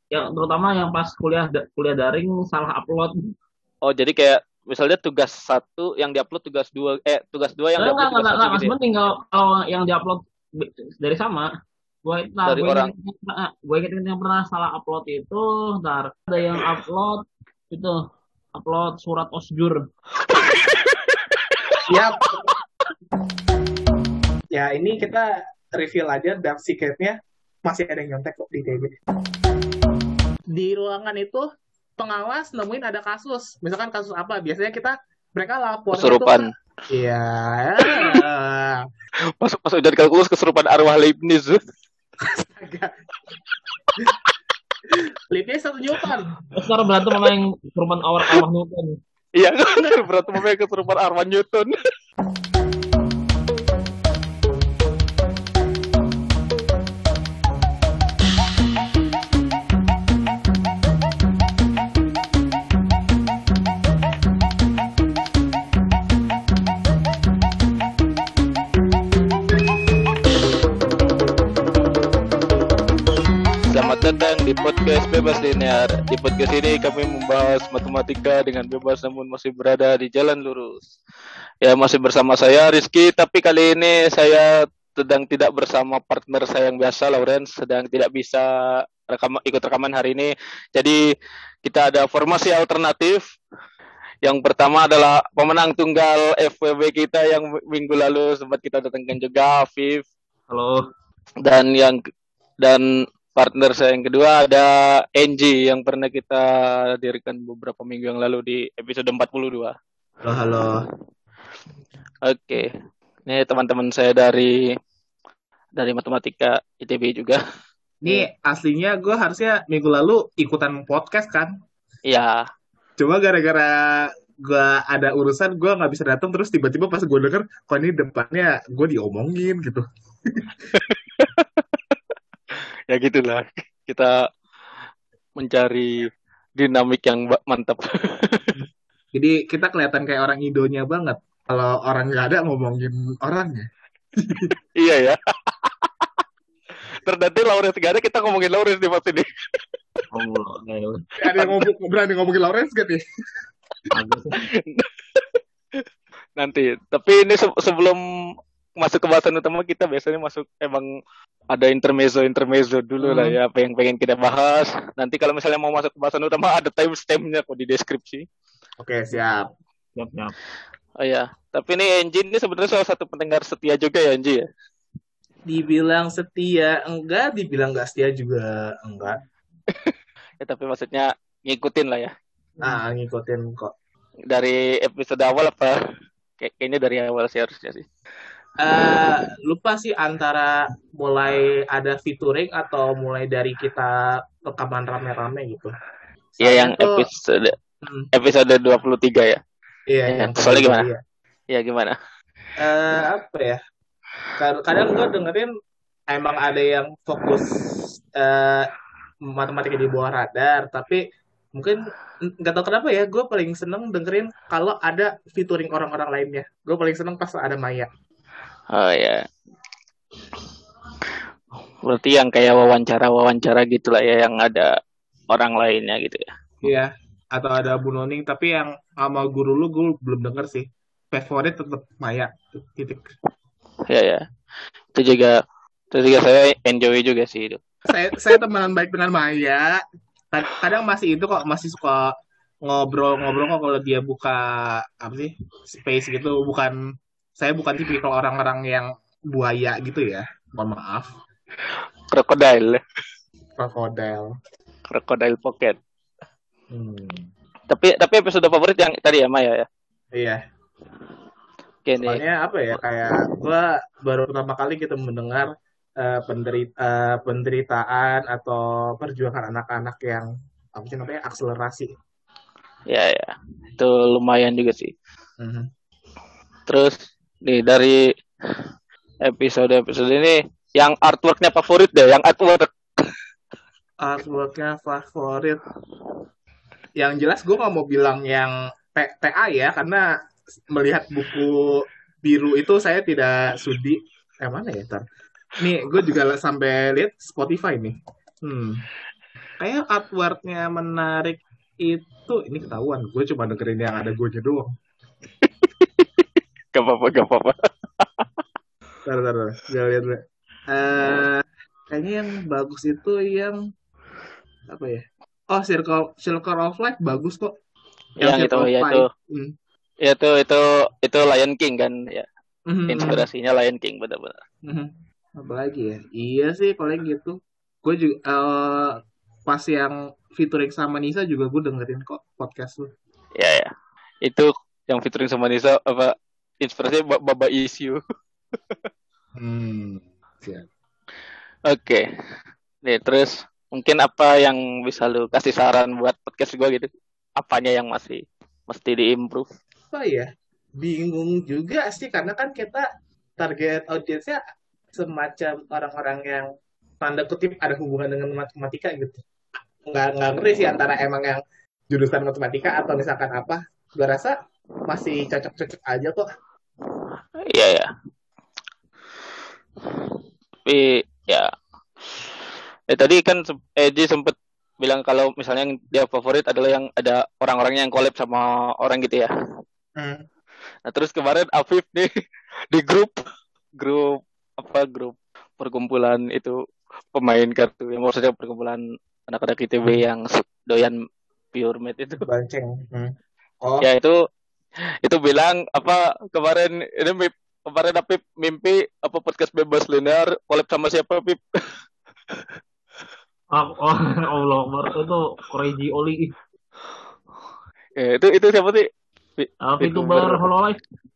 yang terutama yang pas kuliah daring salah upload. Oh, jadi kayak misalnya tugas satu yang diupload tugas dua yang diupload tugas satu Enggak, gitu Mas ya penting kalau yang diupload dari sama. dari orang. Gue inget yang pernah salah upload itu, ntar ada yang upload itu upload surat osjur. Ya, ya ini kita reveal aja dark secretnya masih ada yang nyontek kok di TB. Di ruangan itu pengawas nemuin ada kasus. Misalkan kasus apa? Biasanya mereka lapornya tuh Kesurupan. kan. Iya. Pas udah kalkulus kesurupan arwah Leibniz. Agak. Lipnya satu jutaan. Sekarang berantem sama yang korban awal arwah Newton. Iya, berantem sama kesurupan arwah Newton. Selamat datang di podcast Bebas Linear. Di podcast ini kami membahas matematika dengan bebas namun masih berada di jalan lurus. Ya, masih bersama saya Rizky, tapi kali ini saya sedang tidak bersama partner saya yang biasa, Lawrence, sedang tidak bisa ikut rekaman hari ini. Jadi kita ada formasi alternatif. Yang pertama adalah pemenang tunggal FWB kita yang minggu lalu sempat kita datangkan juga, Afif. Halo. Dan partner saya yang kedua ada Angie yang pernah kita dirikan beberapa minggu yang lalu di episode 42. Halo, halo. Oke. Ini teman-teman saya dari matematika ITB juga. Ini aslinya gue harusnya minggu lalu ikutan podcast kan. Iya. Cuma gara-gara gue ada urusan, gue nggak bisa datang. Terus tiba-tiba pas gue denger, kok ini depannya gue diomongin gitu. Ya gitulah. Kita mencari dinamik yang mantap. Jadi kita kelihatan kayak orang idonya banget. Kalau orang nggak ada ngomongin orangnya. Iya ya. Ternyata Lawrence gak ada, kita ngomongin Lawrence di pas ini. Ada yang berani ngomongin Lawrence gak nih? Nanti. Tapi ini sebelum masuk ke bahasan utama, kita biasanya masuk emang ada intermezzo dulu lah ya, apa yang pengen kita bahas. Nanti kalau misalnya mau masuk ke bahasan utama ada timestampnya kok di deskripsi. Oke, siap. Siap. Oh ya, tapi ini Angie ini sebenarnya salah satu pendengar setia juga ya, Angie ya. Dibilang setia enggak, dibilang nggak setia juga enggak. Ya tapi maksudnya ngikutin lah ya. Ngikutin kok. Dari episode awal apa? Kayaknya dari awal sih harusnya sih. Lupa sih antara mulai ada featuring atau mulai dari kita rekaman rame-rame gitu. Iya yang tuh, episode 23 ya. Iya, yang soalnya gimana? Iya gimana? Apa ya? Kadang gue dengerin emang ada yang fokus matematika di bawah radar, tapi mungkin nggak tahu kenapa ya, gue paling seneng dengerin kalau ada featuring orang-orang lainnya. Gue paling seneng pas ada Maya. Oh ya. Berarti yang kayak wawancara gitulah ya, yang ada orang lainnya gitu ya. Iya, atau ada Bu Noning, tapi yang sama guru lu gue belum denger sih. Favorit tetap Maya. Titik. Ya. Itu juga saya enjoy juga sih itu. Saya temenan baik dengan Maya. Kadang masih suka ngobrol-ngobrol kok kalau dia buka apa sih space gitu. Saya bukan tipikal orang-orang yang buaya gitu ya. Mohon maaf. Crocodile Pocket. Tapi episode favorit yang tadi ya Maya ya. Iya. Soalnya apa ya, kayak gue baru pertama kali kita mendengar penderitaan atau perjuangan anak-anak yang apa sih namanya, akselerasi. Ya, itu lumayan juga sih. Terus dari episode ini yang artworknya favorit deh, yang artworknya favorit. Yang jelas gue nggak mau bilang yang TA ya, karena melihat buku biru itu saya tidak sudi. Yang mana ya, Tar? Nih, gue juga sampai lihat Spotify nih. kayak artworknya menarik itu. Ini ketahuan, gue cuma dengerin yang ada gue doang. Gak apa-apa, gak apa-apa. Bentar, gue lihat dulu. Kayaknya yang bagus itu yang apa ya? Oh, Circle of Life bagus kok. Yang itu, Circle of ya itu, Life. ya itu Lion King kan, ya. Mhm. Inspirasinya Lion King benar-benar. Apa lagi ya? Iya sih kalau yang gitu. Gue juga pas yang featuring sama Nisa juga gue dengerin kok podcast lu. Ya ya. Itu yang featuring sama Nisa apa inspirasinya Baba Issue. Siap. Oke. Nih terus mungkin apa yang bisa lu kasih saran buat podcast gue gitu? Apanya yang masih mesti diimprove? Apa ya? Bingung juga sih karena kan kita target audiensnya semacam orang-orang yang tanda kutip ada hubungan dengan matematika gitu. Nggak ngerti sih antara emang yang jurusan matematika atau misalkan apa. Gue rasa masih cocok-cocok aja kok. Iya ya. Tapi ya. Tadi kan Eji sempet bilang kalau misalnya yang dia favorit adalah yang ada orang-orangnya yang collab sama orang gitu ya. Nah terus kemarin Afif nih di grup perkumpulan itu pemain kartu yang maksudnya perkumpulan anak-anak ITB yang doyan pure math itu. Banceng. Oh. Ya itu bilang apa kemarin Apip mimpi apa podcast bebas linear collab sama siapa Pip? Allah Akbar itu Crazy Oli. Ya, itu siapa sih? VTuber Hololive.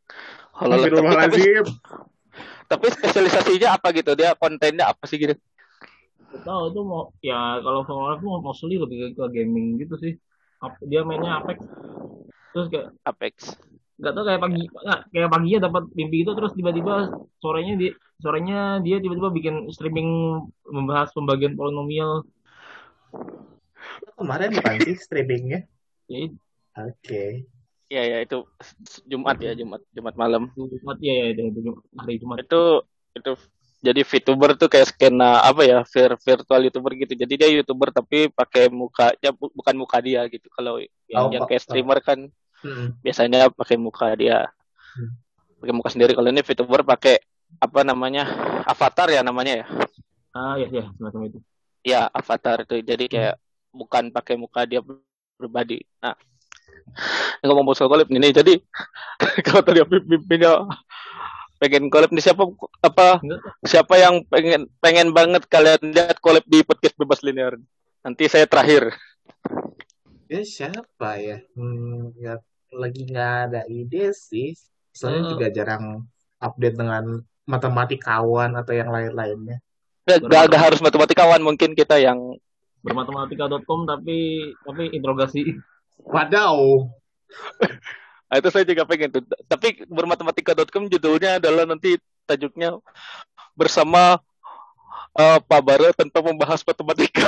Tapi spesialisasinya apa gitu? Dia kontennya apa sih gitu? Tahu itu mau ya kalau Hololive tuh mostly lebih ke gaming gitu sih. Dia mainnya Apex. Terus kayak Apex. nggak tahu kayak paginya dapat mimpi itu terus tiba-tiba sorenya dia tiba-tiba bikin streaming membahas pembagian polinomial. Kemarin bukan sih streamingnya? Ya, Oke. Ya itu Jumat malam. Jumat ya itu hari Jumat. Itu jadi VTuber tuh kayak skena apa ya virtual YouTuber gitu. Jadi dia YouTuber tapi pakai mukanya bukan muka dia gitu. Kalau yang kayak streamer kan biasanya pakai muka dia, pakai muka sendiri. Kalau ini VTuber pakai apa namanya avatar ya namanya ya. Ya semacam itu. Ya avatar itu jadi kayak bukan pakai muka dia pribadi. Nah ngomong soal collab ini jadi kalau tadi pimpinnya pengen collab nih siapa yang pengen banget kalian lihat collab di podcast bebas linear nanti saya terakhir ya siapa ya lagi nggak ada ide sih soalnya juga jarang update dengan matematikawan atau yang lain-lainnya. Gak harus matematikawan mungkin kita yang bermatematika.com tapi interogasi. Wadaw. Nah, itu saya juga pengen tuh. Tapi bermatematika.com judulnya adalah nanti tajuknya bersama Pak Bara tanpa membahas matematika.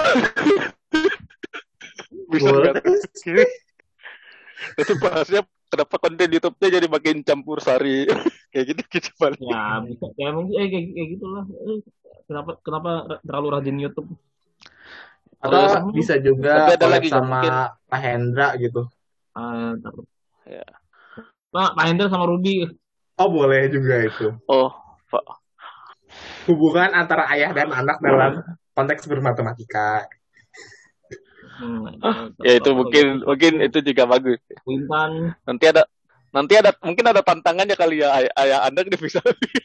Bisa nggak? Nanti bahasnya kenapa konten YouTube-nya jadi makin campur sari kayak gitu paling. Ya bisa ya mungkin kayak gitulah. Kenapa terlalu rajin YouTube? Atau bisa juga ada lagi sama Pak Hendra gitu. Ya. Pak Hendra sama Ruby. Oh boleh juga itu. Oh Pak. Hubungan antara ayah dan anak dalam konteks bermatematika. Ya itu mungkin itu juga bagus. Wintan. Nanti ada mungkin ada tantangannya kali ya ayah Anda bisa.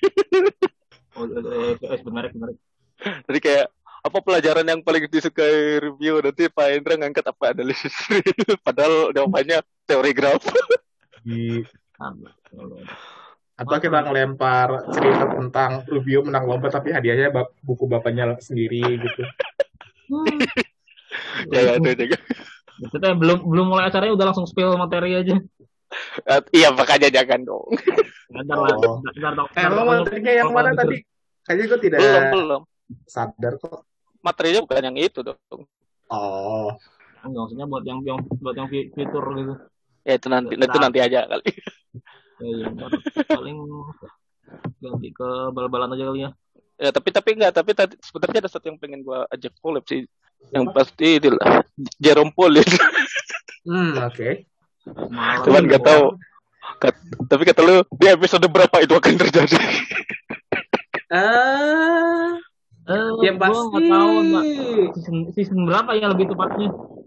Menarik. Jadi kayak apa pelajaran yang paling disukai review nanti Pak Hendra ngangkat apa analisis padahal jawabannya teori graf. Atau kita ngelempar cerita tentang Rubio menang lomba tapi hadiahnya buku bapaknya sendiri gitu. Ya itu juga. Kita belum mulai acaranya udah langsung spill materi aja. Iya makanya jangan dong. Emang materinya yang mana tadi? Kayaknya gue tidak belum sadar kok. Materinya bukan yang itu dong. Oh. Maksudnya buat yang fitur gitu. Ya itu nanti aja kali. Ya, paling ganti ke bal-balan aja kali ya. Ya tapi tadi sebenarnya ada satu yang pengen gue ajak collab sih. Yang pasti itulah Jerome Paul itu. Oke. Semalam Cuman itu nggak tahu. Tapi kata lu di episode berapa itu akan terjadi? Yang gue pasti nggak tahu season berapa ya lebih tepatnya.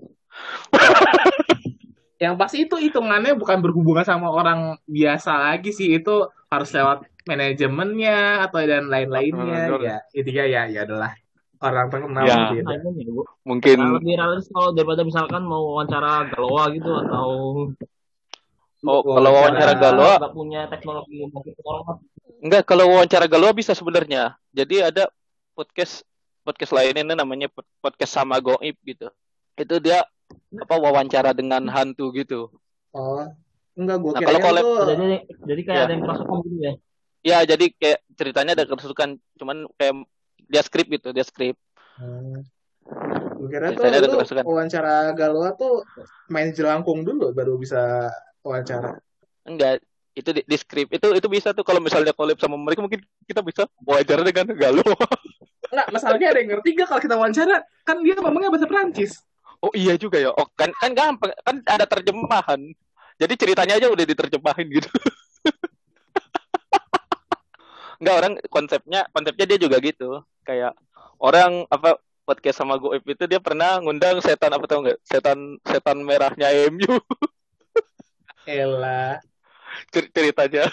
yang pasti itu hitungannya bukan berhubungan sama orang biasa lagi sih, itu harus lewat manajemennya atau dan lain-lainnya ya, intinya ya adalah orang terkenal Ya. gitu ya. Nah, ini ya, Bu. Mungkin Nah, lebih realistis kalau daripada misalkan mau wawancara Galoa gitu atau kalau wawancara Galoa nggak punya teknologi yang mungkin orang. enggak, kalau wawancara Galoa bisa sebenarnya. Jadi ada podcast lain ini namanya podcast sama Goib gitu. Itu dia wawancara dengan hantu gitu. Oh, enggak, gue Nah, kira kalau collab itu Jadi kayak Ya. ada yang kerasukan gitu ya. ya jadi kayak ceritanya ada kerasukan, cuman kayak dia skrip gitu, dia skrip. gue kira tuh Ceritanya ada lu kerasukan. wawancara Galoa tuh main jelangkung dulu baru bisa wawancara. Enggak, itu di skrip. Itu bisa tuh kalau misalnya collab sama mereka mungkin kita bisa wawancara dengan Galoa. Enggak, masalahnya ada yang ngerti gak kalau kita wawancara? Kan dia ngomongnya bahasa Perancis. Oh iya juga ya. Oh kan gampang, kan ada terjemahan. Jadi ceritanya aja udah diterjemahin gitu. Enggak, orang konsepnya dia juga gitu. Kayak orang podcast sama Goib itu dia pernah ngundang setan apa tau nggak? Setan merahnya MU. Elah. Ceritanya.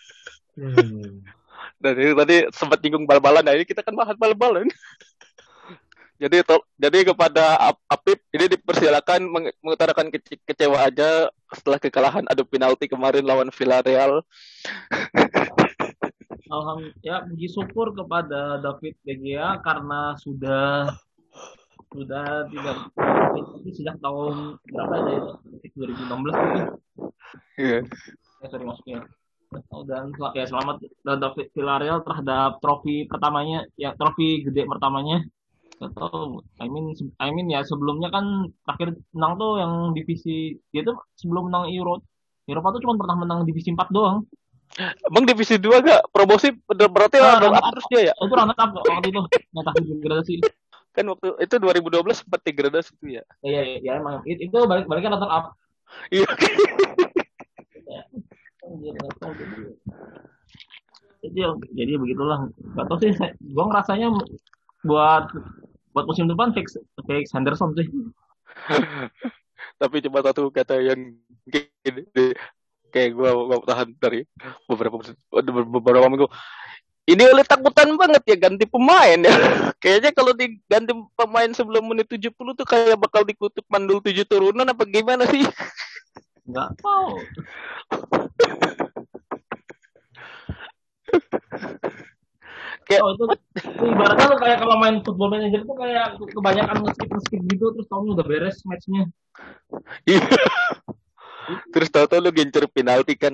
Dan itu tadi sempat nyinggung bal-balan. Nah ini kita kan bahas bal-balan. Jadi kepada Apip ini dipersilakan mengutarakan kecewaannya setelah kekalahan adu penalti kemarin lawan Villarreal. Ya puji syukur kepada David De Gea karena sudah tidak sejak tahun berapa ya, 2016 gitu. Iya. Sorry masuknya. Dan ya selamat David Villarreal terhadap trofi pertamanya, ya trofi gede pertamanya. Atau I mean ya sebelumnya kan terakhir menang tuh yang divisi dia tuh sebelum menang Eropa tuh cuma pernah menang divisi 4 doang. Emang divisi 2 gak promosi berarti runner up terus dia ya? Itu runner up waktu itu nyata degradasi. Kan waktu itu 2012 sempat degradasi itu ya. Iya emang itu baliknya runner up. Iya. Jadi begitulah. Gak tau sih, gue ngerasanya buat musim depan fix Henderson sih. Tapi cuma satu kata yang kayak gue tahan dari beberapa minggu. Ini oleh takutan banget ya ganti pemain ya. Kayaknya kalau diganti pemain sebelum menit 70 tuh kayak bakal dikutuk mandul 7 turunan apa gimana sih? Nggak tahu. Kayak itu ibaratnya tuh kayak kalau main football manager tuh kayak kebanyakan nge-skip gitu terus tahunya udah beres matchnya. Iya. Terus tahu-tahu lu gencer penalti kan.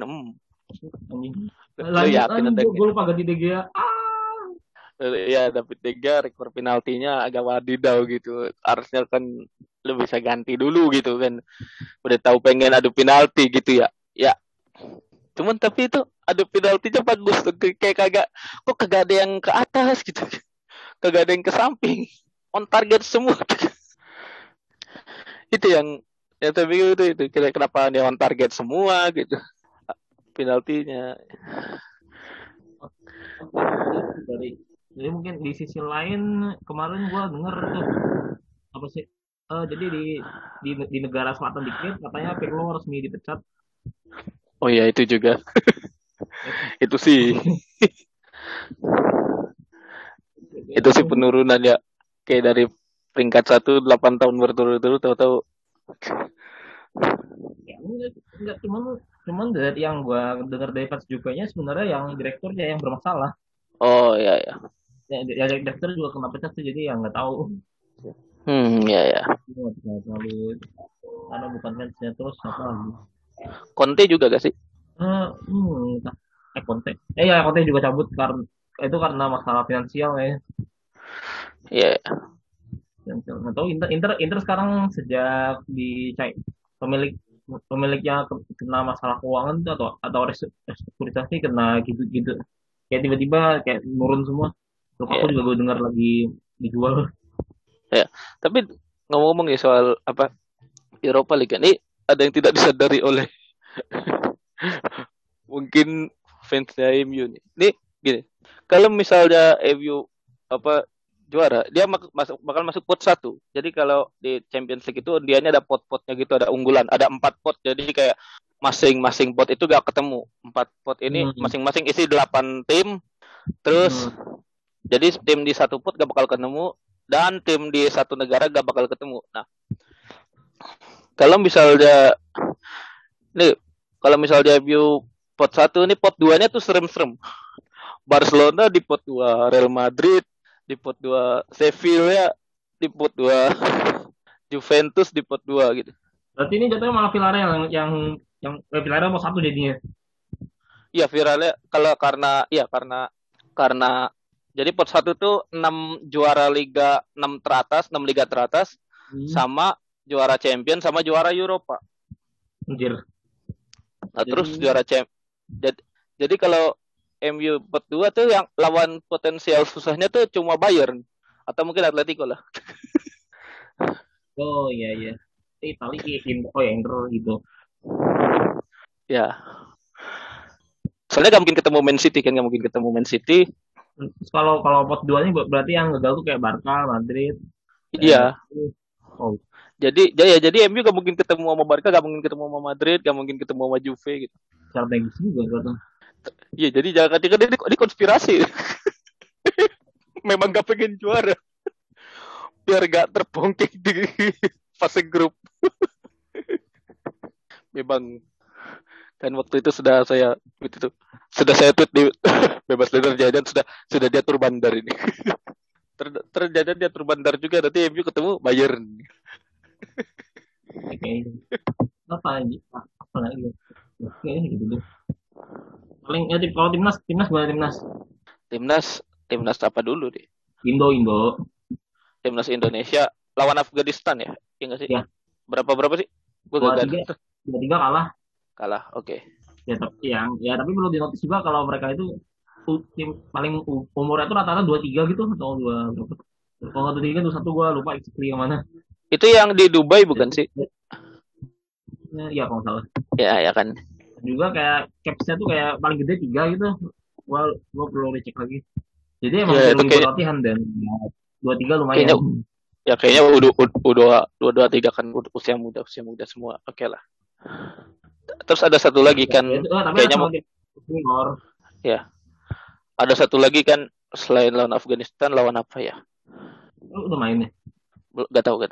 Lanjut gue lupa ganti De Gea. Ya David De Gea rekor penaltinya agak wadidaw gitu. Harusnya kan lu bisa ganti dulu gitu kan. Udah tahu pengen adu penalti gitu ya. Ya. Cuman tapi itu adu penaltinya bagus tuh. Kayak kagak ada yang ke atas gitu. Kagak ada yang ke samping. On target semua. Itu yang tapi itu kenapa dia on target semua gitu. Penaltinya. Jadi mungkin di sisi lain kemarin gue denger tuh apa sih? Jadi di negara selatan dikit katanya Pirlo resmi dipecat. Oh ya itu juga. Itu sih. Itu sih penurunan ya. Kayak dari peringkat 1 8 tahun berturut-turut tahu-tahu. Ya, enggak cuman dari yang gue dengar dari fans juga sebenarnya yang direkturnya yang bermasalah. Oh iya ya. Ya direktur juga kena pecat sih jadi ya nggak tahu. Ya. Karena bukan fansnya terus apa lagi? Conte juga gak sih? Conte. Ya Conte juga cabut karena masalah finansial ya. Iya. Nggak tahu Inter sekarang sejak pemiliknya kena masalah keuangan atau restrukturisasi kena gitu kayak tiba-tiba kayak nurun semua. Lukaku juga gue dengar lagi dijual. Ya, tapi ngomong-ngomong ya soal apa Europa League ini ada yang tidak disadari oleh mungkin fansnya MU nih. Nih gini, kalau misalnya MU apa juara, dia bakal masuk pot satu. Jadi kalau di Champions League itu dianya ada pot-potnya gitu, ada unggulan, ada 4 pot. Jadi kayak masing-masing pot itu gak ketemu. 4 pot ini Hmm. masing-masing isi 8 tim. Terus jadi tim di satu pot gak bakal ketemu dan tim di satu negara gak bakal ketemu. Nah, kalau misalnya nih kalau misalnya MU pot satu ini pot 2-nya tuh serem-serem. Barcelona di pot 2, Real Madrid di pot 2, Sevilla di pot 2, Juventus di pot 2 gitu. Berarti ini jatuhnya malah Villarreal yang Villarreal mau satu jadinya. Iya viralnya kalau karena jadi pot satu tuh 6 juara liga 6 teratas, 6 liga teratas sama juara champion sama juara Eropa. Anjir. Nah, terus juara champ. Jadi kalau MU pot 2 tuh yang lawan potensial susahnya tuh cuma Bayern atau mungkin Atletico lah. Oh iya. Itali Inter gitu. Ya. Soalnya gak mungkin ketemu Man City kan, gak mungkin ketemu Man City. Terus kalau pot 2-nya berarti yang gagal tuh kayak Barca, Madrid. Iya. Oh. Jadi MU gak mungkin ketemu sama Barca, gak mungkin ketemu sama Madrid, gak mungkin ketemu sama Juve gitu. Strategis juga gitu. Iya, jadi jangan katakan ini konspirasi. Memang gak pengen juara. Biar gak terbongkar di fase grup. Memang kan waktu itu sudah saya tweet di bebas leader jajan sudah diatur bandar ini. Terjadi diatur bandar juga nanti MU ketemu Bayern. Oke. Apa lagi? Oke, gitu deh. Paling ya kalau timnas boleh Timnas apa dulu deh? Indo. Timnas Indonesia lawan Afghanistan ya? Iya nggak sih? Ya. Berapa sih? Gue gagal. 2-3 kalah. Oke. Okay. Ya tapi perlu dinotis juga kalau mereka itu tim paling umurnya itu rata-rata 23 gitu atau 2 berapa? Kalau 23 tuh satu gue lupa exactly yang mana. Itu yang di Dubai bukan sih? Iya kalau salah. Ya kan. Juga kayak capsnya tuh kayak paling gede 3 gitu. Gua perlu dicek lagi. Jadi emang perlu latihan dan 2-3 lumayan. Kayaknya udah 3 kan usia muda semua. Oke lah. Terus ada satu lagi kan kayaknya mau ya. Ada satu lagi kan selain lawan Afghanistan lawan apa ya? Udah main ya? Gak tahu.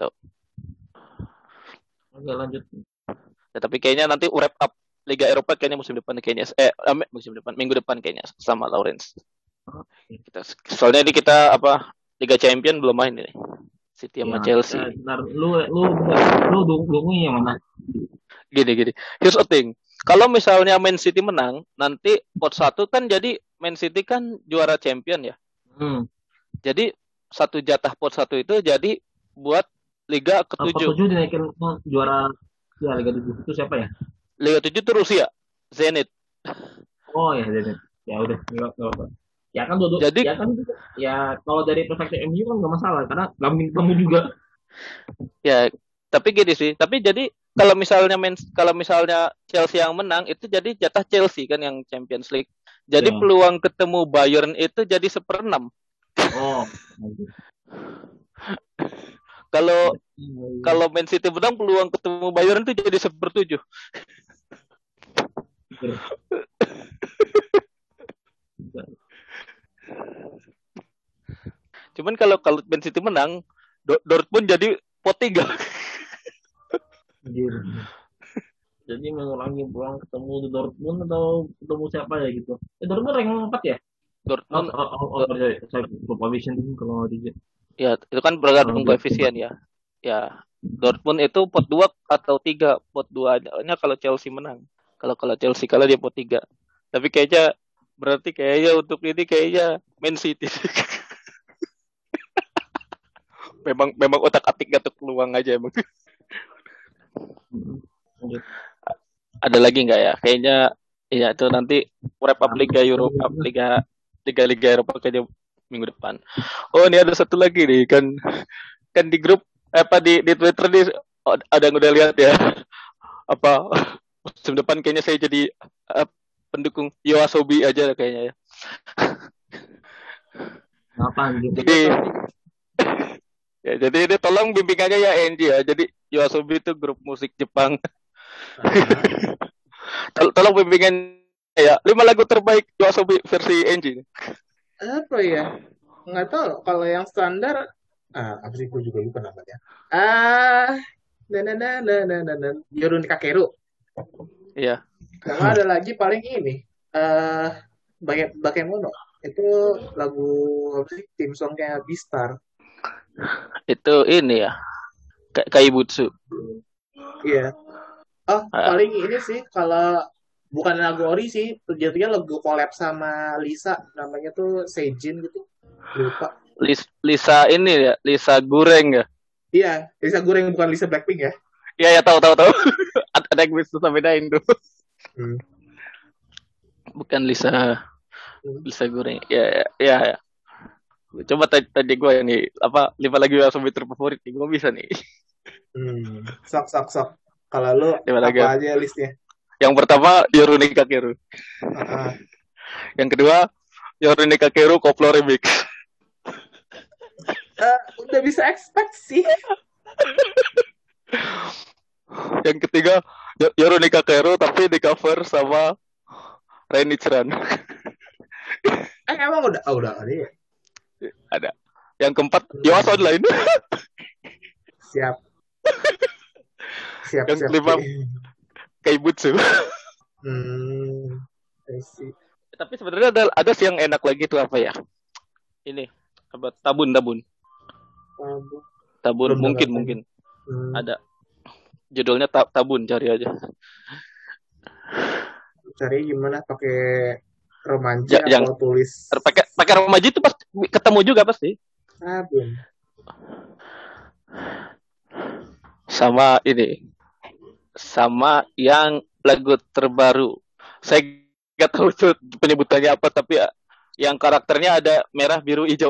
Oke lanjut. Ya, tapi kayaknya nanti wrap up Liga Eropa kayaknya musim depan minggu depan kayaknya sama Lawrence. Soalnya ini kita Liga Champion belum main ini. City sama Chelsea. Lu dukung yang mana? Gini. Here's the thing. Kalau misalnya Man City menang, nanti pot 1 kan jadi Man City kan juara champion ya. Jadi satu jatah pot 1 itu jadi buat Liga ke-7. Pot 7 dinaikin juara ya Liga 7 itu siapa ya? Liga 7 itu Rusia, Zenit. Oh ya Zenit. Ya udah, enggak apa. Ya kan jadi ya kalau dari perspektif MU kan nggak masalah karena nggak mungkin ketemu juga. Ya, tapi gini sih. Tapi jadi kalau misalnya Chelsea yang menang itu jadi jatah Chelsea kan yang Champions League. Jadi peluang ketemu Bayern itu jadi 1/6. Oh. Kalau Man City menang peluang ketemu Bayern itu jadi 1/7. Cuman kalau Man City menang, Dortmund jadi pot 3. Jadi mengulangi peluang ketemu di Dortmund atau ketemu siapa ya gitu. Dortmund rank 4 ya? Dortmund saya vision kalau di. Ya, itu kan bergantung koefisien ya. Ya, Dortmund itu pot 2 atau 3. Pot 2-nya kalau Chelsea menang. Kalau Chelsea kalah dia pot 3. Tapi berarti untuk ini Man City. memang otak-atik gatuk peluang aja emang. Ada lagi nggak ya? Kayaknya ya itu nanti wrap up Liga Eropa, Liga Eropa kayaknya minggu depan. Oh, ini ada satu lagi nih kan kan di grup di Twitter ada yang udah lihat ya apa musim depan kayaknya saya jadi pendukung Yoasobi aja kayaknya ya. Apa gitu? Jadi ya jadi ini tolong bimbingannya ya Enji ya. Jadi Yoasobi itu grup musik Jepang. Tolong bimbingan ya 5 lagu terbaik Yoasobi versi Enji. Apa ya? Nggak tahu. Kalau yang standar, apa sih gue juga lupa namanya. Yorun Kakeru. Iya. Sama ada lagi paling ini. Bakemono. Itu lagu apa sih? Tim songnya Beastar. Itu ini ya. Kaibutsu. Iya. Paling ini sih kalau bukan lagu ori sih, jatuhnya lagu collab sama Lisa, namanya tuh Seijin gitu. Lupa. Lisa ini ya, Lisa Goreng ya. Iya, Lisa Goreng bukan Lisa Blackpink ya. Iya ya tahu. Ada yang bisa bedain tuh. Bukan Lisa Goreng. Ya. Coba tadi gue ini 5 lagu yang sampai terfavorit gue bisa nih. Sok. Kalau lu apa aja listnya? Yang pertama Yorune Kakeru. Yang kedua Yorune Kakeru Koplo Remix. Udah bisa expect sih. Yang ketiga Yorune Kakeru tapi di cover sama Renichiran. Emang udah ada ya? Ada. Yang keempat Yoas Online. Siap. Yang kelima Kaibutsu. Tapi sebenarnya ada sih yang enak lagi tuh apa ya? Ini apa tabun mungkin. Ada. Judulnya Tabun, cari aja. Cari gimana? Pakai Romanji atau tulis? Pakai Romanji itu pasti ketemu juga pasti. Tabun. Sama ini. Sama yang lagu terbaru. Saya nggak tahu itu penyebutannya apa, tapi yang karakternya ada merah, biru, hijau.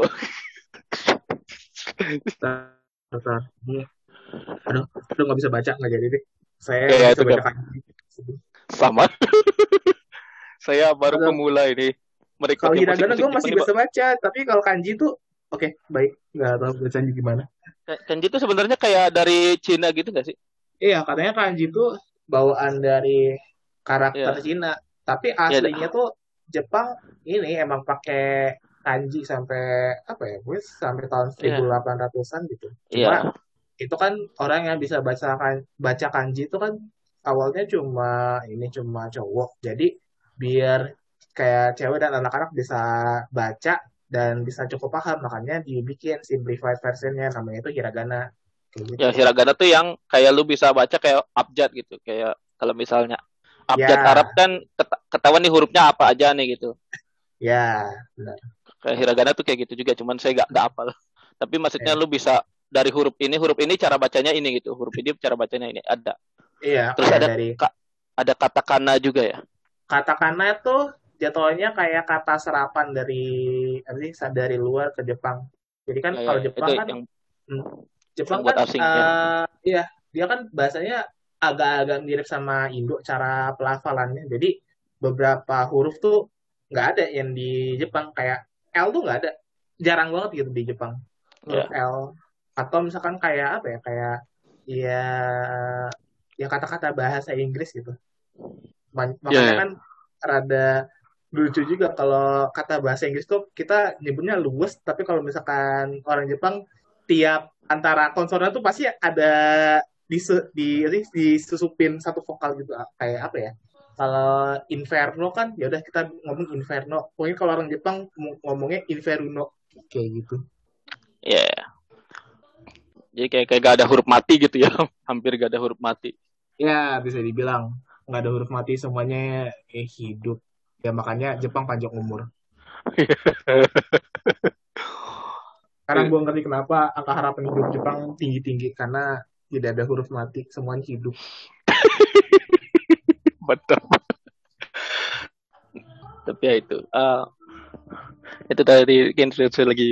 Aduh, nggak bisa baca, nggak jadi deh. Saya bisa baca kanji. Sama. Saya baru pemula ini. Kalau hiragana gue masih bisa baca, tapi kalau kanji tuh oke, baik. Nggak tahu bacanya gimana. Kanji itu sebenarnya kayak dari Cina gitu nggak sih? Iya, katanya kanji itu bawaan dari karakter Cina. Tapi aslinya tuh Jepang ini emang pakai kanji sampai apa ya? Sampai tahun 1800-an gitu. Cuma itu kan orang yang bisa baca kanji itu kan awalnya cuma cowok. Jadi biar kayak cewek dan anak-anak bisa baca dan bisa cukup paham, makanya dibikin simplified versionnya, namanya itu hiragana. Gitu. Ya hiragana tuh yang kayak lu bisa baca kayak abjad gitu, kayak kalau misalnya abjad Arab kan ketahuan nih hurufnya apa aja nih gitu. Ya, benar. Kayak hiragana tuh kayak gitu juga, cuman saya nggak hafal. Tapi maksudnya lu bisa dari huruf ini cara bacanya ini gitu, huruf ini cara bacanya ini ada. Iya. Terus ada katakana juga ya. Katakana tuh jatuhnya kayak kata serapan dari luar ke Jepang. Jadi kan kalau Jepang kan Jepang kan iya, dia kan bahasanya agak-agak mirip sama Indo cara pelafalannya. Jadi beberapa huruf tuh nggak ada yang di Jepang, kayak L tuh nggak ada, jarang banget gitu di Jepang huruf L. Atau misalkan kayak apa ya, kayak ya kata-kata bahasa Inggris gitu. Makanya kan rada lucu juga kalau kata bahasa Inggris tuh kita nyebutnya luwes, tapi kalau misalkan orang Jepang tiap antara konsonan tuh pasti ada disusupin satu vokal gitu, kayak apa ya? Kalau inferno kan ya udah kita ngomong inferno. Pokoknya kalau orang Jepang ngomongnya inferno kayak gitu. Iya. Yeah. Jadi kayak gak ada huruf mati gitu ya, hampir gak ada huruf mati. Ya bisa dibilang nggak ada huruf mati, semuanya hidup. Ya makanya Jepang panjang umur. Sekarang gue ngerti kenapa angka harapan hidup Jepang tinggi-tinggi, karena tidak ada huruf mati, semuanya hidup. Betul. Tapi ya itu tadi kan saya lagi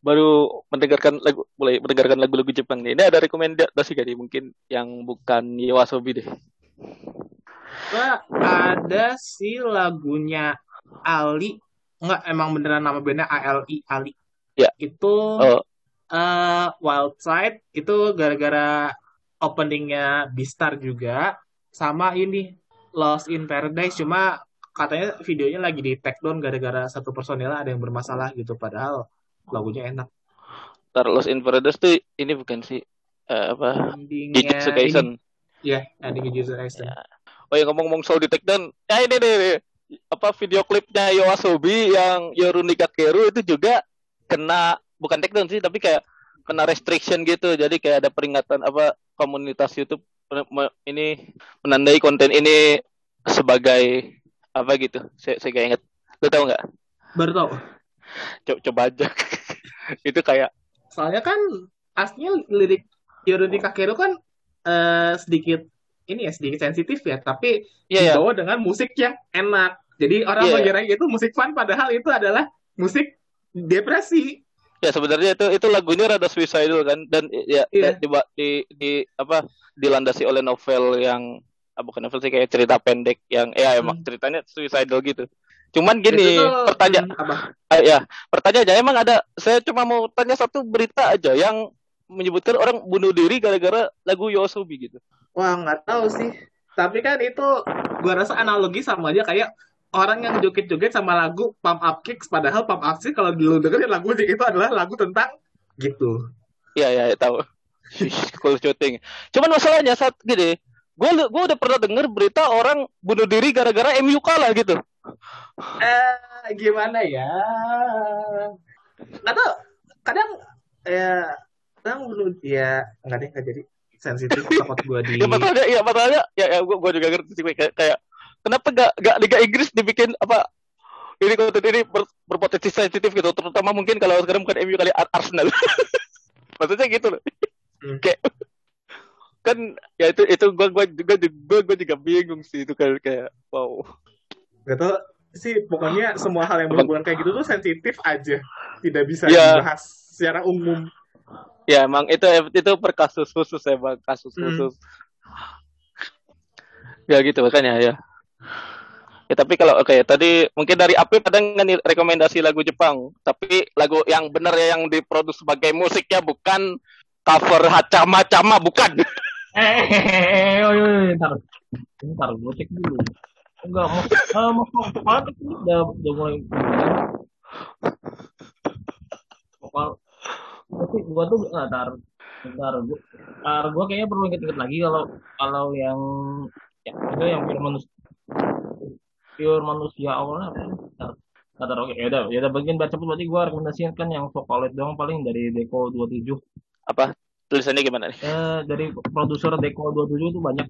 baru mulai mendengarkan lagu-lagu Jepang nih. Ini ada rekomendasi gak nih mungkin yang bukan Yoasobi deh. Wah, ada sih lagunya Ali. Enggak, emang beneran nama bandnya ALI, Ali. Ya. Itu Oh, Wild Side, itu gara-gara openingnya Beastar juga. Sama ini, Lost in Paradise. Cuma katanya videonya lagi di take down gara-gara satu personilnya ada yang bermasalah gitu. Padahal lagunya enak. Lost in Paradise tuh ini bukan sih apa? Jujutsu Endingnya ini, Kaisen. ya, ending Jujutsu Kaisen. Ya. Oh ya ngomong-ngomong soal di take down, ya ini nih apa video klipnya Yoasobi yang Yoruni Kakeru itu juga kena bukan take down sih tapi kayak kena restriction gitu. Jadi kayak ada peringatan apa komunitas YouTube ini menandai konten ini sebagai apa gitu. Saya kayak inget. Lu tahu nggak? Baru tau. Coba aja. Itu kayak Soalnya kan aslinya lirik Yoruni Kakeru kan sedikit ini ya sedikit sensitif ya, tapi iya ya. dibawa dengan musik yang enak. Jadi orang Iya. mengira itu musik fun padahal itu adalah musik depresi. Ya sebenarnya itu lagunya rada suicidal kan dan ya Iya. di apa dilandasi oleh novel yang bukan novel sih kayak cerita pendek yang ya emang ceritanya suicidal gitu. Cuman Itu gini, tuh apa? ya pertanyaannya emang ada saya cuma mau tanya satu berita aja yang menyebutkan orang bunuh diri gara-gara lagu Yoasobi gitu. Wah, nggak tahu sih. Tapi kan itu gua rasa analogi sama aja kayak orang yang joget-joget sama lagu Pump Up Kicks, padahal Pump Up Kicks kalau dulu dengerin lagu itu adalah lagu tentang gitu. Iya ya tahu. School shooting. Cuman masalahnya saat gini, gue udah pernah denger berita orang bunuh diri gara-gara MU kalah gitu. Gimana ya? Atau kadang ya kadang menurut ya nggak jadi sensitif takut gue di masalahnya gue juga ngerti sih kayak kenapa gak Liga Inggris dibikin apa ini konten ini berpotensi sensitif gitu terutama mungkin kalau sekarang bukan MU kali Arsenal. Maksudnya gitu loh. Kayak kan ya itu gue juga bingung sih itu kayak wow. Gak tau sih pokoknya semua hal yang berhubungan kayak gitu tuh sensitif aja, tidak bisa Ya. dibahas secara umum. Ya emang itu per kasus khusus emang kasus khusus. Ya gitu makanya ya. Ya tapi kalau tadi mungkin dari Apip ada nggak rekomendasi lagu Jepang, tapi lagu yang benar ya yang diproduksi sebagai musiknya bukan cover Hachama bukan. Bentar, gue cek dulu. Enggak, mau vokal ini udah mulai. Vokal, tapi gua tuh bentar, gua kayaknya perlu inget-inget lagi kalau yang ya itu yang pure manusia awalnya apa sih? Bentar, oke, ya udah bagian baca pun berarti gua rekomendasikan kan yang Vocaloid doang paling dari Deco 27. Apa tulisannya gimana nih? Dari produser Deco 27 itu banyak.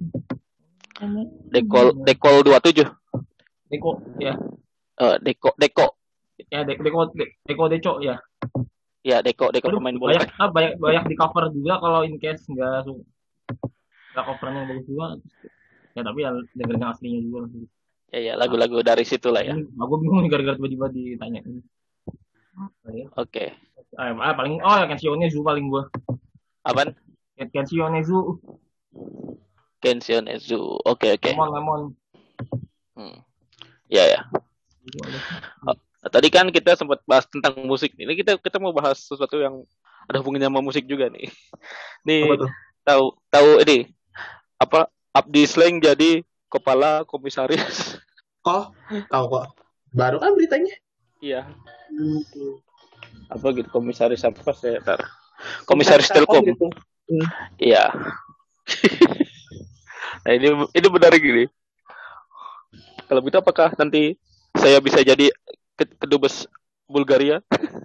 Dekol 27. Deco ya. Deko. Ya Deco Deco ya. Ya Deko pemain bola. Banyak di cover juga kalau in case nggak covernya bagus juga. Ya tapi ya dengerin yang aslinya juga. Ya lagu-lagu dari situ lah ya. Aku bingung nih gara-gara tiba-tiba ditanya ini. Oke. Paling ya Kenshio Nezu paling gua. Apaan? Kenshio Nezu. Oke. Lemon. Ya. Tadi kan kita sempat bahas tentang musik. Ini kita mau bahas sesuatu yang ada hubungannya sama musik juga nih. Nih tahu ini apa Abdi Sleng jadi kepala komisaris. Oh, tahu kok. Baru kan beritanya. Iya. Apa gitu komisaris apa saya tar. Komisaris Telkom. Gitu. Iya. Nah ini benar gini. Kalau begitu apakah nanti saya bisa jadi kedubes Bulgaria?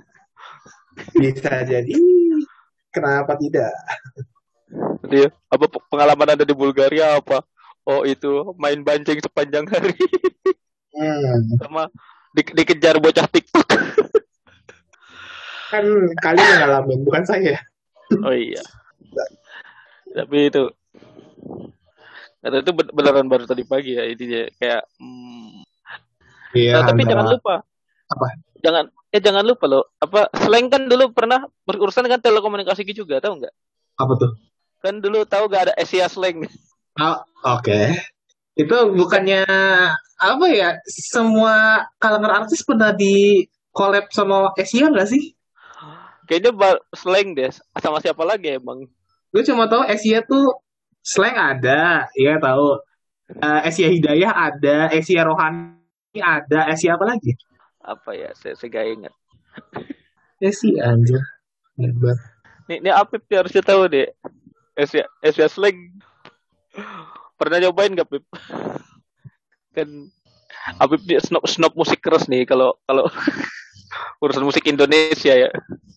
Bisa jadi. Kenapa tidak? Jadi, apa pengalaman Anda di Bulgaria apa? Oh itu main banjing sepanjang hari. Sama dikejar bocah TikTok. Kan kalian ngalamin, bukan saya. Oh iya. Tapi itu beneran baru tadi pagi ya ini kayak. Iya. Tapi jangan lupa. Apa? jangan lupa loh, apa slang kan dulu pernah berurusan dengan telekomunikasi juga, tahu nggak? Apa tuh? Kan dulu tahu gak ada Asia slang. Oh, oke. Itu bukannya apa ya? Semua kalangan artis pernah di collab sama Asia nggak sih? Kayaknya slang deh. Sama siapa lagi emang? Gue cuma tahu Asia tuh slang ada, ya tahu. Asia Hidayah ada, Asia Rohani ada, Asia apa lagi? Apa ya? Saya gak ingat. Asia anjir. Hebat. Ini Apip dia harusnya tahu deh. Asia slang. Pernah nyobain gak Pip? Kan Apip dia snob musik keras nih kalau urusan musik Indonesia ya.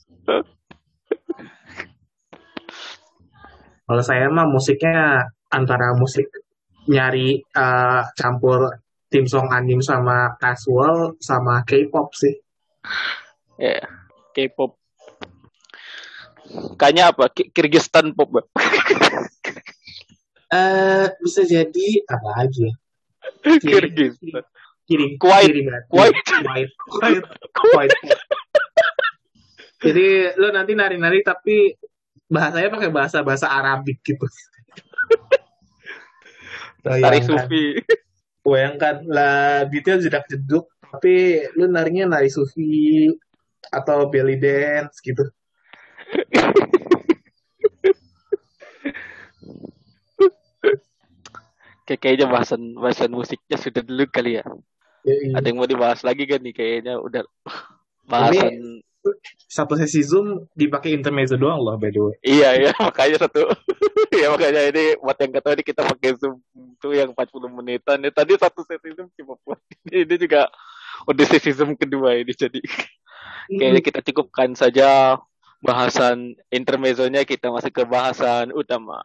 Kalau saya mah musiknya antara musik nyari campur tim song anim sama casual sama K-pop sih. Ya, K-pop. Kayaknya apa? Kyrgyzstan pop. Bisa jadi apa lagi ya? Kyrgyzstan. Kuwait. Jadi lo nanti nari-nari tapi bahasanya pakai bahasa Arabik gitu. Tari sufi. Bayangkan lah beatnya jedak jeduk tapi lu narinya nari sufi atau belly dance gitu. Kayaknya bahasan musiknya sudah dulu kali ya. Iya. Ada yang mau dibahas lagi kan nih kayaknya udah bahasan. Ini satu sesi Zoom dipakai intermezzo doang loh by the way. Iya makanya satu. Ya makanya ini buat yang kata ini kita pakai Zoom tuh yang 40 menitan. Ya, tadi satu sesi Zoom cuma buat ini juga udah sesi Zoom kedua ini jadi kayaknya kita cukupkan saja bahasan intermezzonya, kita masuk ke bahasan utama.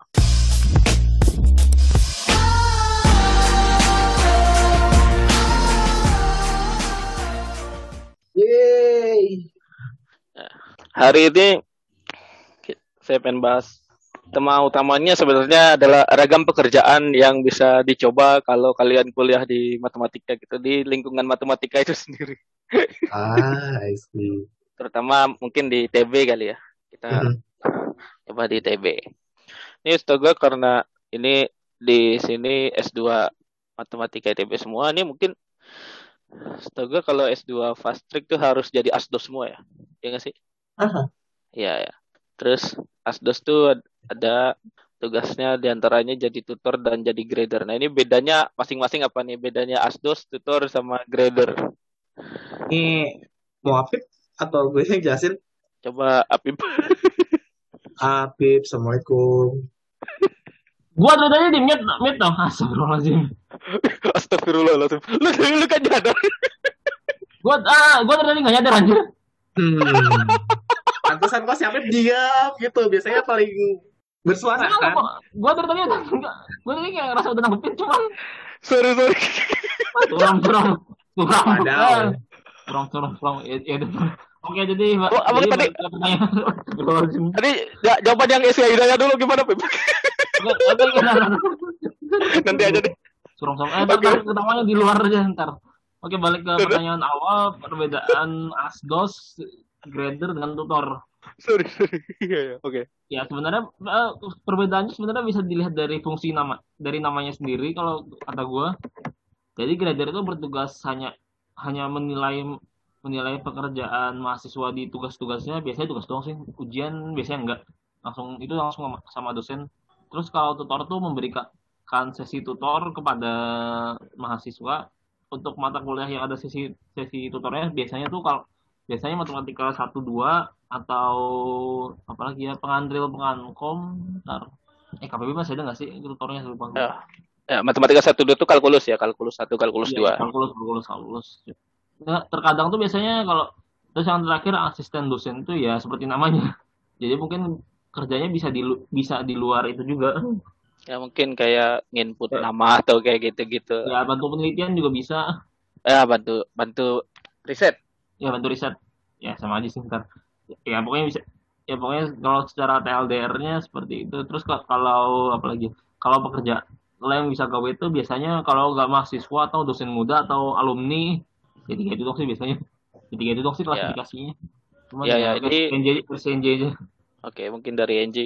Yeay. Hari ini saya pengen bahas tema utamanya sebenarnya adalah ragam pekerjaan yang bisa dicoba kalau kalian kuliah di matematika gitu, di lingkungan matematika itu sendiri. I see. Terutama mungkin di TB kali ya. Kita coba di TB. Ini astaga karena ini di sini S2 matematika ITB semua, ini mungkin astaga kalau S2 fast track tuh harus jadi asdos semua ya. Iya nggak sih? Iya ya. Terus asdos tuh ada tugasnya diantaranya jadi tutor dan jadi grader. Nah ini bedanya masing-masing apa nih? Bedanya asdos, tutor sama grader. Ini mau Apip atau gue yang jelasin? Coba Apip. Apip, Assalamualaikum. Gua tadi di mute dong. Astagfirullahaladzim. Astagfirullahaladzim. Lu kan nyadar. Gua tadi nggak nyadar anjir. Pantesan kok si Apip diam gitu. Biasanya paling bersuara kan. Gua tadi kayak ngerasa udah nanggepin cuman. Sorry. Kurang. Padahal. Kurang. Ya, oke, jadi apa tadi? Tadi jawaban yang Asia Hidayah dulu gimana, Pip? Nanti aja deh. Surong. Ketamanya di luar aja ntar. Oke, balik ke pertanyaan awal, perbedaan asdos, grader dengan tutor. Sorry. Iya, oke. Ya, sebenarnya perbedaannya sebenarnya bisa dilihat dari fungsi dari namanya sendiri kalau kata gue. Jadi grader itu bertugas hanya menilai pekerjaan mahasiswa di tugas-tugasnya, biasanya tugas doang sih, ujian biasanya enggak, langsung sama dosen. Terus kalau tutor tuh memberikan sesi tutor kepada mahasiswa untuk mata kuliah yang ada sesi tutornya, biasanya matematika 1 2 atau apalagi ya, pengankom. KPB masih ada nggak sih tutornya? Ya, matematika 1 2 itu kalkulus ya, kalkulus 1, kalkulus 2. Kalkulus. Nah, terkadang tuh biasanya terus yang terakhir asisten dosen itu ya seperti namanya. Jadi mungkin kerjanya bisa di luar itu juga. Ya mungkin kayak nginput nama atau kayak gitu-gitu. Ya bantu penelitian juga bisa. Ya bantu riset. Ya bantu riset. Ya sama aja sih ntar. Ya pokoknya bisa. Ya pokoknya kalau secara TLDR-nya seperti itu. Terus kalau apalagi kalau yang bisa gawe itu biasanya kalau nggak mahasiswa atau dosen muda atau alumni, jadi kayak itu sih biasanya. Ketiga itu doang sih Ya, klasifikasinya. Cuman ya, ya ini versi NJ aja. oke, mungkin dari NJ.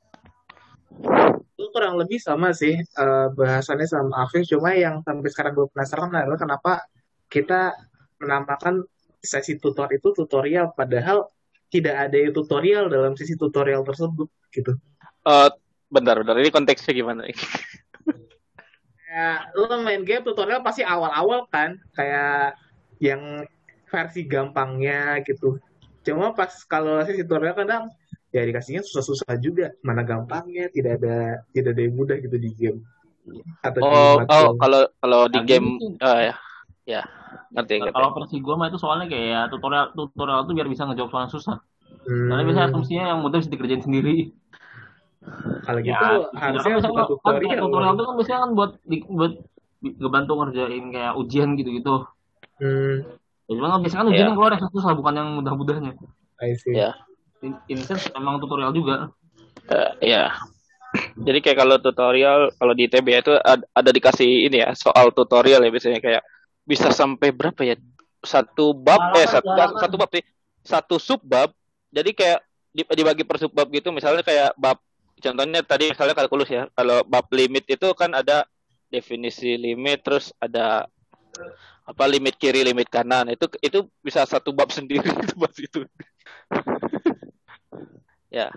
Itu kurang lebih sama sih bahasannya sama Afif, cuma yang sampai sekarang gue penasaran adalah kenapa kita menamakan sesi tutor itu tutorial, padahal tidak ada tutorial dalam sesi tutorial tersebut gitu. Eh, bentar, ini konteksnya gimana nih? Kayak lo main game tutorial pasti awal-awal kan, kayak yang versi gampangnya gitu. Cuma pas kalau sesi tutorial kadang ya dikasihnya susah-susah juga. Mana gampangnya, tidak ada yang mudah gitu di game atau di Oh, matkul. kalau di Nah, game, gini sih. ya, ya, ngerti. Kalau versi gue mah itu soalnya kayak tutorial tutorial tuh biar bisa ngejawab soal yang susah. Soalnya biasanya Hmm, asumsinya yang mudah bisa dikerjain sendiri. kalau Ya, gitu ya harusnya kan biasanya bukan kan kayak tutorial tutorial dong. itu kan biasanya kan buat ngebantu ngerjain kayak ujian gitu-gitu. Hmm, Ya, cuma kan biasanya kan ujian yang Ya, keluar yang susah bukan yang mudah-mudahnya. I see. ya, In sense emang tutorial juga. ya. Jadi kayak kalau tutorial, kalau di ITB itu ada dikasih ini ya, soal tutorial ya biasanya kayak bisa sampai berapa ya? Satu bab, satu bab sih, satu subbab. Jadi kayak dibagi per subbab gitu. Misalnya kayak bab, contohnya tadi misalnya kalkulus ya. Kalau bab limit itu kan ada definisi limit, terus ada apa limit kiri, limit kanan. Itu bisa satu bab sendiri itu bab itu. Ya,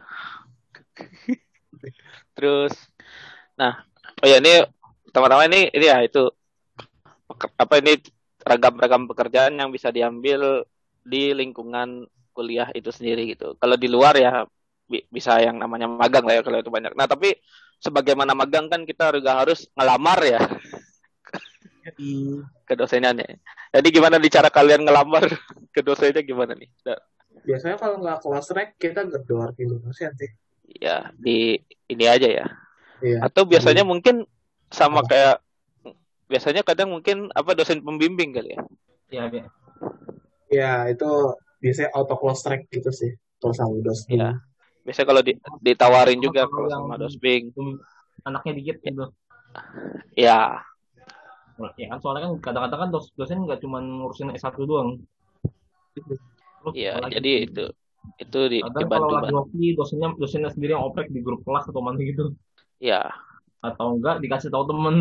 terus nah, oh ya ini teman-teman ini ya itu apa ini ragam-ragam pekerjaan yang bisa diambil di lingkungan kuliah itu sendiri gitu. Kalau di luar ya bisa yang namanya magang lah ya kalau itu banyak. Nah, tapi sebagaimana magang kan kita juga harus ngelamar ya Hmm, ke dosennya. Jadi gimana nih cara kalian ngelamar ke dosennya gimana nih? biasanya kalau nggak kelas rek kita gedor di dosen sih. Ya di ini aja ya. Iya, Atau di biasanya mungkin sama apa? kayak biasanya kadang mungkin apa dosen pembimbing kali ya. Ya, ya. Ya itu biasanya auto close track gitu sih. Terus sama dosbing. Ya. Biasanya kalau ditawarin Cuma juga kalau kalau yang sama dosbing. anaknya dikit gitu. Ya, Ya kan soalnya kan kadang-kadang kan dosen nggak cuma ngurusin S1 doang. Terus iya. apalagi Jadi gitu. itu Kadang kalau lagi dibantu-bantu. hoki dosennya sendiri yang oprek di grup kelas atau mana gitu. Ya, Atau enggak dikasih tahu temen.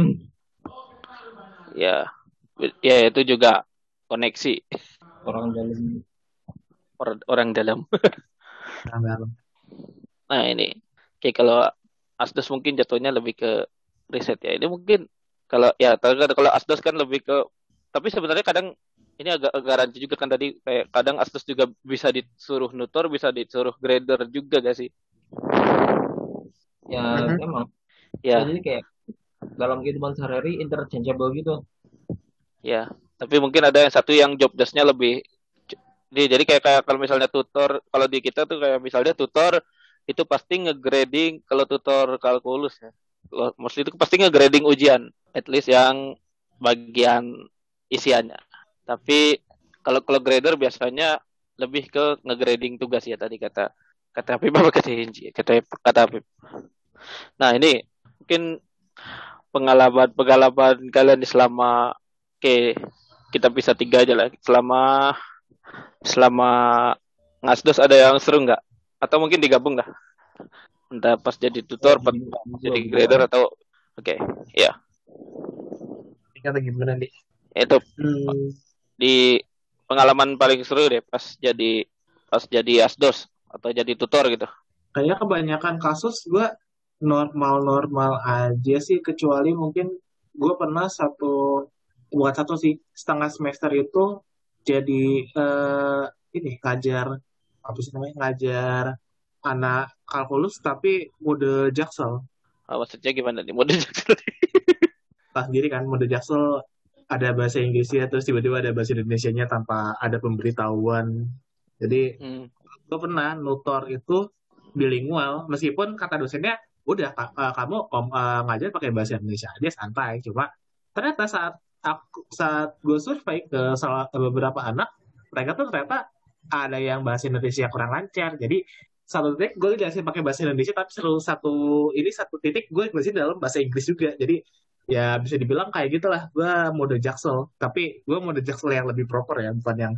ya, ya itu juga koneksi Orang dalam. orang dalam. Nah, Nah ini, kayak kalau Asdos mungkin jatuhnya lebih ke riset ya. Ini mungkin kalau Asdos kan lebih ke, tapi sebenarnya kadang ini agak rancu juga kan tadi kayak kadang Asdos juga bisa disuruh nutor, bisa disuruh grader juga gak sih? Ya mhm. emang. Ya Ya, jadi kayak dalam kehidupan sehari-hari interchangeable gitu. ya. Tapi mungkin ada yang satu yang job desk-nya lebih. Jadi kayak kalau misalnya tutor, kalau di kita tuh kayak misalnya tutor itu pasti ngegrading kalau tutor kalkulus ya. Mostly itu pasti ngegrading ujian, at least yang bagian isiannya. Tapi kalau grader biasanya lebih ke ngegrading tugas ya tadi kata Habib apa kata Hinji, kata Habib. Nah, ini mungkin pengalaman kalian di selama kita bisa tiga aja lah selama selama ngasdos ada yang seru nggak? Atau mungkin digabung dah. Entah pas jadi Oh, tutor, pas gua jadi gua grader atau oke, ya. Ini kata gimana nih? Itu Hmm, di pengalaman paling seru deh pas jadi asdos atau jadi tutor gitu. kayaknya kebanyakan kasus gue normal-normal aja sih, kecuali mungkin gue pernah bukan satu sih, setengah semester itu jadi ini ngajar, apa sih namanya, ngajar anak kalkulus tapi mode Jaksel. Maksudnya gimana nih? Mode Pas sendiri kan mode Jaksel ada bahasa Inggrisnya terus tiba-tiba ada bahasa Indonesianya tanpa ada pemberitahuan. Jadi hmm, gue pernah nutor itu bilingual meskipun kata dosennya udah kamu ngajar pakai bahasa Indonesia aja santai, cuma ternyata saat gue survei ke beberapa anak, mereka tuh ternyata ada yang bahasa Indonesia kurang lancar. Jadi satu titik gue jelasin pakai bahasa Indonesia tapi satu titik gue jelasin dalam bahasa Inggris juga. Jadi ya bisa dibilang kayak gitulah, gue mode jaksel tapi gue mode jaksel yang lebih proper ya, bukan yang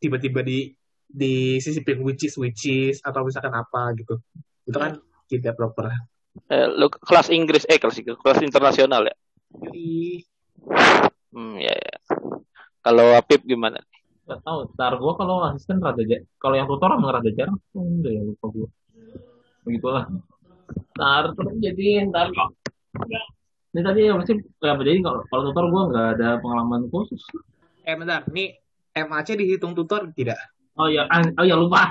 tiba-tiba disisipin which is atau misalkan apa gitu. Itu kan tidak proper. Lu kelas internasional ya. Jadi Ya, ya. Kalau Apip gimana? Gak tahu. Ntar gue kalau asisten kalau yang tutor emang rada jarang. Enggak ya lupa gue. Begitulah. Ntar terus jadi ntar kok. Ini tadi apa sih? Jadi kalau tutor gue nggak ada pengalaman khusus. bentar, nih MAC dihitung tutor tidak? Oh ya lupa.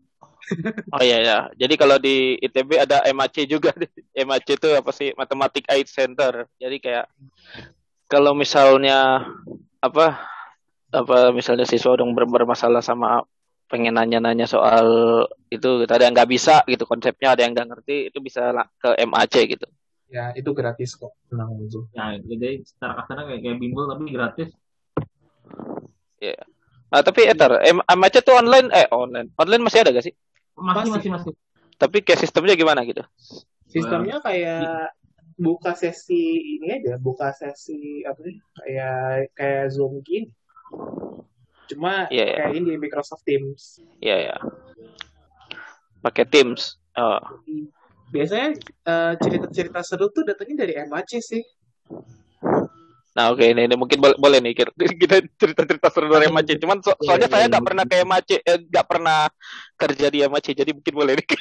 Oh iya ya. Jadi kalau di ITB ada MAC juga. MAC itu apa sih? Mathematics Aid Center. Jadi kayak kalau misalnya apa misalnya siswa udah bermasalah sama pengen nanya-nanya soal itu gitu. Ada yang nggak bisa gitu konsepnya, ada yang nggak ngerti, itu bisa ke MAC gitu. Ya, itu gratis kok. Tenang aja. Ya, jadi secara kasarnya kayak bimbel tapi gratis. Ya. Yeah. Tapi MAC tuh online masih ada gak sih? Masih. Tapi kayak sistemnya gimana gitu? Sistemnya kayak buka sesi ini aja, buka sesi apa sih? Kayak Zoom gini. Cuma kayak ini Microsoft Teams. Iya, ya. Pakai Teams. Oh. Biasanya cerita-cerita seru tuh datangnya dari MAC sih. Nah, oke, ini mungkin boleh nih kita cerita-cerita seru dari MAC. Cuman soalnya saya nggak pernah ke MAC, nggak pernah kerja di MAC, jadi mungkin boleh nih.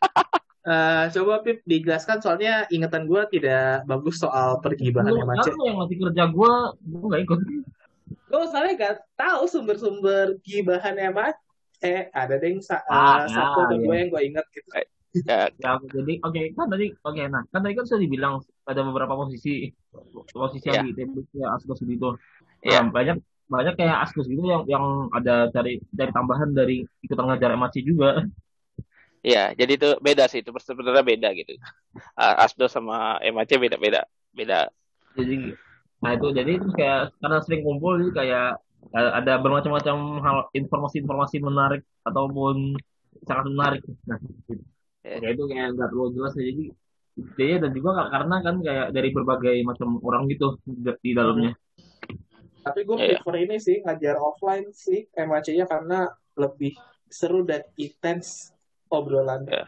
Coba Pip dijelaskan, soalnya ingatan gue tidak bagus soal pergibahan MAC. Lu yang masih kerja gue nggak ikut. Gue soalnya nggak tahu sumber-sumber gibahan MAC. Ada deh yang satu atau dua yang gue ingat gitu. Ya, jadi kan tadi kan sudah dibilang ada beberapa posisi yang di ITB ya askus gitu. Banyak kayak askus gitu yang ada dari tambahan dari ikutan ngajar MAC juga. Iya, jadi itu beda sih, itu sebenarnya beda gitu. Asdo sama MAC beda. Jadi jadi itu kayak karena sering kumpul jadi kayak ada bermacam-macam hal informasi menarik ataupun sangat menarik. Nah, gitu. Kayak itu kayak nggak terlalu jelas ya. Jadi dan juga karena kan kayak dari berbagai macam orang gitu di dalamnya. Tapi gue prefer ini sih ngajar offline sih MAC-nya karena lebih seru dan intens obrolannya.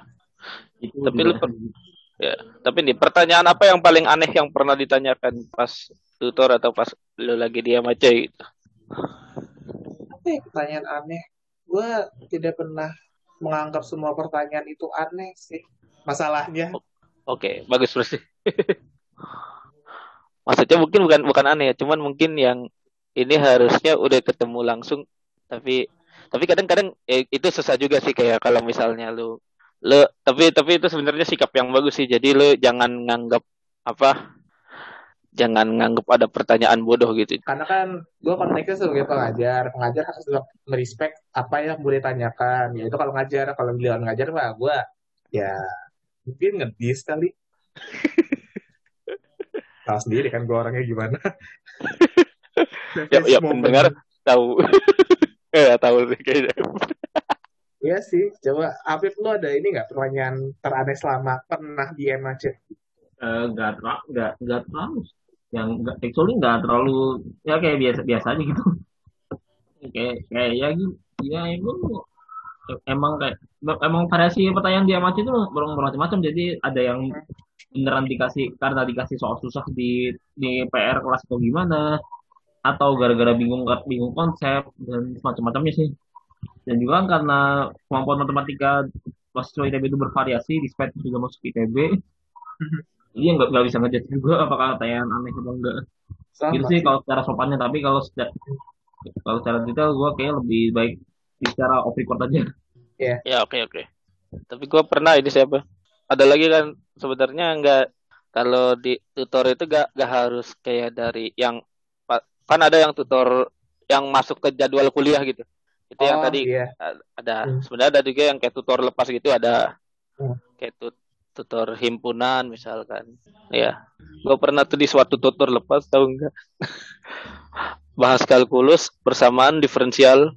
Tapi nih pertanyaan apa yang paling aneh yang pernah ditanyakan pas tutor atau pas lu lagi di MAC gitu? Apa ya pertanyaan aneh? Gue tidak pernah menganggap semua pertanyaan itu aneh sih. Masalahnya. Oke, bagus terus. Maksudnya mungkin bukan aneh ya, cuman mungkin yang ini harusnya udah ketemu langsung, tapi kadang-kadang itu susah juga sih, kayak kalau misalnya lu tapi itu sebenarnya sikap yang bagus sih. Jadi lu jangan nganggap ada pertanyaan bodoh gitu. Karena kan gue konteksnya sebagai pengajar harus merespek apa yang boleh tanyakan. Ya itu kalau ngajar, kalau beliau ngajar mah gue ya mungkin ngedis kali. Tahu sendiri kan gue orangnya gimana. Ya pendengar tahu. Tahu sih kayaknya. Iya sih, coba Afif, lu ada ini nggak pertanyaan teraneh selama pernah di MAC? Nggak terlalu. Yang nggak terlalu ya kayak biasa aja gitu. kayak ya gitu. Ya emang variasi pertanyaan di MAC itu bermacam-macam. Jadi ada yang beneran dikasih soal susah di PR kelas atau gimana, atau gara-gara bingung konsep dan macam-macamnya sih. Dan juga karena kemampuan matematika mahasiswa ITB itu bervariasi, di SPED juga masuk ITB, jadi nggak bisa ngejudge juga apakah pertanyaan aneh atau enggak. Gitu sih kalau secara sopannya, tapi kalau secara detail gue kayak lebih baik bicara off record aja. Ya, oke. Tapi gue pernah ini siapa? Ada lagi kan sebenarnya nggak, kalau di tutor itu nggak harus kayak dari yang kan ada yang tutor yang masuk ke jadwal kuliah gitu. Itu yang tadi ada. Sebenarnya ada juga yang kayak tutor lepas gitu, ada kayak tutor himpunan misalkan. Ya, gue pernah tuh di suatu tutor lepas, tahu nggak? Bahas kalkulus persamaan diferensial,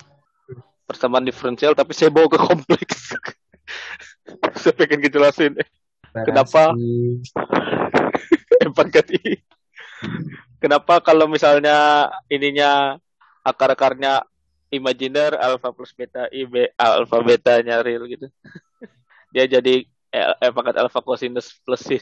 tapi saya bawa ke kompleks. Saya pengen ngejelasin kenapa kenapa kalau misalnya ininya akar-akarnya imajiner alfa plus beta I alfa betanya real gitu. Dia jadi pangkat alfa cosinus plus sin.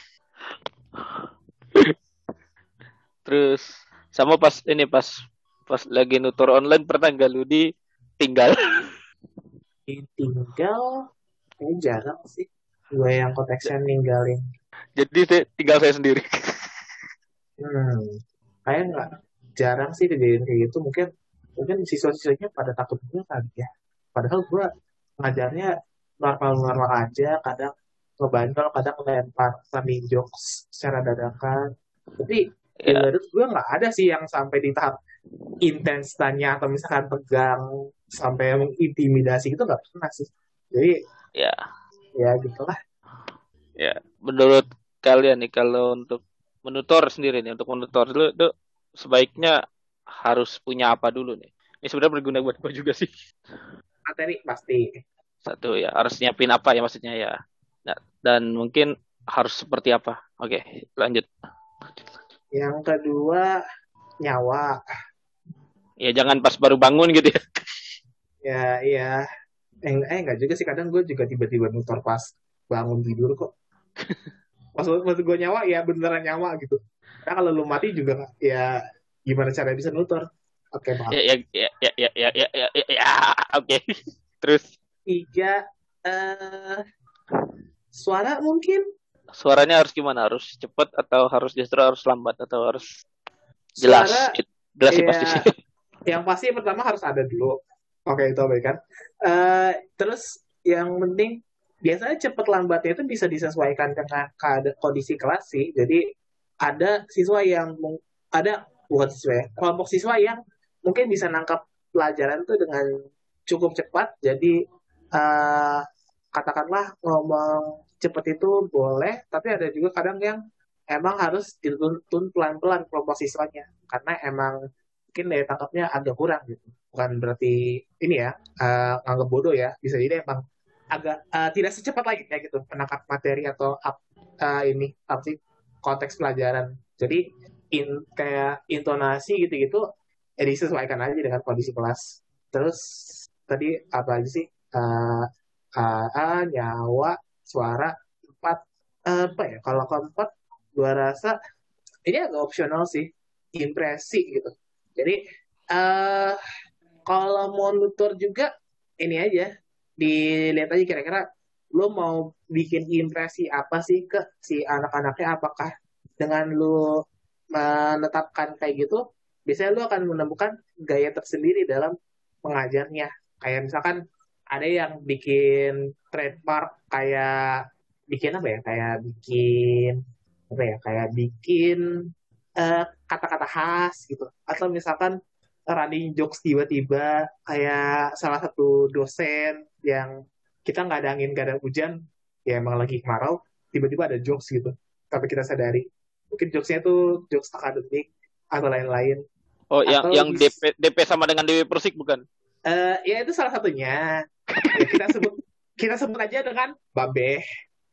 Terus sama pas lagi nutor online pernah nggak lu ditinggal? Tinggal, kayak jarang sih. Gue yang konteksnya ninggalin. Jadi tinggal saya sendiri. Kayak nggak jarang sih kejadian kayak gitu. Mungkin siswa-siswanya pada takut gue kali ya. Padahal gue ngajarnya normal-normal aja. Kadang ngebandel, kadang ngelempar sambil jokes secara dadakan. Tapi di Ya, Garut gue nggak ada sih yang sampai di tahap intens tanya atau misalkan tegang sampai mengintimidasi gitu nggak pernah sih. Jadi ya, ya gitulah. ya. Menurut kalian nih kalau untuk menutor sendiri nih, untuk menutor dulu tuh sebaiknya harus punya apa dulu nih? Ini sebenarnya berguna buat gue juga sih. Materi pasti. Satu ya, harus nyiapin apa ya maksudnya ya. Nah, dan mungkin harus seperti apa? Oke, lanjut. Yang kedua nyawa. Ya jangan pas baru bangun gitu ya. Ya iya. Enggak juga sih, kadang gue juga tiba-tiba nutor pas bangun tidur kok. Maksud gue nyawa ya beneran nyawa gitu. Karena kalau lu mati juga ya gimana cara bisa nutor. Oke, maaf. Ya, ya, ya, ya, ya, ya, ya, ya, ya, ya. Oke. Terus Tiga, eh suara mungkin. suaranya harus gimana? Harus cepat atau harus justru harus lambat atau harus jelas? Suara Jelas sih pasti sih. ya yang pasti pertama harus ada dulu. Oke, itu baik kan. Terus yang penting biasanya cepat lambatnya itu bisa disesuaikan dengan kondisi kelas sih. Jadi ada siswa yang ada bukan siswa ya, kelompok siswa yang mungkin bisa nangkap pelajaran itu dengan cukup cepat. Jadi eh, katakanlah ngomong cepat itu boleh, tapi ada juga kadang yang emang harus dituntun pelan-pelan kelompok siswanya karena emang mungkin daya tangkapnya agak kurang gitu. Bukan berarti ini ya nganggap bodoh ya, bisa jadi emang agak tidak secepat lagi ya gitu penangkap materi atau ini apa sih konteks pelajaran. Jadi kayak intonasi gitu-gitu ya disesuaikan aja dengan kondisi kelas. Terus tadi apa aja sih? Nyawa, suara, empat. Apa ya? Kalau keempat, gua rasa ini agak opsional sih, impresi gitu. Jadi eh kalau mau nutur juga ini aja, dilihat aja kira-kira lo mau bikin impresi apa sih ke si anak-anaknya, apakah dengan lo menetapkan kayak gitu, biasanya lo akan menemukan gaya tersendiri dalam mengajarnya. Kayak misalkan ada yang bikin trademark kayak bikin apa ya? Kayak bikin apa ya? Kayak bikin kata-kata khas gitu. Atau misalkan running jokes tiba-tiba kayak salah satu dosen yang kita nggak ada angin nggak ada hujan, ya emang lagi kemarau, tiba-tiba ada jokes gitu tapi kita sadari mungkin jokesnya tuh jokes akademik atau lain-lain. Oh, Atau yang DP sama dengan Dewi Persik bukan? ya itu salah satunya, ya kita sebut aja dengan Babe.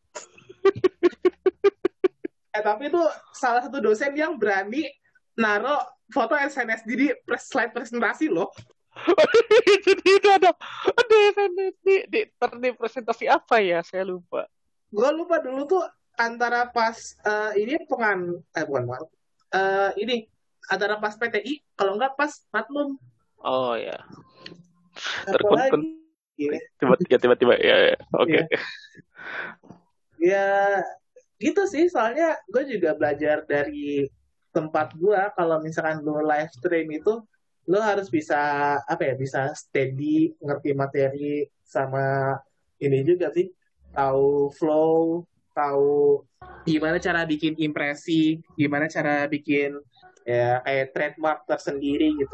Tapi itu salah satu dosen yang berani naro foto SNSD di slide presentasi loh. Jadi itu ada di presentasi apa ya? Saya lupa. Gue lupa dulu tuh antara pas ini bukan ini antara pas PTI kalau nggak pas matlum Oh ya. apa lagi ya. Tiba-tiba ya. Oke. Ya, ya gitu sih, soalnya gue juga belajar dari tempat gue kalau misalkan lo live stream itu lo harus bisa apa ya, bisa steady ngerti materi sama ini juga sih, tahu flow, tahu gimana cara bikin impresi, gimana cara bikin ya kayak trademark tersendiri gitu.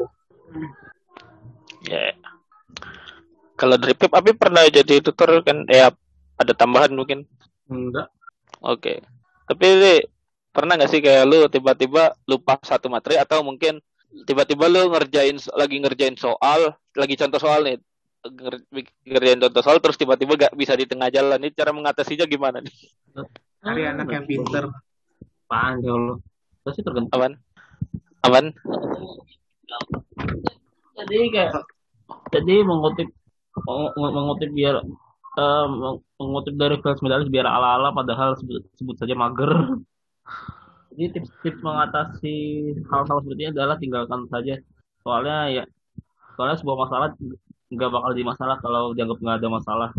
Ya. Kalau dari Pip, Abi pernah jadi tutor kan? Ada tambahan mungkin? Enggak. Oke. Tapi pernah nggak sih kayak lu tiba-tiba lupa satu materi atau mungkin tiba-tiba lu lagi ngerjain soal, lagi contoh soal nih, ngerjain contoh soal terus tiba-tiba gak bisa di tengah jalan. Ini cara mengatasinya gimana nih? Cari anak yang pinter. Apaan kalau pasti tergantung. Aman? Aman? Jadi kayak Jadi mengutip biar mengutip dari kelas medali biar ala-ala padahal sebut saja mager. Jadi tips-tips mengatasi hal-hal seperti ini adalah tinggalkan saja. Soalnya ya, soalnya sebuah masalah nggak bakal jadi masalah kalau dianggap nggak ada masalah.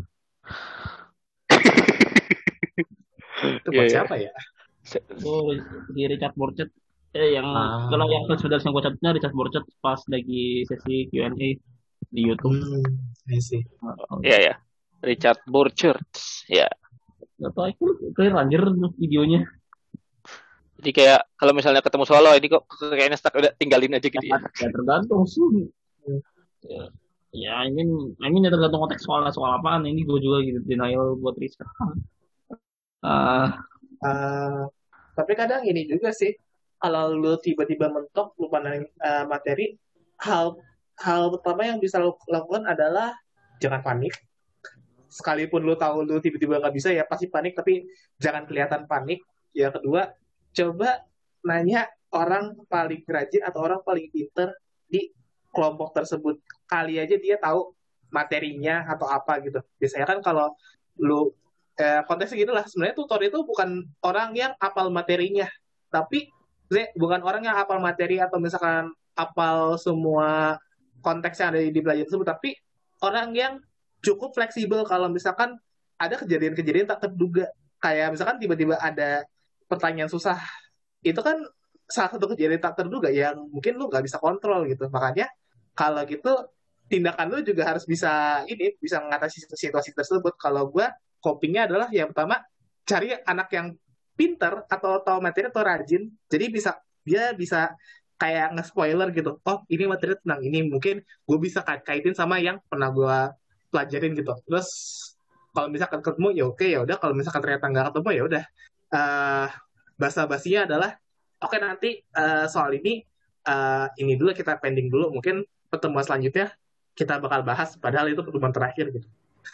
Itu Iya, buat iya. siapa ya? Itu di Richard Burchett, yang kalau Ah, yang kelas medali yang gue catatnya Richard Burchett pas lagi sesi Q&A di YouTube. I see. Iya, ya. Richard Burchurch. Ya. Gak tau itu clear anjir tuh videonya. Jadi kayak kalau misalnya ketemu soal ini kok kayaknya stuck udah tinggalin aja gitu ya. Ya tergantung sih. Ya, ya I mean ya tergantung konteks soal apaan. Ini gue juga gitu denial buat riset. Ah, Eh, tapi kadang ini juga sih, kalau lu tiba-tiba mentok, lu pandang materi, hal hal pertama yang bisa lu lakukan adalah jangan panik. Sekalipun lu tahu lu tiba-tiba nggak bisa, ya pasti panik, tapi jangan kelihatan panik. Yang kedua, coba nanya orang paling rajin atau orang paling pinter di kelompok tersebut. Kali aja dia tahu materinya atau apa gitu. Biasanya kan kalau lu konteksnya gini lah, sebenarnya tutor itu bukan orang yang apal materinya, tapi bukan orang yang apal materi atau misalkan apal semua konteks yang ada di pelajaran tersebut, tapi orang yang cukup fleksibel kalau misalkan ada kejadian-kejadian tak terduga, kayak misalkan tiba-tiba ada pertanyaan susah, itu kan salah satu kejadian tak terduga yang mungkin lu nggak bisa kontrol gitu. Makanya kalau gitu tindakan lu juga harus bisa ini bisa mengatasi situasi tersebut. Kalau gue copingnya adalah yang pertama, cari anak yang pinter atau tahu materi atau rajin, jadi dia bisa kayak nge-spoiler gitu. Oh, ini materi tentang ini, mungkin gue bisa kaitin sama yang pernah gue pelajarin gitu. Terus kalau misalkan ketemu ya oke, ya udah, kalau misalkan ternyata nggak ketemu ya udah. uh, Basa-basinya adalah oke, nanti soal ini dulu kita pending dulu, mungkin pertemuan selanjutnya kita bakal bahas, padahal itu pertemuan terakhir gitu.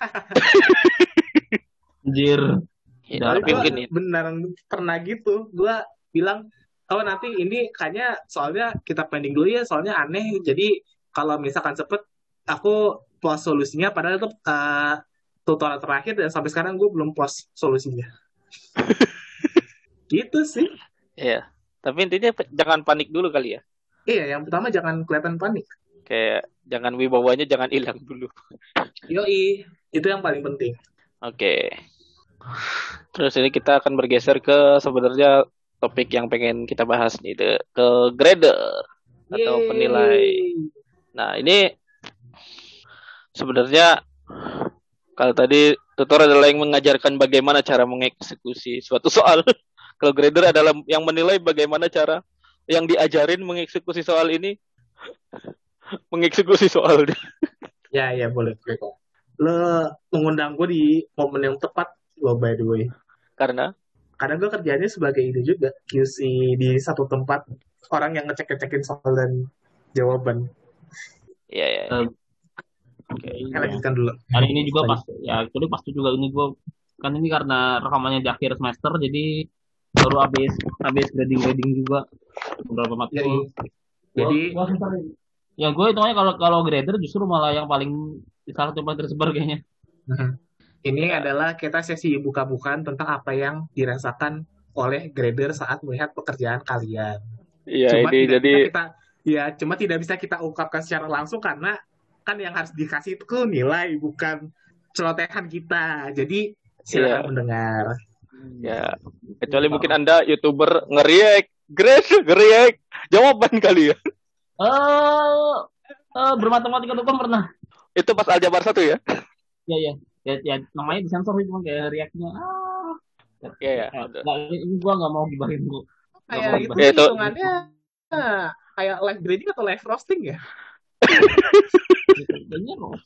anjir. Ya, Tapi tapi Dasar. gue mungkin ini. beneran pernah gitu, gue bilang, oh nanti ini kayaknya soalnya kita pending dulu ya, soalnya aneh, jadi kalau misalkan cepet aku post solusinya, padahal itu tutorial terakhir dan sampai sekarang gue belum post solusinya gitu sih. Ya. Tapi intinya jangan panik dulu kali ya. Iya, yang pertama jangan kelihatan panik. Kayak jangan wibawanya jangan hilang dulu. Yoi, itu yang paling penting. Oke. Terus ini kita akan bergeser ke sebenarnya topik yang pengen kita bahas nih, ke grader atau penilai. Yeay. Nah, ini sebenarnya kalau tadi tutor adalah yang mengajarkan bagaimana cara mengeksekusi suatu soal. Kalau grader adalah yang menilai bagaimana cara yang diajarin mengeksekusi soal ini, mengeksekusi soal. Ya, ya, boleh, boleh kok. Lo mengundang gue di momen yang tepat, lo by the way. Karena Karena gue kerjanya sebagai ini juga, QC di satu tempat, orang yang ngecek-ngecekin soal dan jawaban. ya, ya, ya. Eh, Oke, Saya iya. lanjutkan dulu. Hari ini juga Tadi. pas ya jadi pasti juga ini gue kan ini karena rekamannya di akhir semester jadi baru habis habis grading juga beberapa matkul. Jadi, jadi Ya gue hitungannya kalau kalau grader justru malah yang paling salah satu yang paling tersebar kayaknya. ini Ya, adalah kita sesi buka-bukaan tentang apa yang dirasakan oleh grader saat melihat pekerjaan kalian. ya Cuma ini tidak jadi bisa kita cuma tidak bisa kita ungkapkan secara langsung karena kan yang harus dikasih itu nilai, bukan celotehan kita. Jadi ya, silakan mendengar. ya. Kecuali mungkin Anda YouTuber ngeriak, ngeriak jawaban kali ya. Eh bermatematika tuh kan pernah. Itu pas aljabar 1 ya. Ya ya ya namanya disensor itu kayak reaksinya Ya, ya. nggak, ini gua nggak mau gibahin gua nggak Kayak mau itu gibahin. Ya sih itu hitungannya kayak live grading atau live roasting ya. Kayaknya loh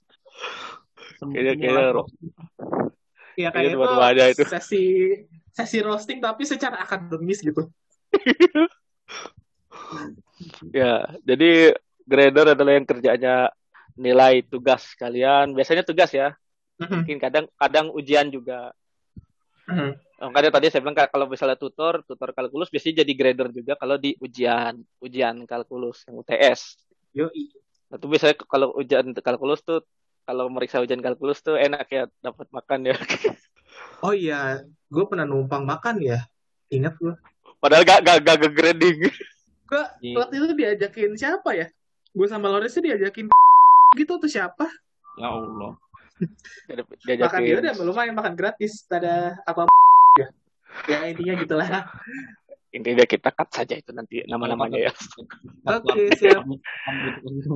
semua kayaknya live. Ya kayaknya kayak itu dua-dua ada itu. sesi sesi roasting tapi secara akademis gitu. Ya, jadi grader adalah yang kerjanya nilai tugas kalian. Biasanya tugas ya. Mungkin kadang ujian juga. Makanya tadi saya bilang kalau misalnya tutor kalkulus biasanya jadi grader juga kalau di ujian kalkulus yang UTS. Yoi. Nah, tuh biasanya kalau ujian kalkulus tuh, kalau meriksa ujian kalkulus tuh enak ya dapat makan ya. Oh iya, gue pernah numpang makan ya. Ingat gue. Padahal gak grading. Gue Di waktu itu diajakin siapa ya? Gue sama Lores tuh diajakin gitu tuh siapa? ya Allah. Makan dia Diajakin. udah lumayan makan gratis. Ada apa ya? Ya intinya gitulah. Intinya kita cut saja itu nanti Ya nama-namanya kakak ya. Oke, siap. gitu.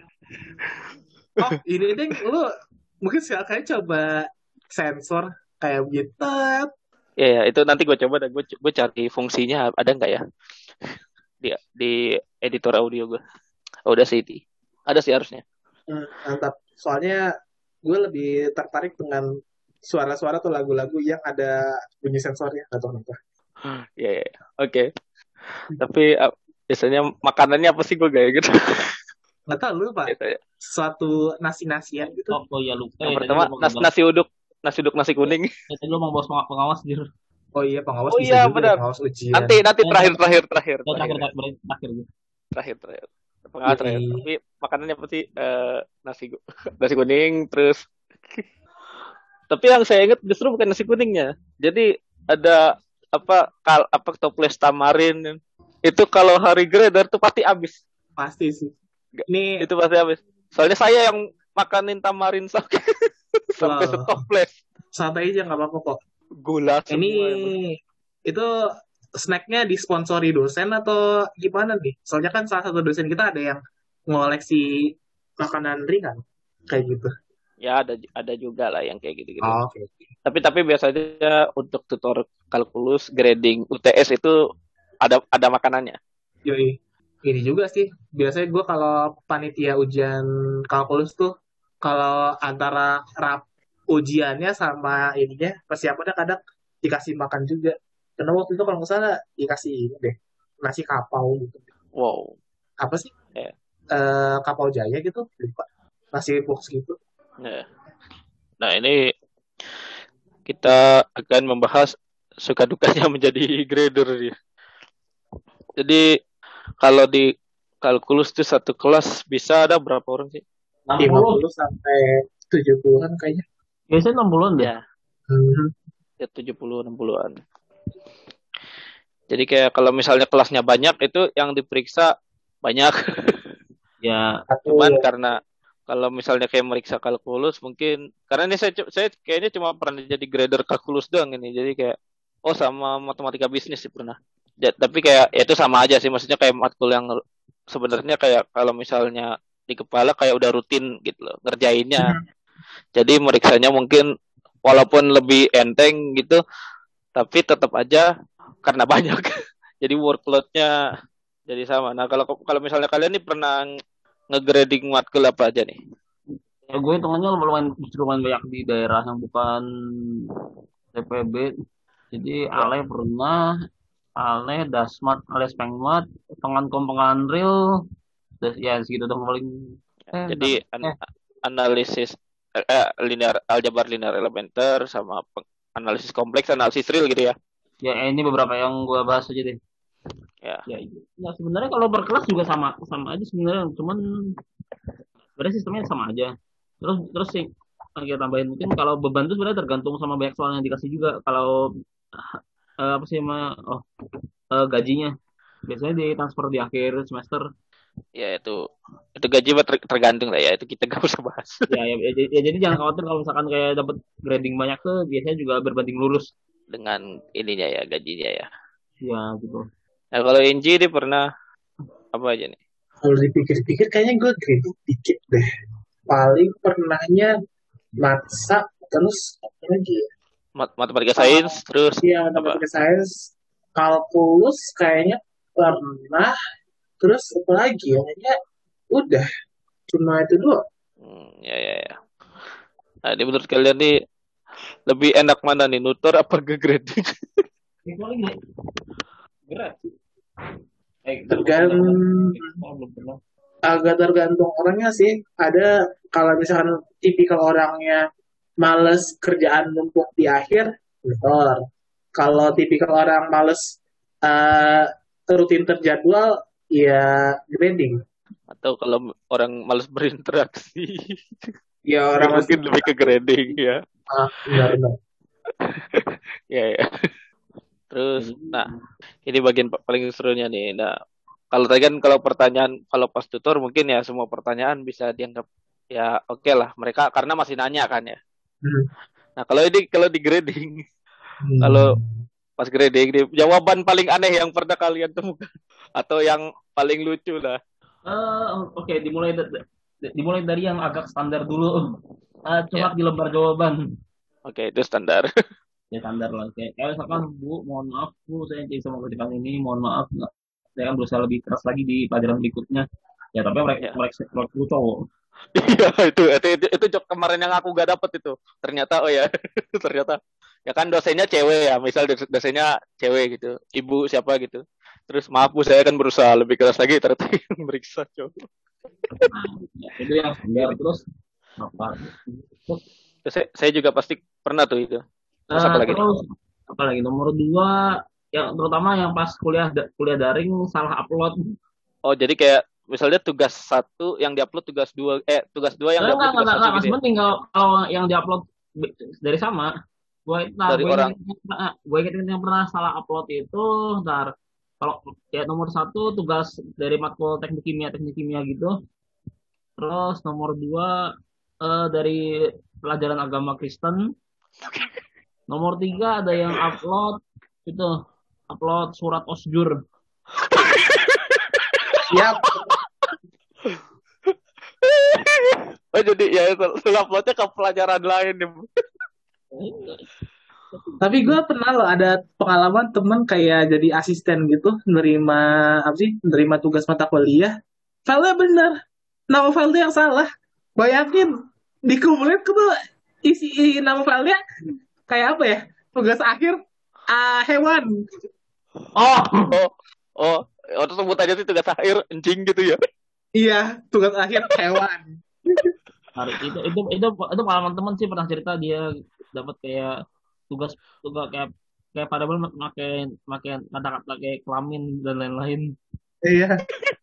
Oh, ini deh, lu mungkin sekali coba sensor kayak gitu. Ya, ya, itu nanti gue coba dan gue cari fungsinya ada nggak ya di editor audio gue. Oh, udah sih, ada sih harusnya. Mantap. Soalnya gue lebih tertarik dengan suara-suara atau lagu-lagu yang ada bunyi sensornya atau apa. Ya, ya, ya. Oke. Tapi biasanya makanannya apa sih gue gak gitu? Nggak tahu lu Pak, Biasanya. suatu nasi-nasian gitu. Oh ya lupa Yang tadi pertama lu mau gambar. nasi uduk nasi kuning. Tadi lu mau bawa pengawas dir. Oh iya, pengawas Oh bisa iya juga ya, benar. pengawas ujian. Nanti Ya, terakhir terakhir terakhir terakhir ya, terakhir ya. terakhir gitu. Terakhir. Pengawas terakhir. Jadi, Tapi makanannya apa sih? Nasi kuning terus. Tapi yang saya ingat justru bukan nasi kuningnya. Jadi ada apa toples tamarin. Itu kalau hari grader tuh pasti habis. pasti sih. Ini, Itu pasti habis. Soalnya saya yang makanin tamarin sampai wah, setoples. santai aja nggak apa-apa kok. Gula Ini, semua emang. itu snacknya disponsori dosen atau gimana nih? Soalnya kan salah satu dosen kita ada yang ngoleksi makanan ringan. Kayak gitu. Ya ada juga lah yang kayak gitu-gitu. Oh, oke. Tapi biasanya untuk tutor kalkulus, grading, UTS itu ada makanannya. Yoi. Ini juga sih. Biasanya gue kalau panitia ujian kalkulus tuh, kalau antara ujiannya sama ininya, persiapannya kadang dikasih makan juga. Karena waktu itu kalau nggak salah dikasih ini deh, nasi kapau gitu. Wow. Apa sih? Ya. Kapau Jaya gitu. Lupa. Nasi box gitu. Ya. Nah ini kita akan membahas suka dukanya menjadi grader ya. Jadi kalau di kalkulus itu satu kelas bisa ada berapa orang sih? 60. 50 sampai 70-an kayaknya. Biasanya 60-an deh. Ya, Mhm. ya 70 60-an. Jadi kayak kalau misalnya kelasnya banyak itu yang diperiksa banyak. Ya, Cuman karena kalau misalnya kayak meriksa kalkulus mungkin karena ini saya kayaknya cuma pernah jadi grader kalkulus doang ini. Jadi kayak sama matematika bisnis sih pernah. Tapi kayak ya itu sama aja sih maksudnya kayak matkul yang sebenarnya kayak kalau misalnya di kepala kayak udah rutin gitu loh ngerjainnya. Jadi meriksanya mungkin walaupun lebih enteng gitu tapi tetap aja karena banyak. Jadi workload-nya jadi sama. Nah, kalau kalau misalnya kalian nih pernah ngegrading matkul apa aja nih? ya gue hitungannya justru lumayan banyak di daerah yang bukan TPB. Jadi Wah, Ale, Dasmat, alias Pengmat, Pengankom Penganril, ya segitu dong paling. jadi Eh, analisis linear aljabar linear elementer sama analisis kompleks, analisis real gitu ya. ya ini beberapa yang gue bahas aja deh. Ya. Ya sebenarnya kalau berkelas juga sama sama aja sebenarnya, cuman sebenarnya sistemnya sama aja. Terus sih kita tambahin mungkin kalau beban itu sebenarnya tergantung sama banyak soal yang dikasih juga. Kalau apa sih gajinya biasanya ditransfer di akhir semester. Ya itu gaji mah tergantung lah ya, itu kita gak usah bahas. Jadi jangan khawatir kalau misalkan kayak dapat grading banyak tuh biasanya juga berbanding lurus. Dengan ininya ya gajinya ya. Ya gitu. Nah kalau Inji dia pernah apa aja nih? Kalau dipikir-pikir kayaknya gue grading dikit deh. Paling pernahnya matsa, terus apa lagi ya? Matematika sains terus Iya, apa? matematika sains, kalkulus kayaknya pernah, terus apa lagi ya? Kayaknya udah, cuma itu doang. Ya. Nah, di menurut kalian nih lebih enak mana nih, nutor apa grading? Ini paling berat. Tergantung, agak tergantung orangnya sih. Ada kalau misalkan tipikal orangnya males kerjaan numpuk di akhir, betul. Kalau tipikal orang males rutin terjadwal, ya grading. Atau kalau orang malas berinteraksi, Ya orang masih mungkin lebih ke grading ya. benar-benar. Ya, ya. Terus, Jadi nah ini bagian paling serunya nih. Nah, kalau tadi kan kalau pertanyaan kalau pas tutor mungkin ya semua pertanyaan bisa dianggap ya oke lah mereka karena masih nanya kan ya. Hmm. Nah, kalau di grading, kalau Hmm. pas grading jawaban paling aneh yang pernah kalian temukan atau yang paling lucu lah. oke, dimulai dari yang agak standar dulu. Ya, Coret di lembar jawaban. oke itu standar. Ya standar lah. Kayak misalkan Bu, mohon maaf Bu, saya jadi sama kerjaan ini, mohon maaf. Nggak. Saya akan berusaha lebih keras lagi di pelajaran berikutnya. Ya tapi mereka Ya. mereka mereka cowok. Iya itu job kemarin yang aku gak dapet itu. Ternyata oh ya, ternyata ya kan dosennya cewek ya, misal dosennya cewek gitu, ibu siapa gitu. Terus maaf Bu, saya akan berusaha lebih keras lagi ternyata yang meriksa cowok. Nah, ya, itu yang standar. Ini. Terus apa? Terus, Terus saya juga pasti pernah tuh itu. Terus apa lagi nih? terus apa lagi? Nomor dua, yang terutama yang pas kuliah daring salah upload. Oh jadi kayak misalnya tugas satu yang diupload tugas dua yang diupload tugas satu Enggak, gitu ya mas penting kalau yang diupload dari sama. dari orang. Gue inget yang pernah salah upload itu, ntar kalau ya nomor satu tugas dari matkul teknik kimia gitu. Terus nomor dua dari pelajaran agama Kristen. Nomor tiga ada yang upload itu upload surat osjur. Siap. Oh jadi ya uploadnya ke pelajaran lain nih. Tapi gue pernah loh ada pengalaman temen kayak jadi asisten gitu, nerima apa sih, nerima tugas mata kuliah. Filenya bener, nama filenya yang salah. Bayangin, dikumpulin ke tuh isi nama filenya kayak apa ya? Tugas akhir hewan. Oh, Oh, oh, oh terus sebut aja sih tugas akhir anjing gitu ya. Iya, tugas akhir hewan. hari itu pengalaman teman sih pernah cerita dia dapat kayak tugas tugas kayak kayak pada pakai pakai kata-kata kayak kelamin dan lain-lain. Iya.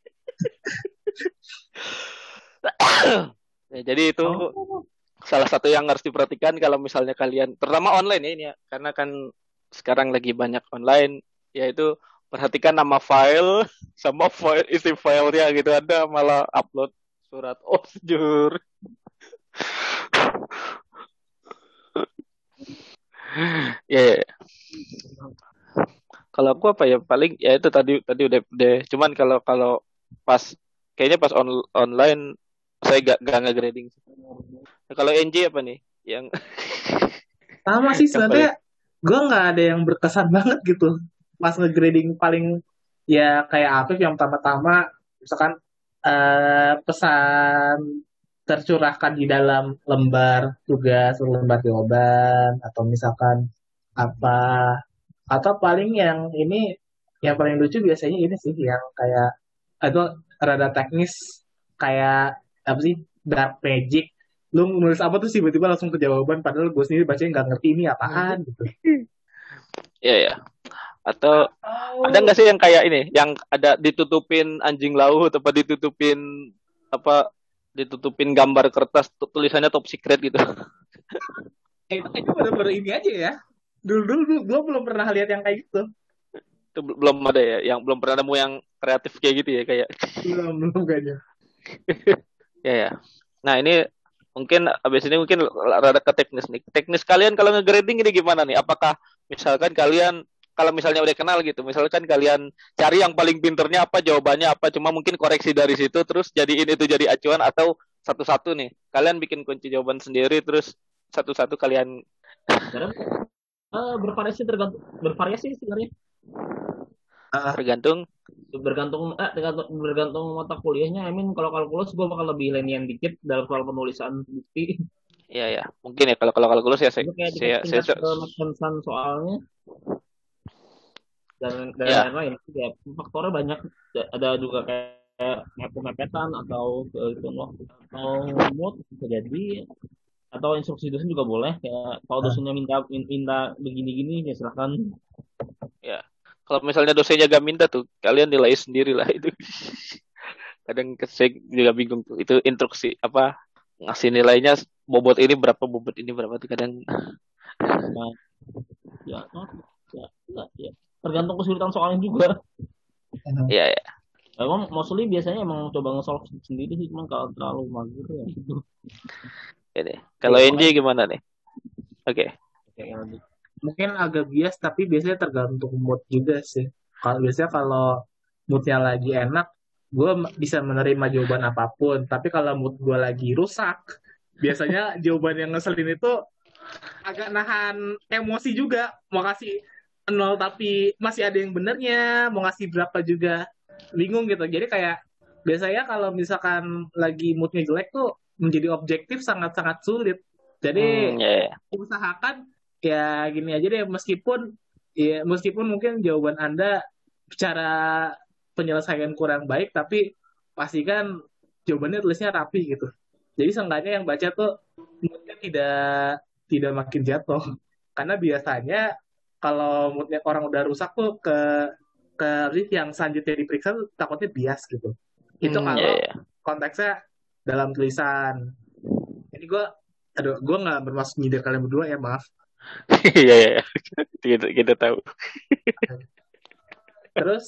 Ya, jadi itu Oh, salah satu yang harus diperhatikan kalau misalnya kalian, terutama online ya ini ya, karena kan sekarang lagi banyak online, yaitu perhatikan nama file sama file isi filenya gitu ada malah upload surat osjur. Ya, ya, ya. Kalau aku apa ya paling ya itu tadi tadi udah. Cuman kalau kalau pas kayaknya pas online saya gak nge-grading. Nah, kalau NJ apa nih yang Sama sih yang paling sebenarnya gue nggak ada yang berkesan banget gitu. Pas nge-grading paling ya kayak Afif yang pertama-tama misalkan pesan tercurahkan di dalam lembar tugas, lembar jawaban, atau misalkan apa, atau paling yang ini, yang paling lucu biasanya ini sih yang kayak itu rada teknis, kayak apa sih, dark magic, lu nulis apa tuh tiba-tiba langsung ke jawaban padahal gue sendiri bacanya nggak ngerti ini apaan gitu. ya ya atau ada Oh, nggak sih yang kayak ini yang ada ditutupin anjing laut apa apa ditutupin gambar kertas tulisannya top secret gitu. itu baru-baru ini aja ya. Dulu gue belum pernah lihat yang kayak gitu. Itu belum ada ya yang belum pernah nemu yang kreatif kayak gitu ya kayak Belum kayaknya. ya ya nah ini mungkin abis ini mungkin rada ke teknis nih teknis kalian kalau nge-grading ini gimana nih apakah misalkan kalian kalau misalnya udah kenal gitu misalkan kalian cari yang paling pinternya apa jawabannya apa cuma mungkin koreksi dari situ terus jadiin itu jadi acuan atau satu-satu nih kalian bikin kunci jawaban sendiri terus satu-satu kalian sekarang bervariasi sebenarnya Ah, tergantung. bergantung mata kuliahnya. I mean kalau kalkulus gue bakal lebih lenient dikit dalam soal penulisan bukti. Ya ya mungkin ya kalau kalau kalkulus ya Itu kayak dikasih tingkat ke Maxensan soalnya dan ya lain-lain. Ya, faktornya banyak. Ada juga kayak mepet-mepetan atau itu atau mood bisa jadi atau instruksi dosen juga boleh kayak kalau ah. dosennya minta minta begini-gini ya silahkan. ya kalau misalnya dosennya gak minta tuh kalian nilai sendiri lah itu Kadang saya juga bingung tuh. Itu instruksi apa ngasih nilainya bobot ini berapa tuh kadang. Nah, ya, ya, ya. Tergantung kesulitan soalnya juga. Iya ya. Emang mostly biasanya emang coba nge-solve sendiri sih, cuman kalau terlalu mager ya gitu. Ini. Kalau Ya, NJ gimana nih? Oke. kayak Mungkin agak bias, tapi biasanya tergantung mood juga sih. Kalau moodnya lagi enak, gue bisa menerima jawaban apapun. Tapi kalau mood gue lagi rusak, biasanya jawaban yang ngeselin itu agak nahan emosi juga. Mau kasih nol tapi masih ada yang benernya, mau ngasih berapa juga bingung gitu. Jadi kayak biasanya kalau misalkan lagi moodnya jelek tuh menjadi objektif sangat-sangat sulit. Jadi Ya, ya. usahakan ya gini aja deh, meskipun mungkin jawaban Anda secara penyelesaian kurang baik, tapi pastikan jawabannya tulisnya rapi gitu. Jadi seenggaknya yang baca tuh moodnya tidak makin jatuh. Karena biasanya kalau moodnya orang udah rusak tuh ke lift yang selanjutnya diperiksa tuh takutnya bias gitu. Itu Ya, kalau ya. konteksnya dalam tulisan. Jadi gue nggak bermaksud nyindir kalian berdua ya, maaf. Iya ya. Kita tahu. Terus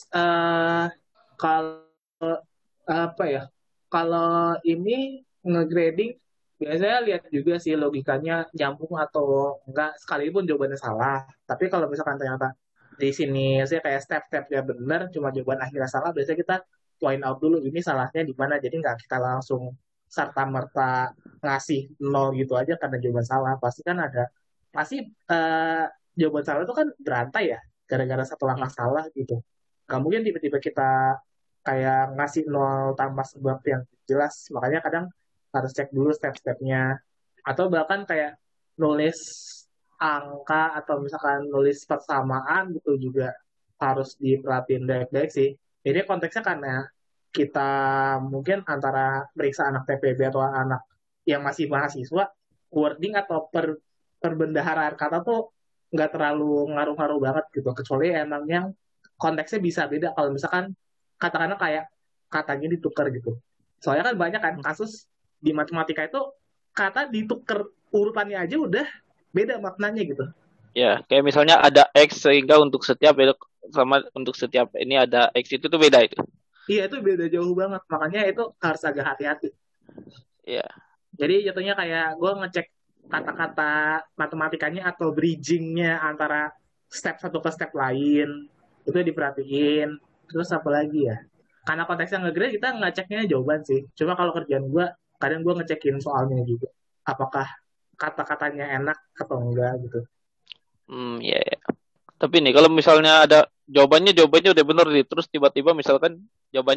kalau apa ya? Kalau ini ngegrading biasanya lihat juga sih logikanya nyambung atau enggak, sekalipun jawabannya salah. Tapi kalau misalkan ternyata di sini saya kayak step-stepnya benar, cuma jawaban akhirnya salah, biasanya kita point out dulu ini salahnya di mana. Jadi nggak kita langsung serta merta ngasih nol gitu aja karena jawaban salah. Pasti jawaban salah itu kan berantai ya, gara-gara satu langkah salah gitu. Gak mungkin tiba-tiba kita kayak ngasih nol tanpa sebab yang jelas. Makanya kadang harus cek dulu step-stepnya. Atau bahkan kayak nulis angka atau misalkan nulis persamaan gitu juga harus diperhatiin baik-baik sih. Ini konteksnya karena kita mungkin antara periksa anak TPB atau anak yang masih mahasiswa, wording atau perbendaharaan kata tuh nggak terlalu ngaruh-ngaruh banget gitu. Kecuali emang yang konteksnya bisa beda. Kalau misalkan katakanlah kayak katanya ditukar gitu. Soalnya kan banyak kan kasus di matematika itu kata ditukar urutannya aja udah beda maknanya gitu. Ya, kayak misalnya ada X sehingga untuk setiap sama untuk setiap ini ada X itu tuh beda itu. Iya itu beda jauh banget. Makanya itu harus agak hati-hati. Iya. Jadi jatuhnya kayak gue ngecek kata-kata matematikanya atau bridgingnya antara step satu ke step lain. Itu diperhatiin. Terus apa lagi ya? Karena konteksnya nge-grade kita ngeceknya jawaban sih. Cuma kalau kerjaan gue, kadang gue ngecekin soalnya juga. Apakah kata-katanya enak atau enggak gitu. Ya, ya. Tapi nih kalau misalnya ada jawabannya udah bener nih, terus tiba-tiba misalkan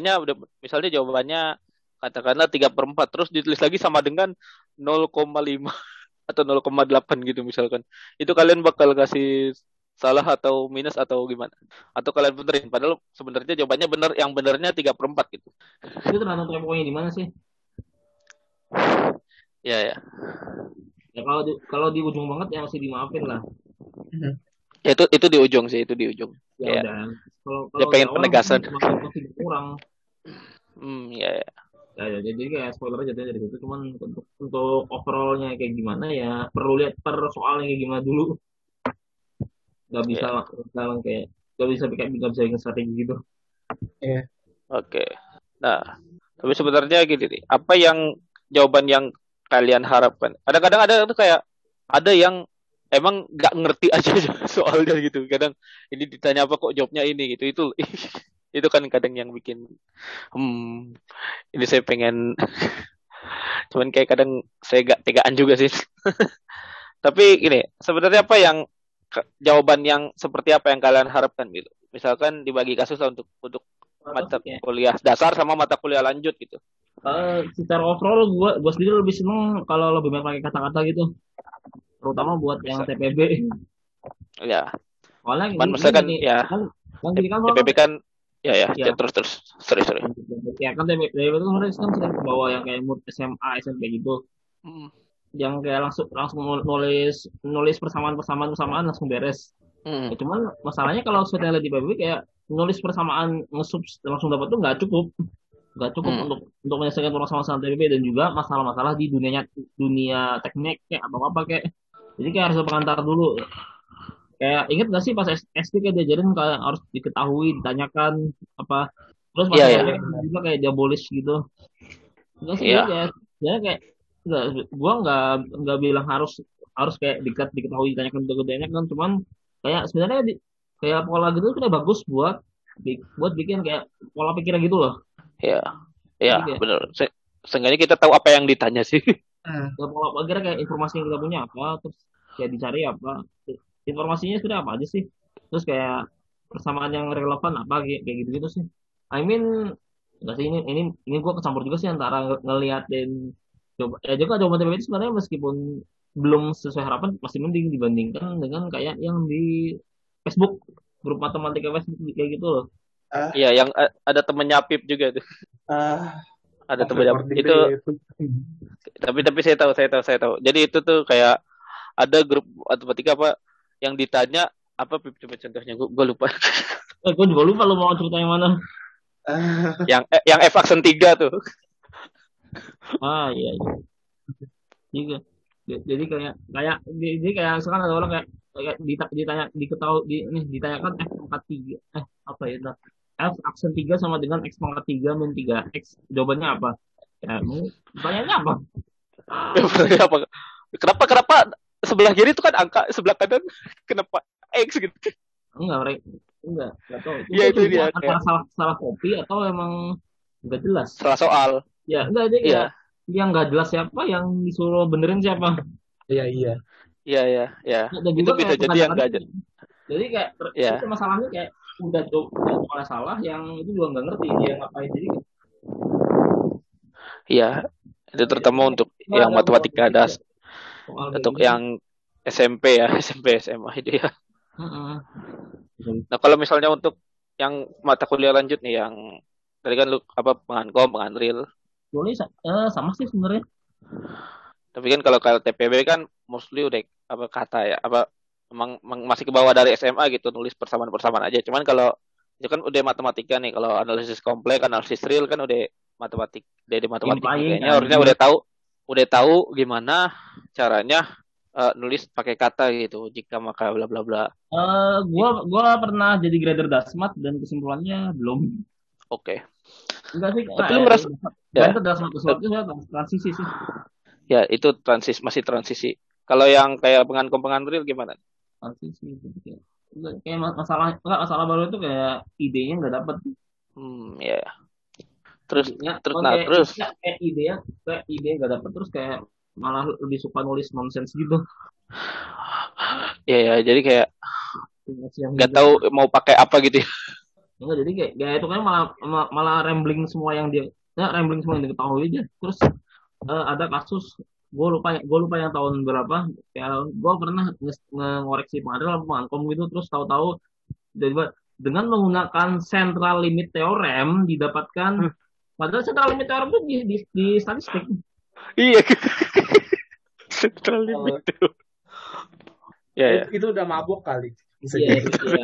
jawabannya katakanlah 3/4 terus ditulis lagi sama dengan 0,5 atau 0,8 gitu misalkan. Itu kalian bakal kasih salah atau minus atau gimana? Atau kalian benerin padahal sebenarnya jawabannya bener, yang benernya 3/4 gitu. itu tergantung typonya di mana sih. Ya ya. Ya kalau di ujung banget ya masih dimaafin lah. Ya, itu di ujung sih, itu di ujung. Ya Ya. udah. Kalau Dia kalau di pengen awal penegasan. masih kurang. Ya ya. Ya, jadi kayak spoiler aja dari situ. Cuman untuk overallnya kayak gimana ya perlu lihat per soalnya kayak gimana dulu. Nggak bisa Ya. langsung kayak nggak bisa bikin strategi gitu. Iya. Oke. Nah, tapi sebenarnya gini nih, apa yang jawaban yang kalian harapkan? Kadang-kadang ada tuh kayak ada yang emang nggak ngerti aja soalnya gitu. Kadang ini ditanya apa kok jawabnya ini gitu. Itu itu kan kadang yang bikin ini saya pengen cuman kayak kadang saya gak tegaan juga sih. Tapi gini, sebenarnya apa yang jawaban yang seperti apa yang kalian harapkan gitu? Misalkan dibagi kasus lah untuk mata Ya. kuliah dasar sama mata kuliah lanjut gitu. Secara overall gue sendiri lebih seneng kalau lebih banyak pakai kata-kata gitu, terutama buat yang Bisa. TPB. Ya. Soalnya Cuman misalkan ya kan gini kan TPP kan ya ya terus sorry. ya kan TPB itu kan sering ke bawah yang kayak mood SMA SMP gitu, Hmm. yang kayak langsung nulis persamaan langsung beres. Hmm. Ya, cuman masalahnya kalau setelah di PBB kayak nulis persamaan ngesup langsung dapat tuh nggak cukup. nggak cukup Hmm. untuk menyelesaikan permasalahan TPB dan juga masalah-masalah di dunia teknik kayak atau apa kayak. Jadi kayak harus pengantar dulu. Kayak inget gak sih pas SD kayak diajarin kayak harus diketahui, ditanyakan apa. Terus Iya masalah ya, yang juga kayak diabolis gitu. Enggak sih gue iya, kayak ya kayak enggak, gua nggak bilang harus harus kayak diketahui ditanyakan ditanyakan cuman kayak sebenarnya kayak pola gitu udah bagus buat bikin kayak pola pikirnya gitu loh. iya, iya, Jadi kayak benar. Seenggaknya kita tahu apa yang ditanya sih. Hmm. ya, pola pikirnya kayak informasi yang kita punya apa terus kayak dicari apa informasinya sudah apa aja sih terus kayak persamaan yang relevan apa kayak gitu gitu sih. I mean enggak sih ini gue kecampur juga sih antara ngeliatin coba ya juga jawaban TPP itu sebenarnya meskipun belum sesuai harapan masih mending dibandingkan dengan kayak yang di Facebook grup matematika Facebook kayak gitu loh. Ah, Iya, yang ada temennya Pip juga tuh. ah, Ada off temennya recording itu, deh itu. tapi saya tahu. Jadi itu tuh kayak ada grup matematika apa yang ditanya apa Pip, coba contohnya gue lupa. Gue juga lupa lo mau cerita yang mana. Ah, Yang F aksen 3 tuh. Ah iya iya juga. Jadi jadi kayak sekarang ada orang kayak ditanya diketahui ini ditanyakan F pangkat 3 apa ya nah, F aksen 3 sama dengan X pangkat 3 min 3 X jawabannya apa ya mau pertanyaannya apa. Apa? Kenapa sebelah kiri itu kan angka, sebelah kanan kenapa X gitu. Enggak mereka enggak tahu Ya itu itu juga dia antara kayak salah salah kopi atau emang enggak jelas salah soal. ya enggak dia kayak Iya, yang enggak jelas siapa yang disuruh benerin siapa. iya iya. iya, iya, iya. Dan Itu juga bisa kayak jadi yang kadang-kadang enggak aja. jadi kayak itu Iya, masalahnya kayak udah salah yang itu juga nggak ngerti dia ngapain jadi iya. Itu jadi terutama kayak untuk nggak yang ada pola matematika pikir ya, soal kayak untuk gitu tuh. yang SMP ya, SMP SMA itu ya. Heeh. Nah, kalau misalnya untuk yang mata kuliah lanjut nih yang tadi kan lu apa pengankom, penganril. Boleh sama sih sebenarnya. Tapi kan kalau TPB kan mostly udah apa kata ya, apa emang masih ke bawah dari SMA gitu nulis persamaan-persamaan aja. Cuman kalau itu kan udah matematika nih, kalau analisis kompleks, analisis real kan udah dari matematik nih. Implying Kayaknya kan harusnya udah tahu gimana caranya nulis pakai kata gitu. Jika maka bla bla bla. gua pernah jadi grader dasmat dan kesimpulannya belum Oke. enggak sih Tapi lu ngerasa dan ya, itu dasmat sesuatu saya transisi sih ya itu masih transisi. Kalau yang kayak pengankom penganril gimana? transisi gitu kayak masalah enggak masalah baru itu kayak idenya nggak dapet Ya. Terus idenya terus oh, nah kayak terus kayak ide nggak dapet terus kayak malah lebih suka nulis nonsens gitu. ya ya jadi kayak Yang nggak juga tahu mau pakai apa gitu ya. enggak jadi kayak ya itu kan malah malah rambling semua yang dia ya rambling semua yang diketahui aja terus ada kasus gue lupa yang tahun berapa kayak gue pernah ngoreksi pengadilan apa Ankom gitu terus tahu-tahu tiba dengan menggunakan central limit theorem didapatkan padahal central limit theorem itu di statistik. Iya. Central limit Oh, tuh. Ya ya. itu udah mabuk kali. Bisa Iya jadi. iya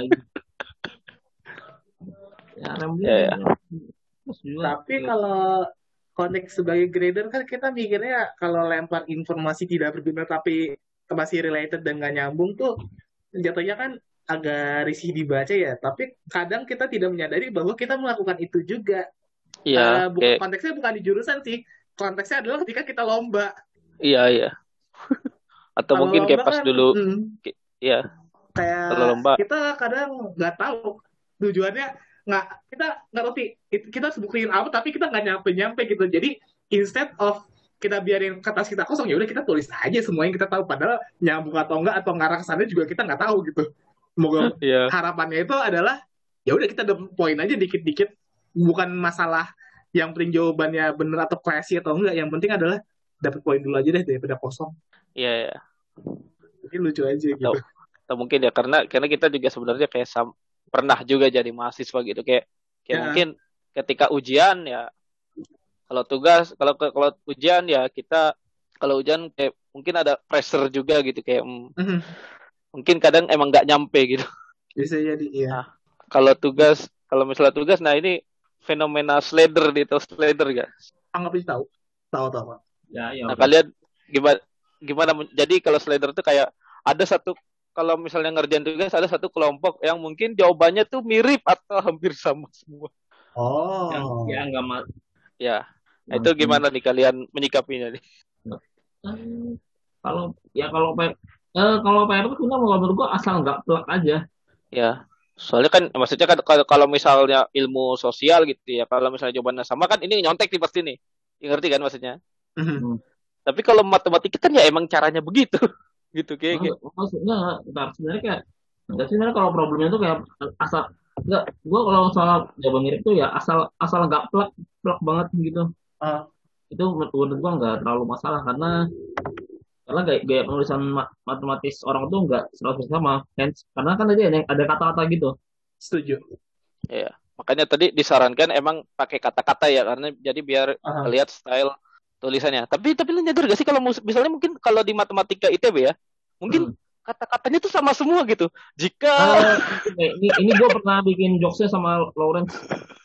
ya rambling Ya gitu ya. terus juga Tapi kalau konteks sebagai grader kan kita mikirnya kalau lempar informasi tidak berguna tapi masih related dan nggak nyambung tuh jatuhnya kan agak risih dibaca ya. Tapi kadang kita tidak menyadari bahwa kita melakukan itu juga. Iya kayak Konteksnya bukan di jurusan sih. Konteksnya adalah ketika kita lomba. iya iya. Atau Kalau mungkin kayak lomba pas kan, dulu ya kalau kayak lomba kita kadang nggak tahu tujuannya nggak kita nggak ngerti kita harus buktiin apa tapi kita nggak nyampe gitu jadi instead of kita biarin kertas kita kosong ya udah kita tulis aja semua yang kita tahu padahal nyambung atau enggak atau ngarah ke sana juga kita nggak tahu gitu semoga ya harapannya itu adalah ya udah kita dapat poin aja dikit-dikit bukan masalah yang penting jawabannya benar atau classy atau enggak yang penting adalah dapat poin dulu aja deh daripada kosong ya ya. ini lucu aja Atau gitu. atau mungkin ya karena kita juga sebenarnya kayak pernah juga jadi mahasiswa gitu kayak Ya, mungkin ketika ujian ya kalau ujian ya kita kalau ujian kayak mungkin ada pressure juga gitu kayak mungkin kadang emang nggak nyampe gitu. bisa jadi iya. Nah, kalau misalnya tugas, nah ini fenomena slider di tahu slider gak? Anggap aja tahu. Tahu. Ya Nah, oke. kalian gimana gimana jadi kalau slider itu kayak ada satu kalau misalnya ngerjain tugas ada satu kelompok yang mungkin jawabannya tuh mirip atau hampir sama semua. Yang ya Oh. nggak Ya. Nah, itu yang gimana nih kalian menyikapinya nih? kan kalau ya kalau PR itu sebenarnya kalau menurut gua asal nggak plak aja. Ya. Soalnya kan maksudnya kan kalau misalnya ilmu sosial gitu ya, kalau misalnya jawabannya sama kan ini nyontek nih pasti nih. Ya, ngerti kan maksudnya? Mhm. Hmm. Tapi kalau matematika kan ya emang caranya begitu. Gitu Maksudnya nggak sebenarnya kayak nggak sih sebenarnya kalau problemnya tuh kayak asal nggak gua kalau soal jawaban mirip tuh ya asal asal nggak plak plak banget gitu. Ah, Itu menurut gua nggak terlalu masalah karena gaya penulisan matematis orang tuh nggak 100% sama. Hence, karena kan tadi ada kata-kata gitu. setuju. ya. Makanya tadi disarankan emang pakai kata-kata ya karena jadi biar Ah, lihat style tulisannya. Tapi lu nyadar gak sih kalau misalnya mungkin kalau di matematika ITB ya, mungkin Hmm. kata-katanya tuh sama semua gitu. Jika Ini gue pernah bikin jokesnya sama Lawrence.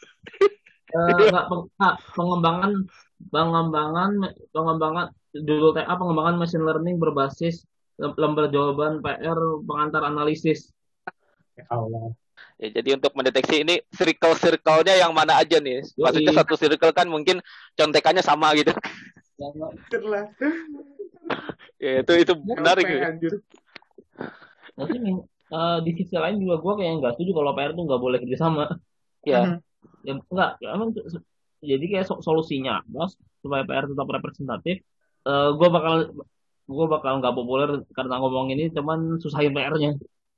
Nggak pengembangan pengembangan pengembangan judul TA pengembangan machine learning berbasis lembar jawaban PR pengantar analisis. ya Allah. ya, jadi untuk mendeteksi ini circle-circle-nya yang mana aja nih. Maksudnya Yoi. satu circle kan mungkin contekannya sama gitu. Itulah. Ya itu LP menarik tuh. anjir. Nah, sih, di sisi lain juga gue kayak nggak setuju kalau PR tuh nggak boleh kerjasama. Ya, Mhm. Ya enggak, ya, emang jadi kayak solusinya bos supaya PR tetap representatif. Eh gue bakal gue bakal nggak populer karena ngomong ini cuman susahin PR-nya.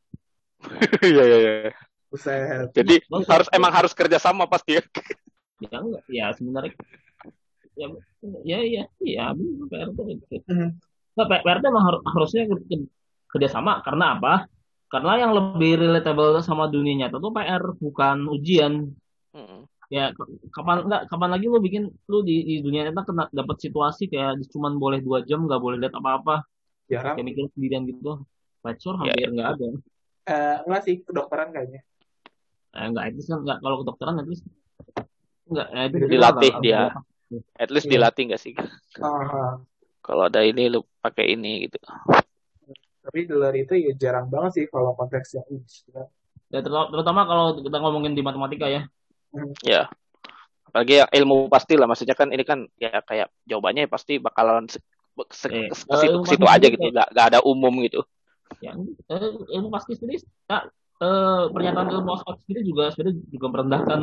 iya iya iya. Buset. Jadi Maksud emang harus kerja sama pasti ya. ya enggak ya sebenarnya ya ya bener, PR itu Mhm. nggak PR itu emang harusnya kerjasama karena apa? Karena yang lebih relatable sama dunia nyata tuh PR bukan ujian. Mm-mm. Ya kapan lagi lu bikin lu di dunia nyata kena dapat situasi kayak cuman boleh 2 jam nggak boleh lihat apa-apa Jarang. kayak mikir sendirian gitu. Lecture Ya, hampir ya. nggak ada. Enggak sih, kedokteran kayaknya. Nggak etis kan nggak kalau kedokteran etis nggak itu Beda. gua Dilatih agak dia. agak At least Iya. dilatih nggak sih? Ah, Kalau ada ini lu pakai ini gitu. tapi di luar itu ya jarang banget sih kalau konteksnya uji. ya, terutama kalau kita ngomongin di matematika ya. Mhm. Ya, apalagi ya ilmu pasti lah. Maksudnya kan ini kan ya kayak jawabannya pasti bakalan ke situ Ilmu ke pasti situ aja sendiri gitu. kayak Gak ada umum gitu. ya ilmu pasti sendiri nah, pernyataan ilmu aspek sendiri juga merendahkan.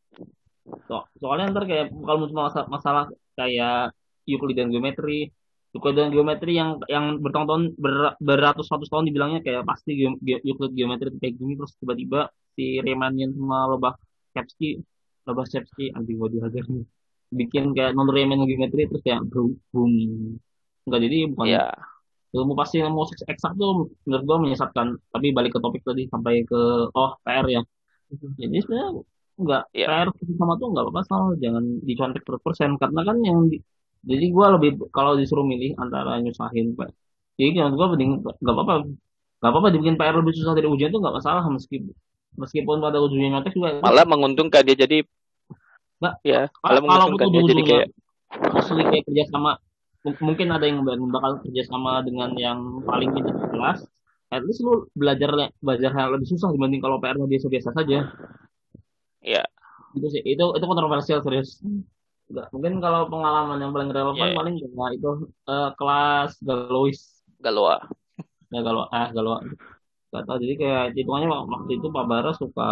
Soalnya ntar kayak kalau muncul masalah kayak Euclidean geometri, Euclidean geometri yang bertahun-tahun beratus-ratus tahun dibilangnya kayak pasti Euclid geometri itu kayak gini terus tiba-tiba si Riemannian sama Lobachevsky anjing gue dihajar nih bikin kayak non Riemann geometri terus kayak boom, boom. Enggak jadi bukan Ya, ilmu pasti ilmu eksak tuh menurut gua menyesatkan tapi balik ke topik tadi sampai ke PR ya. Jadi sebenarnya nggak ya, PR sama tuh nggak apa-apa soal jangan dicontek 100% karena kan jadi gue lebih kalau disuruh milih antara nyusahin Pak. Jadi menurut gue mending nggak apa-apa dibikin PR lebih susah dari ujian tuh nggak masalah meskipun pada ujungnya nyontek juga itu malah menguntungkan dia jadi nggak ya, malah kalau menguntungkan itu dia jadi ujung-ujungnya kayak mostly kayak kerja sama mungkin ada yang bakal kerja sama dengan yang paling pintar di kelas at least lu belajar hal lebih susah dibanding kalau PR-nya biasa-biasa saja ya, gitu sih itu kontroversial serius. Nggak, mungkin kalau pengalaman yang paling ya, relevan ya. paling ya itu kelas Galois Galoa. ya kalau Galois nggak tahu jadi kayak hitungannya waktu itu Pak Bara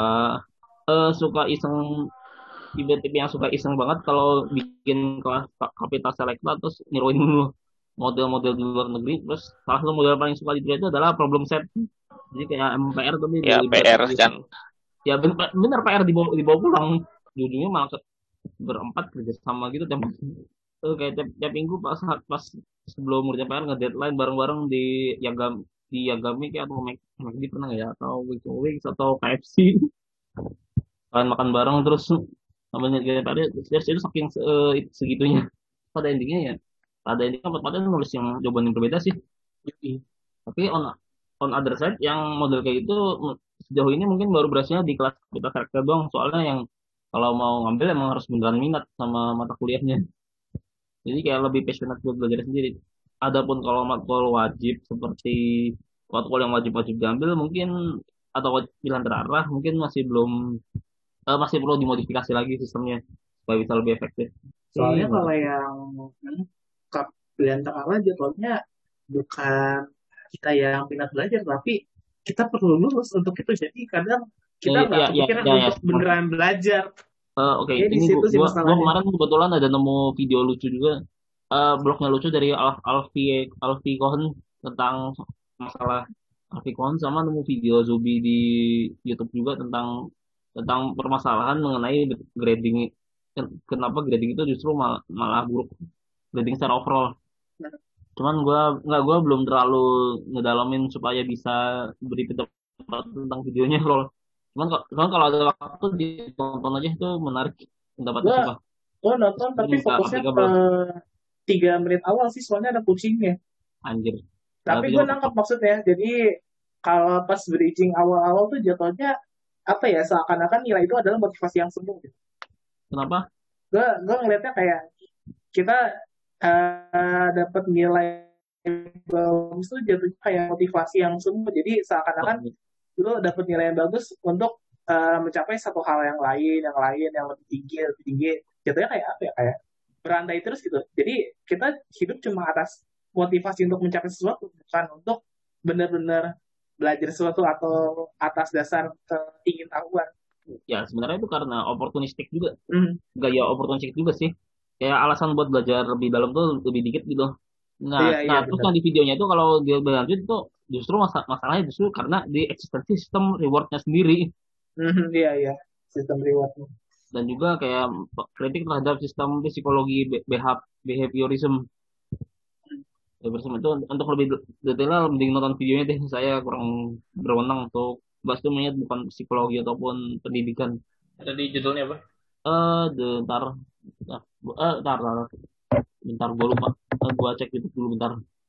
suka iseng tiba-tiba yang suka iseng banget kalau bikin kelas kapital selekta terus niruin dulu model-model di luar negeri terus salah satu model paling suka di itu adalah problem set jadi kayak MPR tapi Ya dilibat PR kan. ya bener PR dibawa pulang ujungnya malah berempat kerja sama gitu kayak tiap minggu pas sebelum ngerjain PR nge-deadline bareng-bareng di Yagami kayak atau McD pernah nggak ya atau Wings atau KFC kalian makan bareng terus namanya ngerjain PR itu saking segitunya pada endingnya ya pada endingnya pada nulis yang jawaban yang berbeda sih tapi on other side yang model kayak itu sejauh ini mungkin baru berhasilnya di kelas kita karakter doang soalnya yang kalau mau ngambil emang harus beneran minat sama mata kuliahnya. Jadi kayak lebih passionate buat belajar sendiri. Adapun kalau matkul wajib seperti matkul yang wajib-wajib diambil mungkin atau pilihan terarah mungkin masih perlu dimodifikasi lagi sistemnya supaya bisa lebih efektif. Soalnya Nah, kalau yang pilihan terarah jadwalnya bukan kita yang minat belajar, tapi kita perlu lulus untuk itu. Jadi kadang kita ya, nggak ya, ya, kepikiran ya, ya. untuk beneran belajar. Oke, Ya di ini situ sih gua masalahnya. kemarin kebetulan ada nemu video lucu juga. Blognya lucu dari Alfie Cohen tentang masalah Alfie Cohen sama nemu video Zubi di YouTube juga tentang tentang permasalahan mengenai grading. Kenapa grading itu justru malah buruk grading secara overall. Cuman gua belum terlalu ngedalamin supaya bisa beri pendapat tentang videonya bro. Cuman kalau ada waktu ditonton aja itu menarik pendapatnya Gua sumpah. gua nonton Itu tapi bisa fokusnya ke applicable 3 menit awal sih, soalnya ada kucingnya. anjir. Tapi Tapi gue nangkep maksudnya. Jadi kalau pas bridging awal-awal tuh jatuhnya apa ya, seakan-akan nilai itu adalah motivasi yang semu gitu. kenapa? Gue ngelihatnya kayak kita dapat nilai bagus tuh jatuhnya kayak motivasi yang semu. Jadi seakan-akan lu dapat nilai yang bagus untuk mencapai satu hal yang lebih tinggi, lebih tinggi. Jatuhnya kayak apa ya? Kayak berantai terus gitu. Jadi kita hidup cuma atas motivasi untuk mencapai sesuatu, bukan untuk benar-benar belajar sesuatu atau atas dasar keingin tahuan. Ya sebenarnya itu karena opportunistik juga, Hmm. gaya opportunistik juga sih. Kayak alasan buat belajar lebih dalam tuh lebih dikit gitu. Nah, Iya, nah iya terus benar. yang di videonya itu kalau dia berlanjut itu justru masalahnya justru karena di eksistensi sistem rewardnya sendiri Hmm, iya, iya. Sistem reward. dan juga kayak kritik terhadap sistem psikologi behaviorism. Behaviorism itu untuk lebih detailnya mending nonton videonya deh. Saya kurang berwenang untuk bahas itu menit bukan psikologi ataupun pendidikan. Tadi judulnya apa? Bentar, bentar gue lupa. Gue cek itu dulu bentar.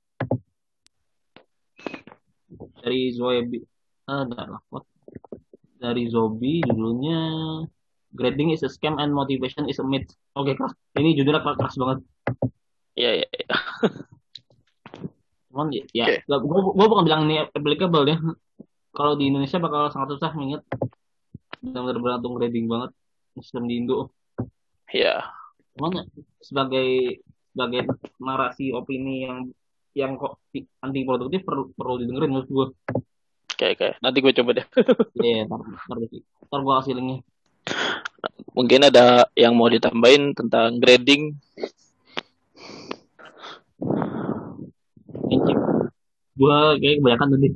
Dari Zoebi, bentar lah. Dari Zobi judulnya Grading is a scam and motivation is a myth. Oke, keras. Ini judulnya keras banget. Iya, iya, iya. Cuman ya, Oke. gue bukan bilang ini applicable ya. Kalau di Indonesia bakal sangat susah mengingat benar-benar bergantung grading banget sistem di Indo. Iya. Cuman ya, sebagai sebagai narasi opini yang kok anti produktif perlu didengerin menurut gue. Oke, oke. Nanti gue coba deh. Iya, ntar gue kasih linknya. Mungkin ada yang mau ditambahin tentang grading. Ini gue kayak kebanyakan tadi.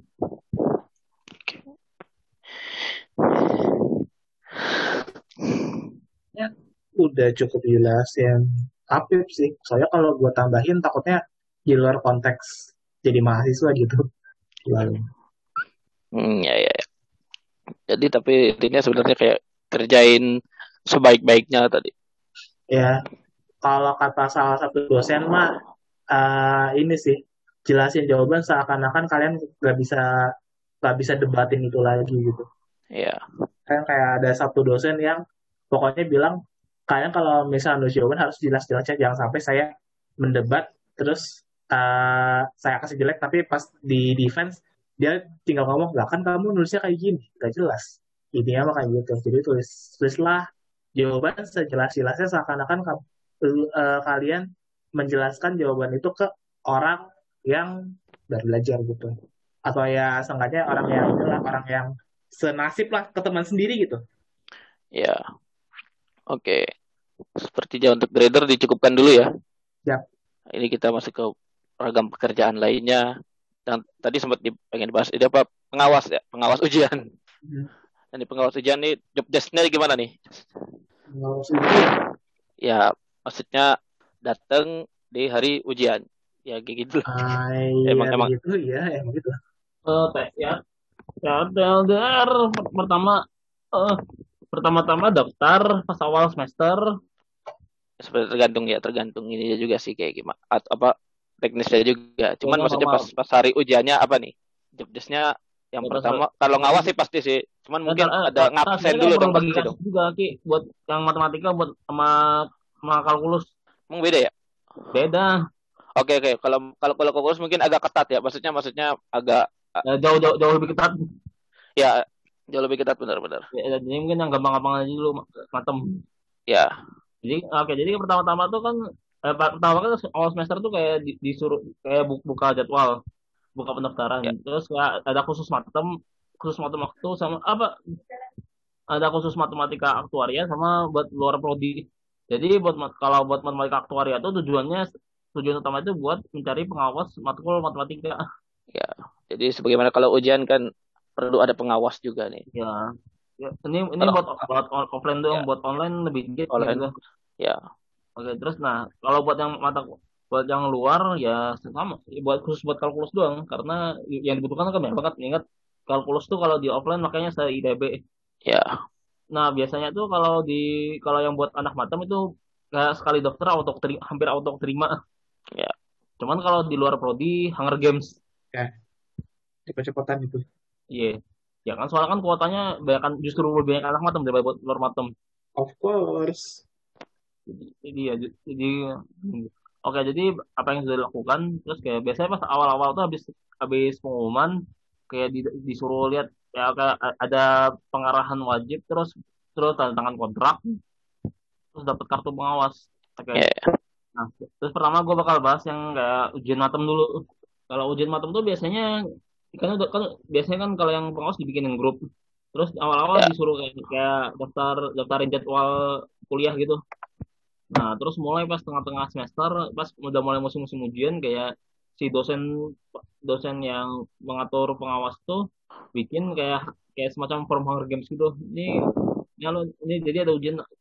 Ya, udah cukup jelas yang Apip sih. Soalnya kalau gue tambahin takutnya di luar konteks jadi mahasiswa gitu. Lalu. Ya, ya, ya. Jadi tapi intinya sebenarnya kayak kerjain sebaik-baiknya tadi. Ya, kalau kata salah satu dosen mah ini sih jelasin jawaban seakan-akan kalian nggak bisa debatin itu lagi gitu. Iya. Kan kayak ada satu dosen yang pokoknya bilang kalian kalau misalnya nulis jawaban harus jelas-jelas aja, jangan sampai saya mendebat terus saya kasih jelek tapi pas di defense dia tinggal ngomong lah kan kamu nulisnya kayak gini gak jelas, intinya mah kayak gitu. Jadi tulislah jawaban sejelas-jelasnya seakan-akan kalian menjelaskan jawaban itu ke orang yang baru belajar gitu, atau ya seenggaknya orang yang inilah, orang yang senasib lah ke teman sendiri gitu. Ya. Oke. Sepertinya untuk grader dicukupkan dulu ya. Ya. Ini kita masuk ke ragam pekerjaan lainnya. Dan tadi sempat pengen dibahas ini apa pengawas ya, pengawas ujian. Hmm. Dan di pengawas ujian nih job desk-nya gimana nih? Nggak usah ujian. Ya, maksudnya datang di hari ujian. Ya kayak gitu. Ya Emang emang begitu ya, ya begitu. Ya, ya, Telder pertama eh, pertama-tama daftar pas awal semester. seperti tergantung ini juga sih kayak gimana apa teknisnya juga. Cuman Kayaknya maksudnya normal. pas hari ujiannya apa nih? Job desk-nya Yang Ya, pertama kalau ngawas sih pasti sih. Cuman mungkin ada ngabsen sebenarnya dulu dong perlu bagi pasti kasus dong. juga Ki buat yang matematika buat sama kalkulus Emang beda ya? beda. Oke oke. Kalau fokus mungkin agak ketat ya. Maksudnya agak Ya, jauh jauh jauh lebih ketat. ya jauh lebih ketat benar-benar. Ya, jadi mungkin yang gampang-gampang aja dulu matem. Ya Jadi oke, jadi pertama-tama tuh kan pertama kan awal semester tuh kayak disuruh kayak buka jadwal, buka pendaftaran. ya Terus kayak ada khusus matem waktu sama apa? Ada khusus matematika aktuaria sama buat luar prodi. Jadi kalau buat matematika aktuaria tuh tujuan utama itu buat mencari pengawas matkul matematika. ya. Jadi sebagaimana kalau ujian kan perlu ada pengawas juga nih. Ya, ya ini Kalau buat offline doang, ya buat online lebih dikit kayak online gitu. ya Oke, terus nah kalau buat yang luar ya sama, khusus buat kalkulus doang karena yang dibutuhkan kan banyak banget. Ingat kalkulus tuh kalau di offline makanya saya ITB. ya Nah biasanya tuh kalau yang buat anak matem itu kayak sekali dokter hampir auto terima. ya. Cuman kalau di luar prodi Hunger Games, Ya, cepet-cepetan itu. iya. Ya kan soalnya kan kuotanya justru lebih banyak anak matem daripada buat luar matem. Of course. Jadi ya jadi oke, jadi apa yang sudah dilakukan terus kayak biasanya pas awal-awal tuh habis habis pengumuman kayak disuruh lihat ya kayak ada pengarahan wajib terus terus tanda tangan kontrak terus dapat kartu pengawas. Oke, Ya. nah terus pertama gue bakal bahas yang kayak ujian matem dulu. Kalau ujian matem tuh biasanya kan biasanya kan kalau yang pengawas dibikinin grup terus awal-awal Ya. disuruh kayak daftarin jadwal kuliah gitu. Nah, terus mulai pas tengah-tengah semester, pas udah mulai musim-musim ujian, kayak si dosen dosen yang mengatur pengawas tuh bikin kayak kayak semacam form Hunger Games gitu. Ini lo ini jadi ada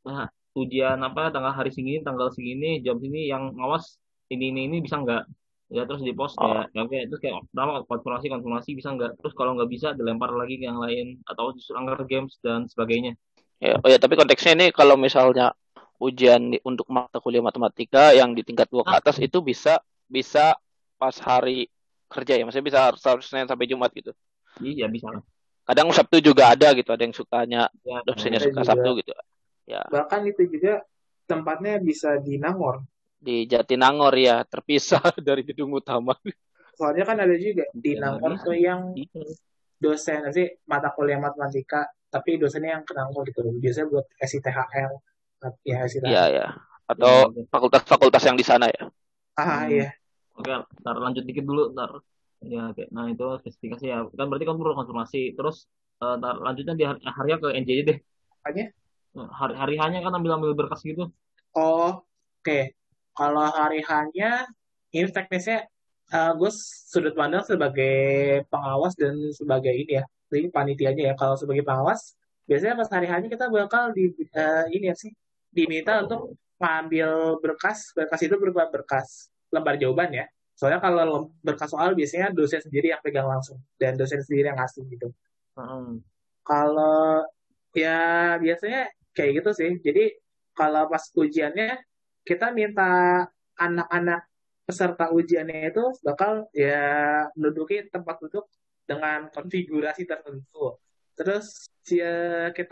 ujian apa tanggal hari segini, tanggal segini, jam segini yang ngawas ini bisa nggak? Ya terus di post Oh, kayak ya, oke, terus kayak pertama konfirmasi konfirmasi bisa nggak? Terus kalau nggak bisa dilempar lagi ke yang lain atau justru Hunger Games dan sebagainya. ya. Oh ya, tapi konteksnya ini kalau misalnya ujian untuk mata kuliah matematika yang di tingkat 2 ke Nah, atas itu bisa bisa pas hari kerja ya. Maksudnya bisa harus harus Senin sampai Jumat gitu. iya bisa lah. Kadang Sabtu juga ada gitu. Ada yang sukanya Ya, dosennya Ada suka juga. Sabtu gitu. Ya, Bahkan itu juga tempatnya bisa di Nangor. di Jatinangor ya, terpisah dari gedung utama. Soalnya kan ada juga di ya Nangor bisa. tuh yang Bisa. dosen sih mata kuliah matematika, tapi dosennya yang ke Nangor gitu. Biasanya buat SITHL. Ya, Iya SITHL. ya. Ya, Atau oke. fakultas-fakultas yang di sana ya. Hmm. Iya. Oke, ntar lanjut dikit dulu, ntar. Ya, oke. Nah, itu spesifikasi ya. Kan berarti kamu perlu konfirmasi. Terus, ntar lanjutnya di harinya ke NJJ deh. Makanya, Hari hanya kan ambil berkas gitu. oh, oke. Kalau hari hanya, ini teknisnya gue sudut pandang sebagai pengawas dan sebagai ini ya, jadi panitianya ya. Kalau sebagai pengawas, biasanya pas hari hanya kita bakal ini ya sih, diminta untuk ngambil berkas itu berupa berkas lembar jawaban ya. Soalnya kalau berkas soal biasanya dosen sendiri yang pegang langsung dan dosen sendiri yang ngasih gitu. Hmm. Kalau ya biasanya kayak gitu sih. Jadi kalau pas ujiannya kita minta anak-anak peserta ujiannya itu bakal ya menduduki tempat duduk dengan konfigurasi tertentu. Terus ya, kita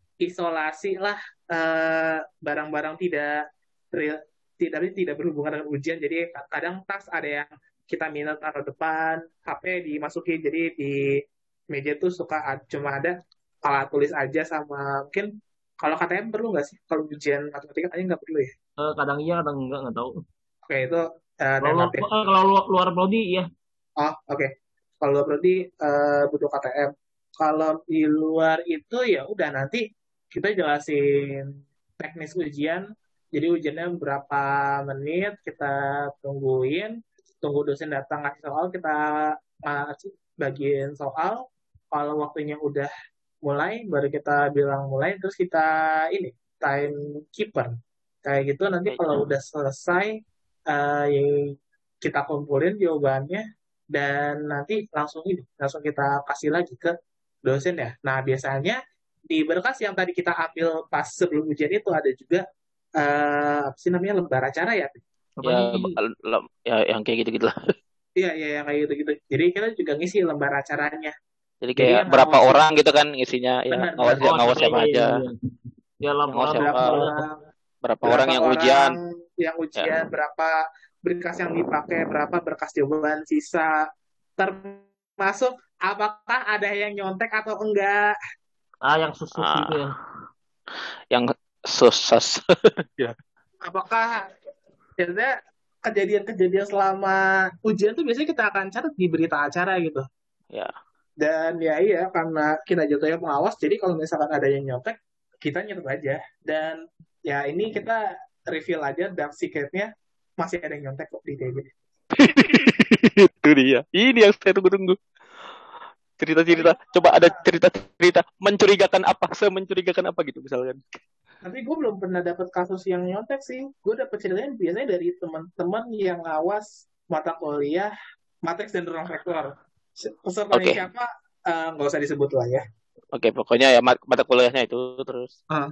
isolasi lah barang-barang real- tidak berhubungan dengan ujian. Jadi kadang tas ada yang kita minta taruh depan, HP dimasukin jadi di meja tuh cuma ada alat tulis aja sama mungkin kalau KTM perlu nggak sih? Kalau ujian matematika kayaknya nggak perlu ya. Kadang iya, kadang nggak tahu. Oke, itu Kalau tentatif. luar prodi, ya. Oh, oke. Kalau berarti butuh KTM. Kalau di luar itu ya udah nanti kita jelasin teknis ujian. Jadi ujiannya berapa menit, kita tungguin, tunggu dosen datang ngasih soal, kita bagiin soal. Kalau waktunya udah mulai, baru kita bilang mulai, terus kita ini time keeper. Kayak gitu nanti kalau udah selesai, ya kita kumpulin jawabannya dan nanti langsung kita kasih lagi ke dosen ya. Nah, biasanya di berkas yang tadi kita ambil pas sebelum ujian itu ada juga apa sih namanya lembar acara ya. Apa Ya sih? bakal ya yang kayak gitu-gitu lah. Iya, iya, yang kayak gitu-gitu. Jadi kita juga ngisi lembar acaranya. Jadi Jadi kayak yang berapa ngawasin orang gitu kan isinya ya benar ngawas benar Oh, ngawas siapa siapa ini? aja, Ya yang ngawas laporan berapa siapa, laporan. orang berapa orang berapa yang orang ujian yang ya. ujian, berapa berkas yang dipakai, berapa berkas jawaban sisa, termasuk apakah ada yang nyontek atau enggak, Ah, yang sus itu ya. Ah, yang susah. Ya. apakah biasanya kejadian-kejadian selama ujian tuh biasanya kita akan catat di berita acara gitu. Ya. Dan ya iya, karena kita jatuhnya pengawas, jadi kalau misalkan ada yang nyontek, kita nyatet aja. Dan ya ini kita reveal aja, dark secretnya masih ada yang nyontek kok di TB. Itu dia. Ini yang saya tunggu-tunggu. Tapi Cerita-cerita. Coba ada cerita-cerita mencurigakan apa? Semencurigakan apa gitu misalkan. tapi gue belum pernah dapat kasus yang nyontek sih. Gue dapet ceritanya biasanya dari teman-teman yang ngawas mata kuliah, matriks dan ruang rektor. Pesertanya Oke. siapa? Nggak usah disebut lah ya. Oke, pokoknya ya mata kuliahnya itu terus. Ah,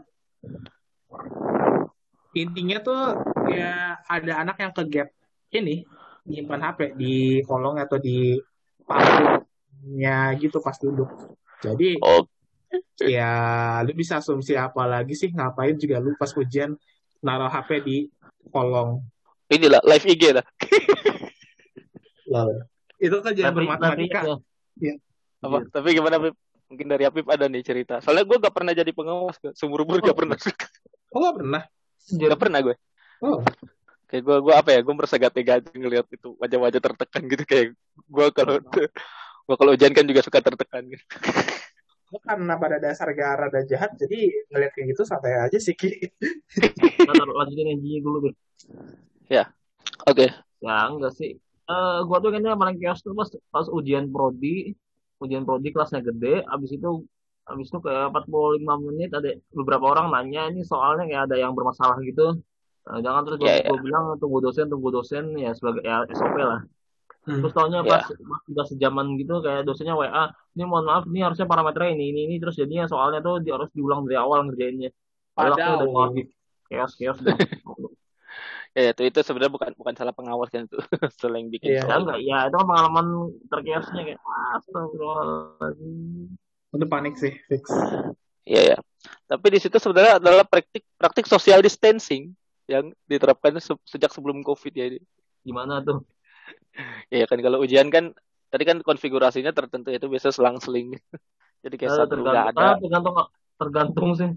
intinya tuh ya ada anak yang ke gap ini nyimpan HP di kolong atau di pampungnya gitu pas duduk. Jadi Oh, ya lu bisa asumsi apa lagi sih, ngapain juga lu pas ujian naruh HP di kolong. inilah live IG lah. Lol. Itu kerjaan Tapi bermatematika. ya. Ya. Apa? Iya. Tapi gimana, Pip? Mungkin dari Apip ada nih cerita. Soalnya gue gak pernah jadi pengawas, seumur umur gak Oh, pernah. Oh nggak pernah. Gak pernah gue. Oh, Kayak gue apa ya? Gue merasa gak tega aja ngeliat itu wajah-wajah tertekan gitu. Kayak gue kalau ujian kan juga suka tertekan gitu. gue karena pada dasar gak rada jahat, jadi ngeliat kayak gitu santai aja sih Ki. Ntar lanjutin aja dulu deh. Ya, oke. Ya enggak sih. Gua tuh kayaknya paling chaos tuh pas ujian prodi kelasnya gede, abis itu kayak 45 menit ada beberapa orang nanya ini soalnya kayak ada yang bermasalah gitu. Jangan terus gue Ya, gue ya, bilang tunggu dosen ya sebagai ya SOP lah. Hmm. Terus taunya ya. pas udah sejaman gitu kayak dosennya WA, ini mohon maaf ini harusnya parameternya ini terus jadinya soalnya tuh harus diulang dari awal ngerjainnya. Padahal aku udah Padahal ngelatih chaos dah. Ya, itu sebenarnya bukan bukan salah pengawas kan itu. Selain bikin ya Ya soal enggak, itu. ya itu kan pengalaman terkiosnya kayak astagfirullahaladzim. itu panik sih fix. Iya ya. Tapi di situ sebenarnya adalah praktik praktik social distancing yang diterapkan sejak sebelum COVID ya. Gimana tuh? Ya kan kalau ujian kan tadi kan konfigurasinya tertentu itu biasa selang-seling. Jadi kayak satu nggak Tergantung, ada. tergantung, tergantung sih.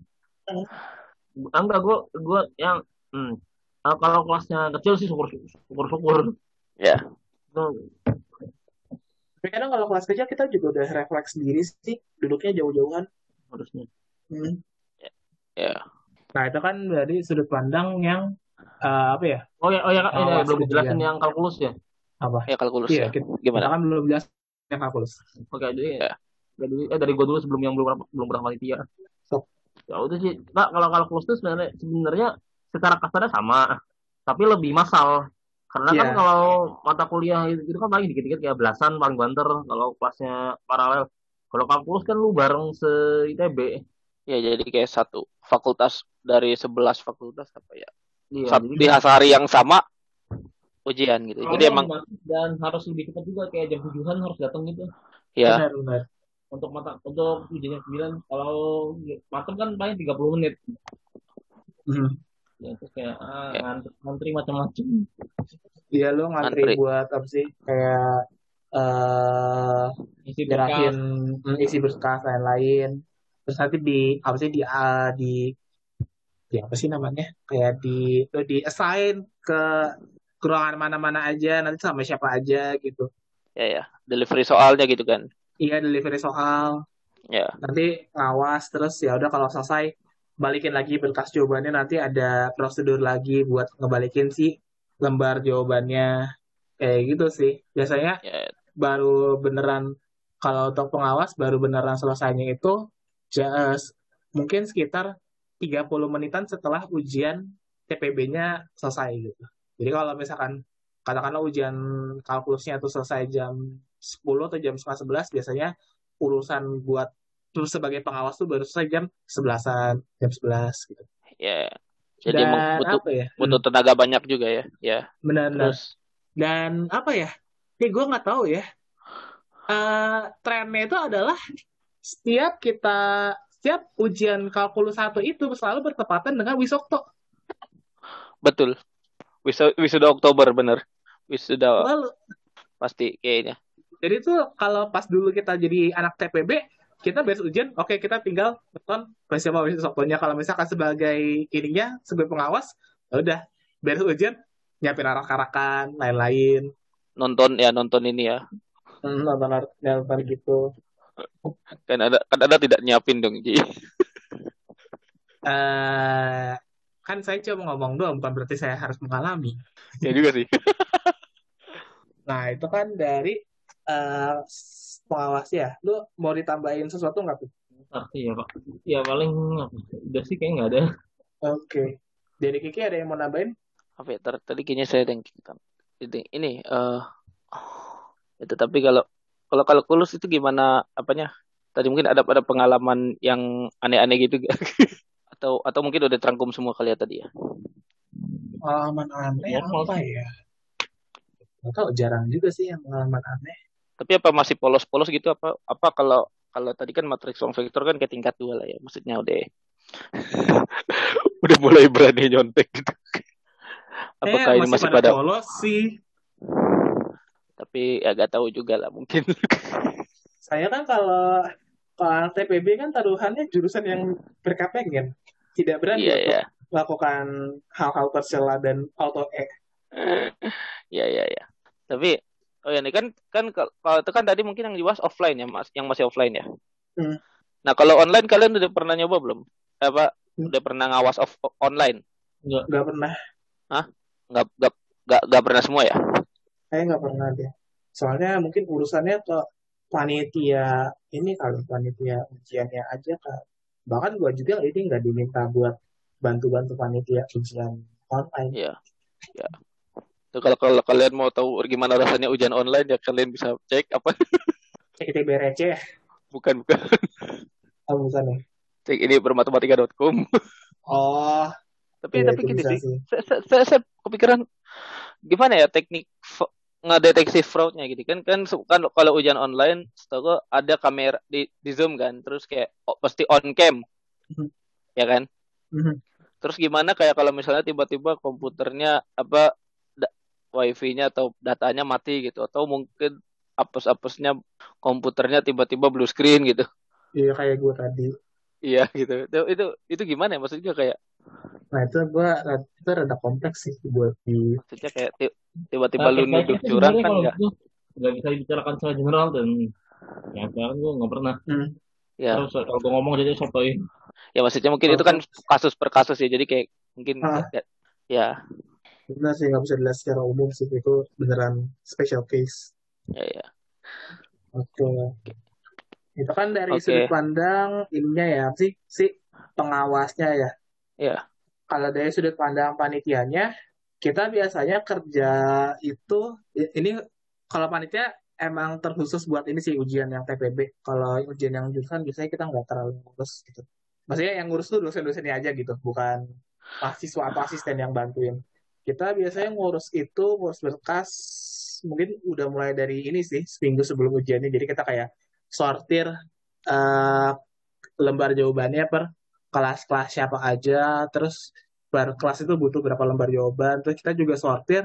Enggak, gua yang hmm, kalau kelasnya kecil sih syukur. Ya, Itu Tapi kadang kalau kelas kecil kita juga udah refleks sendiri sih, duduknya jauh-jauhan. harusnya. Hmm. ya, Nah itu kan dari sudut pandang yang apa ya, Oh ya, Kak, ini ngawas belum ujian. dijelasin yang kalkulus ya. Apa? ya kalkulus Iya, ya. kita Gimana? kan belum jelas yang kalkulus. Oke, jadi Ya, dari gua dulu sebelum yang belum pernah panitia. So, Ya udah sih, Kak, kalau kalkulus itu sebenarnya secara kasarnya sama, tapi lebih massal. Karena kan ya, kalau mata kuliah itu kan paling dikit-dikit kayak belasan paling banter kalau kelasnya paralel. Kalau kalkulus kan lu bareng se ITB. ya jadi kayak satu fakultas dari 11 fakultas apa ya. Iya, jadi Di hari yang sama ujian gitu. Jadi soalnya emang dan harus lebih cepat juga kayak jam 7-an harus datang gitu ya, benar. untuk ujian 9 kalau matem kan paling 30 menit. Hmm. Ya terus kayak ya ngantri macam-macam. Iya lu ngantri antri. buat apa sih? Kayak eh Isi nyerahin berkas. isi berkas lain-lain. Terus nanti di apa sih di apa sih namanya? Kayak di assign ke ruangan mana-mana aja, nanti sama siapa aja gitu. Ya ya, delivery soalnya gitu kan. Iya, delivery soal. Ya, Nanti ngawas terus ya udah kalau selesai balikin lagi berkas jawabannya, nanti ada prosedur lagi buat ngebalikin si lembar jawabannya. Kayak gitu sih. Biasanya ya, baru beneran kalau untuk pengawas baru beneran selesainya itu just mungkin sekitar 30 menitan setelah ujian TPB-nya selesai gitu. Jadi kalau misalkan katakanlah ujian kalkulusnya itu selesai jam 10 atau jam setengah 11, biasanya urusan buat terus sebagai pengawas tuh baru selesai jam 11-an, jam 11 gitu. ya. Jadi emang Dan butuh apa ya? butuh tenaga banyak juga ya. Ya. Benar-benar. Terus Dan apa ya? Gue nggak tahu ya. Trennya itu adalah setiap kita setiap ujian kalkulus 1 itu selalu bertepatan dengan Wisokto. Betul. Wisuda Oktober bener. Wisuda Selalu. pasti kayaknya. Jadi tuh kalau pas dulu kita jadi anak TPB, kita beres ujian, oke kita tinggal nonton siapa Wisoktonya. Kalau misalkan sebagai ininya, sebagai pengawas, ya udah beres ujian, nyiapin arak-arakan, lain-lain. Nonton ini ya. Nonton gitu. Kan ada tidak nyiapin dong, Ji. eh kan saya cuma ngomong doang, bukan berarti saya harus mengalami. Ya juga sih. Nah, itu kan dari eh pengawas ya. Lu mau ditambahin sesuatu nggak tuh? Iya Pak. Ya paling udah sih kayak nggak ada. Oke. Dari Kiki ada yang mau nambahin? Apa ya, tadi kayaknya saya thinking ini itu tapi kalau kalau kalkulus itu gimana apanya? Tadi mungkin ada pengalaman yang aneh-aneh gitu gak? Atau mungkin udah terangkum semua kali ya tadi ya. Pengalaman aneh Normal apa sih. ya? Nggak tahu, jarang juga sih yang pengalaman aneh. Tapi apa masih polos-polos gitu apa kalau kalau tadi kan matriks long vektor kan ke tingkat 2 lah ya. Maksudnya udah mulai berani nyontek gitu. Apakah ini Masih masih pada pada polos sih. tapi ya gak tahu juga lah mungkin. Saya kan kalau TPB kan taruhannya jurusan yang berkepengen. Tidak berani Iya untuk ya. melakukan hal-hal tercela dan auto Iya iya ya. Tapi oh ya ini kan kan kalau itu kan tadi mungkin yang dibahas offline ya Mas, yang masih offline ya. Hmm. Nah, kalau online kalian udah pernah nyoba belum? Apa udah pernah ngawas online? Nggak pernah. Hah? Nggak pernah semua ya? Saya nggak pernah deh. Soalnya mungkin urusannya ke panitia ini kali, panitia ujiannya aja kan. Bahkan gua juga ini nggak diminta buat bantu-bantu panitia ujian online. Iya. Ya. Tuh, kalau kalian mau tahu gimana rasanya ujian online ya kalian bisa cek apa? Cek ITB receh ya? Bukan. Oh, bukan ya? Cek ini bermatematika.com. Oh, iya Tapi itu gini bisa sih. sih. Saya kepikiran gimana ya teknik ngedeteksi fraudnya gitu kan kalau ujian online setahu ada kamera di Zoom kan terus kayak pasti on cam Mhm. ya kan Mhm. terus gimana kayak kalau misalnya tiba-tiba komputernya apa wifi-nya atau datanya mati gitu atau mungkin apes-apesnya komputernya tiba-tiba blue screen gitu. Iya kayak gue tadi. Iya gitu itu gimana ya maksudnya kayak Nah itu rada kompleks sih buat di. maksudnya kayak tiba-tiba Nah, lu kayak baiknya nuduh sih curang sebenarnya kan kalau nggak gitu nggak bisa dibicarakan secara general dan ya sekarang gue nggak pernah. Hmm. ya Terus kalau gue ngomong jadi sotoy. ya maksudnya mungkin itu kan Oh, kasus per kasus ya jadi kayak mungkin ah, ya benar sih nggak bisa dilihat secara umum sih itu beneran special case. ya Oke. Itu kan dari sudut oke pandang ininya ya si pengawasnya ya. ya Kalau dari sudut pandang panitianya, kita biasanya kerja itu ini kalau panitia emang terkhusus buat ini sih ujian yang TPB. Kalau ujian yang jurusan biasanya kita nggak terlalu ngurus gitu. Maksudnya yang ngurus tuh dosen-dosennya aja gitu, bukan mahasiswa atau asisten yang bantuin. Kita biasanya ngurus berkas mungkin udah mulai dari ini sih seminggu sebelum ujiannya. Jadi kita kayak sortir eh, lembar jawabannya per kelas-kelas siapa aja, terus per kelas itu butuh berapa lembar jawaban, terus kita juga sortir,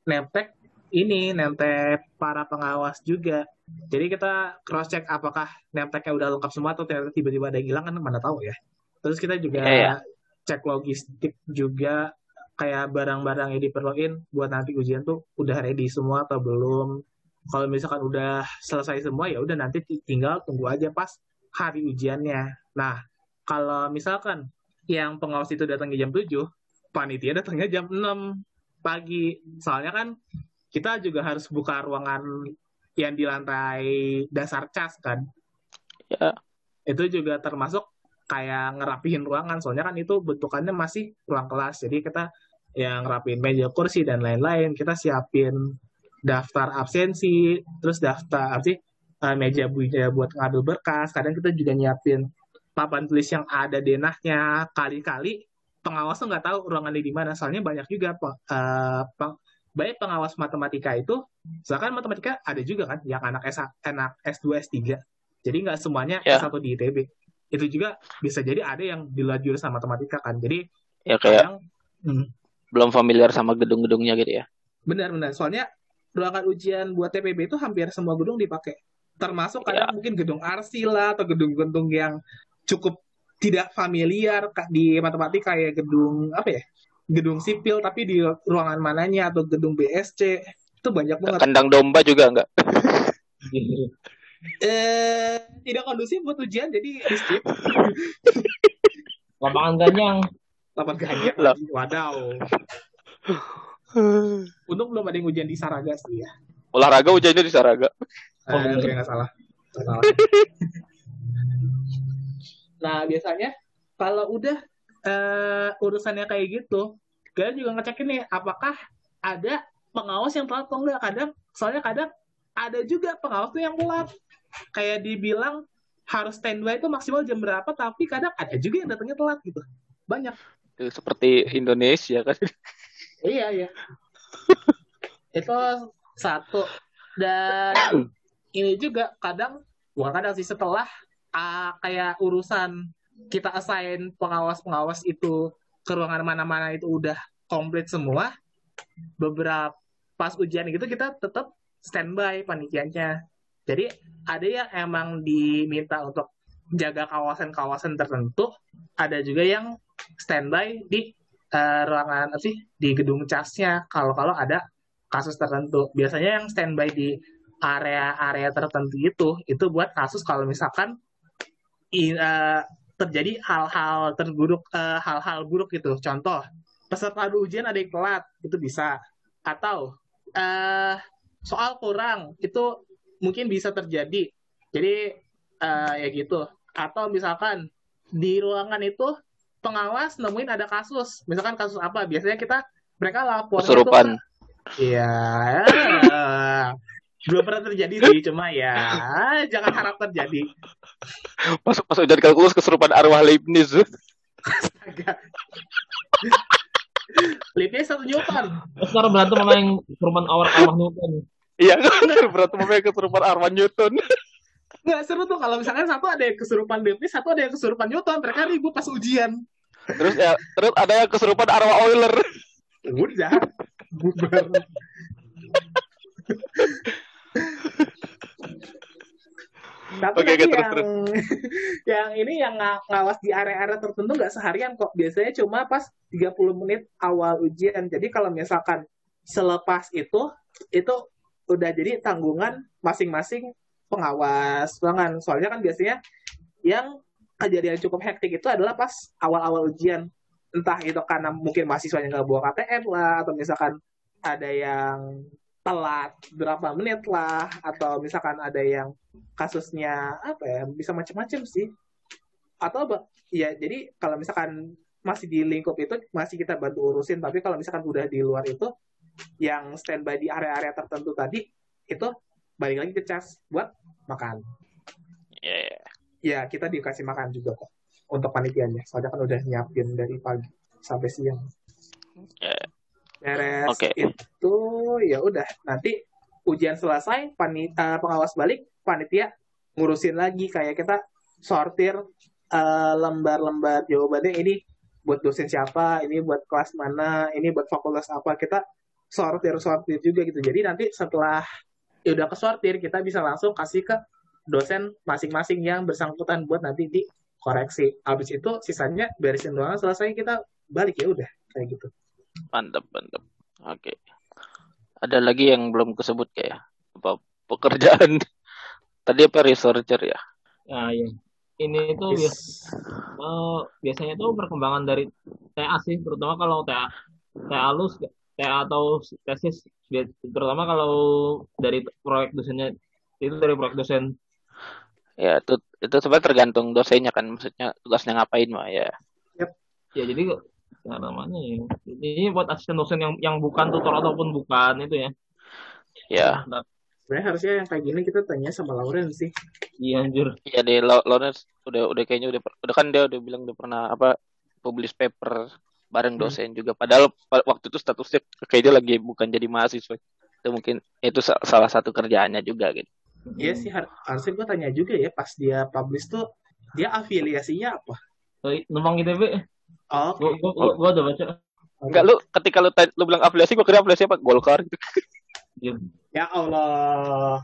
nemtek para pengawas juga. Jadi kita cross check apakah nemteknya udah lengkap semua atau ternyata tiba-tiba ada yang hilang kan mana tahu ya. Terus kita ya juga cek logistik juga kayak barang-barang yang diperluin buat nanti ujian tuh udah ready semua atau belum. Kalau misalkan udah selesai semua ya udah nanti tinggal tunggu aja pas hari ujiannya. Nah, kalau misalkan yang pengawas itu datangnya jam 7, panitia datangnya jam 6 pagi. Soalnya kan kita juga harus buka ruangan yang di lantai dasar cas kan. ya Itu juga termasuk kayak ngerapihin ruangan. Soalnya kan itu bentukannya masih ruang kelas. Jadi kita yang ngerapihin meja kursi dan lain-lain. Kita siapin daftar absensi, terus daftar apa sih meja buat ngadu berkas. Kadang kita juga nyiapin papan tulis yang ada denahnya. Kali-kali pengawas tuh nggak tahu ruangannya di mana. Soalnya banyak juga baik pengawas matematika itu, misalkan matematika ada juga kan yang anak S2, S3. Jadi nggak semuanya Ya, S1 di ITB. Itu juga bisa jadi ada yang di luar jurusan matematika kan. Jadi ya kayak kadang hmm, belum familiar sama gedung-gedungnya gitu ya. benar-benar. Soalnya ruangan ujian buat TPB itu hampir semua gedung dipakai. Termasuk kadang Ya, mungkin gedung arsi lah atau gedung-gedung yang cukup tidak familiar di matematika ya gedung apa ya? Gedung sipil tapi di ruangan mananya atau gedung BSC itu banyak banget. kandang domba juga enggak. Tidak kondusif buat ujian jadi di skip. Lapangan ganyang. Lapan ganyak Lah. lagi. Wadaw. Untung belum ada yang ujian di Saraga sih ya. Olahraga ujiannya di Saraga. Oke, nggak salah. Nggak salah. Nah, biasanya kalau udah urusannya kayak gitu, kalian juga ngecekin nih apakah ada pengawas yang telat atau enggak. Soalnya kadang ada juga pengawas tuh yang telat. Kayak dibilang harus standby itu maksimal jam berapa, tapi kadang ada juga yang datangnya telat gitu. Banyak. Seperti Indonesia kan. Iya, iya. Itu satu. Dan ini juga bukan kadang sih setelah kayak urusan kita assign pengawas-pengawas itu ke ruangan mana-mana itu udah komplit semua, beberapa pas ujian gitu kita tetap standby panitianya. Jadi ada yang emang diminta untuk jaga kawasan-kawasan tertentu, ada juga yang standby di ruangan apa sih di gedung casnya kalau ada kasus tertentu. Biasanya yang standby di area-area tertentu itu buat kasus kalau misalkan terjadi hal-hal terburuk, hal-hal buruk gitu. Contoh, peserta ujian ada yang telat, itu bisa. Atau soal kurang, itu mungkin bisa terjadi. Jadi ya gitu. Atau misalkan di ruangan itu pengawas nemuin ada kasus. Misalkan kasus apa? Biasanya mereka lapornya tuh Kesurupan. Iya, belum pernah terjadi sih, cuma ya jangan harap terjadi. Masuk ujian kalkulus kesurupan arwah Leibniz. Agak. Leibniz 1 Newton. Sekarang berantem sama yang kesurupan arwah Newton. Iya, berat memang kesurupan arwah Newton. Nggak seru tuh kalau misalkan satu ada yang kesurupan Leibniz, satu ada yang kesurupan Newton, mereka ribut pas ujian. Terus ada yang kesurupan arwah Euler. Udah, bubar. Tapi Oke, nanti terus. yang ini yang ngawas di area-area tertentu nggak seharian kok. Biasanya cuma pas 30 menit awal ujian. Jadi kalau misalkan selepas itu udah jadi tanggungan masing-masing pengawas ruangan. Soalnya kan biasanya yang kejadian cukup hektik itu adalah pas awal-awal ujian. Entah itu karena mungkin mahasiswanya nggak bawa KTM lah, atau misalkan ada yang telat berapa menit lah, atau misalkan ada yang kasusnya apa ya, bisa macam-macam sih. Atau ya jadi kalau misalkan masih di lingkup itu masih kita bantu urusin, tapi kalau misalkan udah di luar itu yang standby di area-area tertentu tadi itu balik lagi ke cas buat makan. Yeah. Ya kita dikasih makan juga kok untuk panitianya, soalnya kan udah nyiapin dari pagi sampai siang. Yeah. Beres itu ya udah, nanti ujian selesai pengawas balik, panitia ngurusin lagi kayak kita sortir lembar-lembar jawabannya, ini buat dosen siapa, ini buat kelas mana, ini buat fakultas apa, kita sortir juga gitu. Jadi nanti setelah udah kesortir kita bisa langsung kasih ke dosen masing-masing yang bersangkutan buat nanti dikoreksi. Habis itu sisanya beresin doang, selesai kita balik, ya udah kayak gitu. Mantap. Oke. Ada lagi yang belum kesebut kayak apa pekerjaan tadi apa researcher ya? Nah, ya. Ini tuh biasanya tuh perkembangan dari TA sih, terutama kalau TA lulus, TA atau tesis, terutama kalau dari proyek dosennya itu dari proyek dosen. Ya itu sebenarnya tergantung dosennya kan, maksudnya tugasnya ngapain mah ya. Yep. Ya jadi namanya ya. Ini buat asisten dosen yang bukan tutor ataupun bukan itu ya. Ya. Sebenarnya harusnya yang kayak gini kita tanya sama Lauren sih. Iya anjir. Iya deh, Lauren udah kayaknya udah kan dia udah bilang udah pernah publish paper bareng dosen juga. Padahal waktu itu statusnya kayaknya lagi bukan jadi mahasiswa. Itu mungkin itu salah satu kerjaannya juga gitu. Iya sih, harusnya gue tanya juga ya pas dia publish tuh dia afiliasinya apa? Numpang ITB. Oh, oke. Gua udah baca. Enggak, lu ketika lu bilang afiliasi, gua kira afiliasi apa? Golkar gitu. Iya. Ya Allah.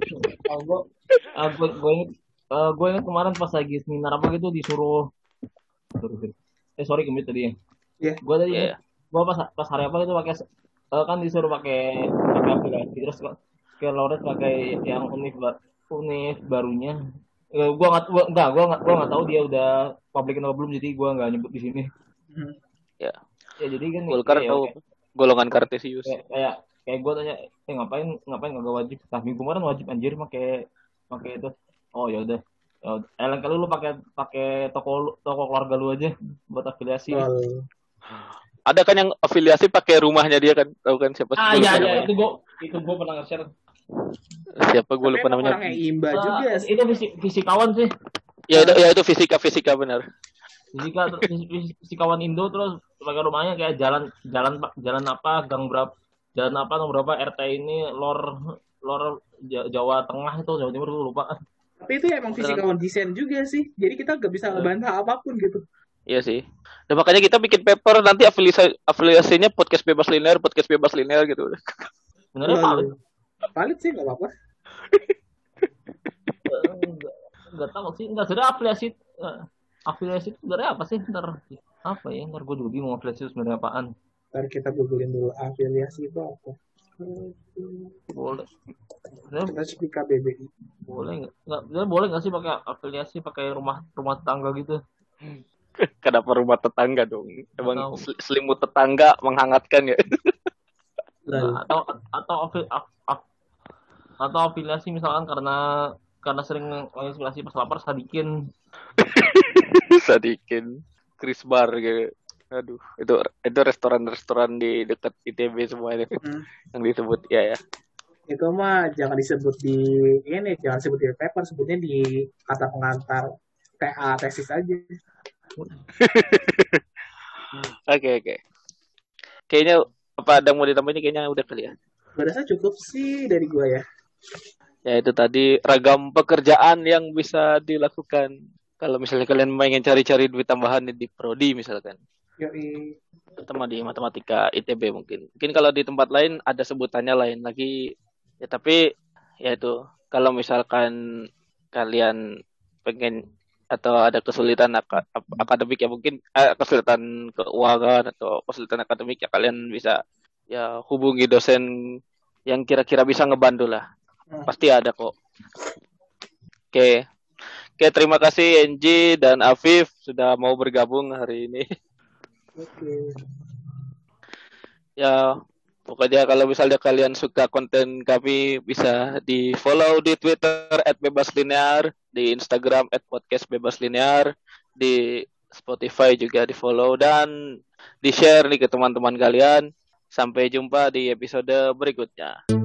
Gue ingat kemarin pas lagi seminar apa gitu disuruh. Sorry kembali tadi ya. Iya. Gue tadi gue pas hari apa itu pakai kan disuruh pakai aplikasi terus ke Lawrence pakai yang univ barunya. Gue nggak tahu dia udah publikin atau belum, jadi gue nggak nyebut di sini. Ya. Ya jadi kan Golkar tahu golongan Kartesius. Kayak gue tanya, ngapain nggak wajib? Nah minggu kemarin wajib anjir pakai itu. Oh ya udah. Lain kali lu pakai toko keluarga lu aja buat afiliasi. Ada kan yang afiliasi pakai rumahnya dia kan, tahu kan siapa? Iya itu gue pernah nge-share. Siapa gue lupa namanya. Orangnya Imba juga. Itu fisikawan sih. Ya itu fisika benar. Fisikawan Indo, terus pakai rumahnya kayak jalan apa gang berapa, jalan apa nomor berapa RT ini lor Jawa Tengah itu Jawa Timur gue lupa. Tapi itu emang fisikawan desain juga sih. Jadi kita nggak bisa ngebantah apapun gitu. Iya sih. Dan makanya kita bikin paper nanti afiliasinya podcast bebas linear gitu. Benernya valid sih, nggak apa-apa. Nggak tahu sih, nggak sebenarnya afiliasi itu sebenarnya apa sih? Ntar gue juga bingung afiliasi itu sebenarnya apaan. Ntar kita googling dulu afiliasi itu apa. Boleh. Kita cek di KBBI. Boleh nggak sih pakai afiliasi pakai rumah tetangga gitu? Kenapa rumah tetangga dong? Emang selimut tetangga menghangatkan ya? Atau afiliasi misalkan karena sering menginspirasi pas lapar Sadikin Chris Bar gitu. Aduh, itu restoran di dekat ITB semua itu yang disebut ya. Itu mah jangan disebut jangan sebut di paper, sebutnya di kata pengantar TA tesis aja. Oke. Kayaknya apa ada mau ditambahin, kayaknya udah kali ya. Gue rasa cukup sih dari gue ya. Ya itu tadi ragam pekerjaan yang bisa dilakukan kalau misalnya kalian pengen cari-cari duit tambahan di prodi misalkan. Yoi. Terutama di matematika ITB mungkin kalau di tempat lain ada sebutannya lain lagi ya, tapi ya itu kalau misalkan kalian pengen atau ada kesulitan akademik ya, mungkin kesulitan keuangan atau kesulitan akademik ya, kalian bisa ya hubungi dosen yang kira-kira bisa ngebantu lah. Pasti ada kok. Oke, terima kasih Enji dan Afif sudah mau bergabung hari ini. Oke. Ya, pokoknya kalau misalnya kalian suka konten kami bisa di follow di Twitter @bebaslinear, di Instagram @podcastbebaslinear, di Spotify juga di follow dan di share nih ke teman-teman kalian. Sampai jumpa di episode berikutnya.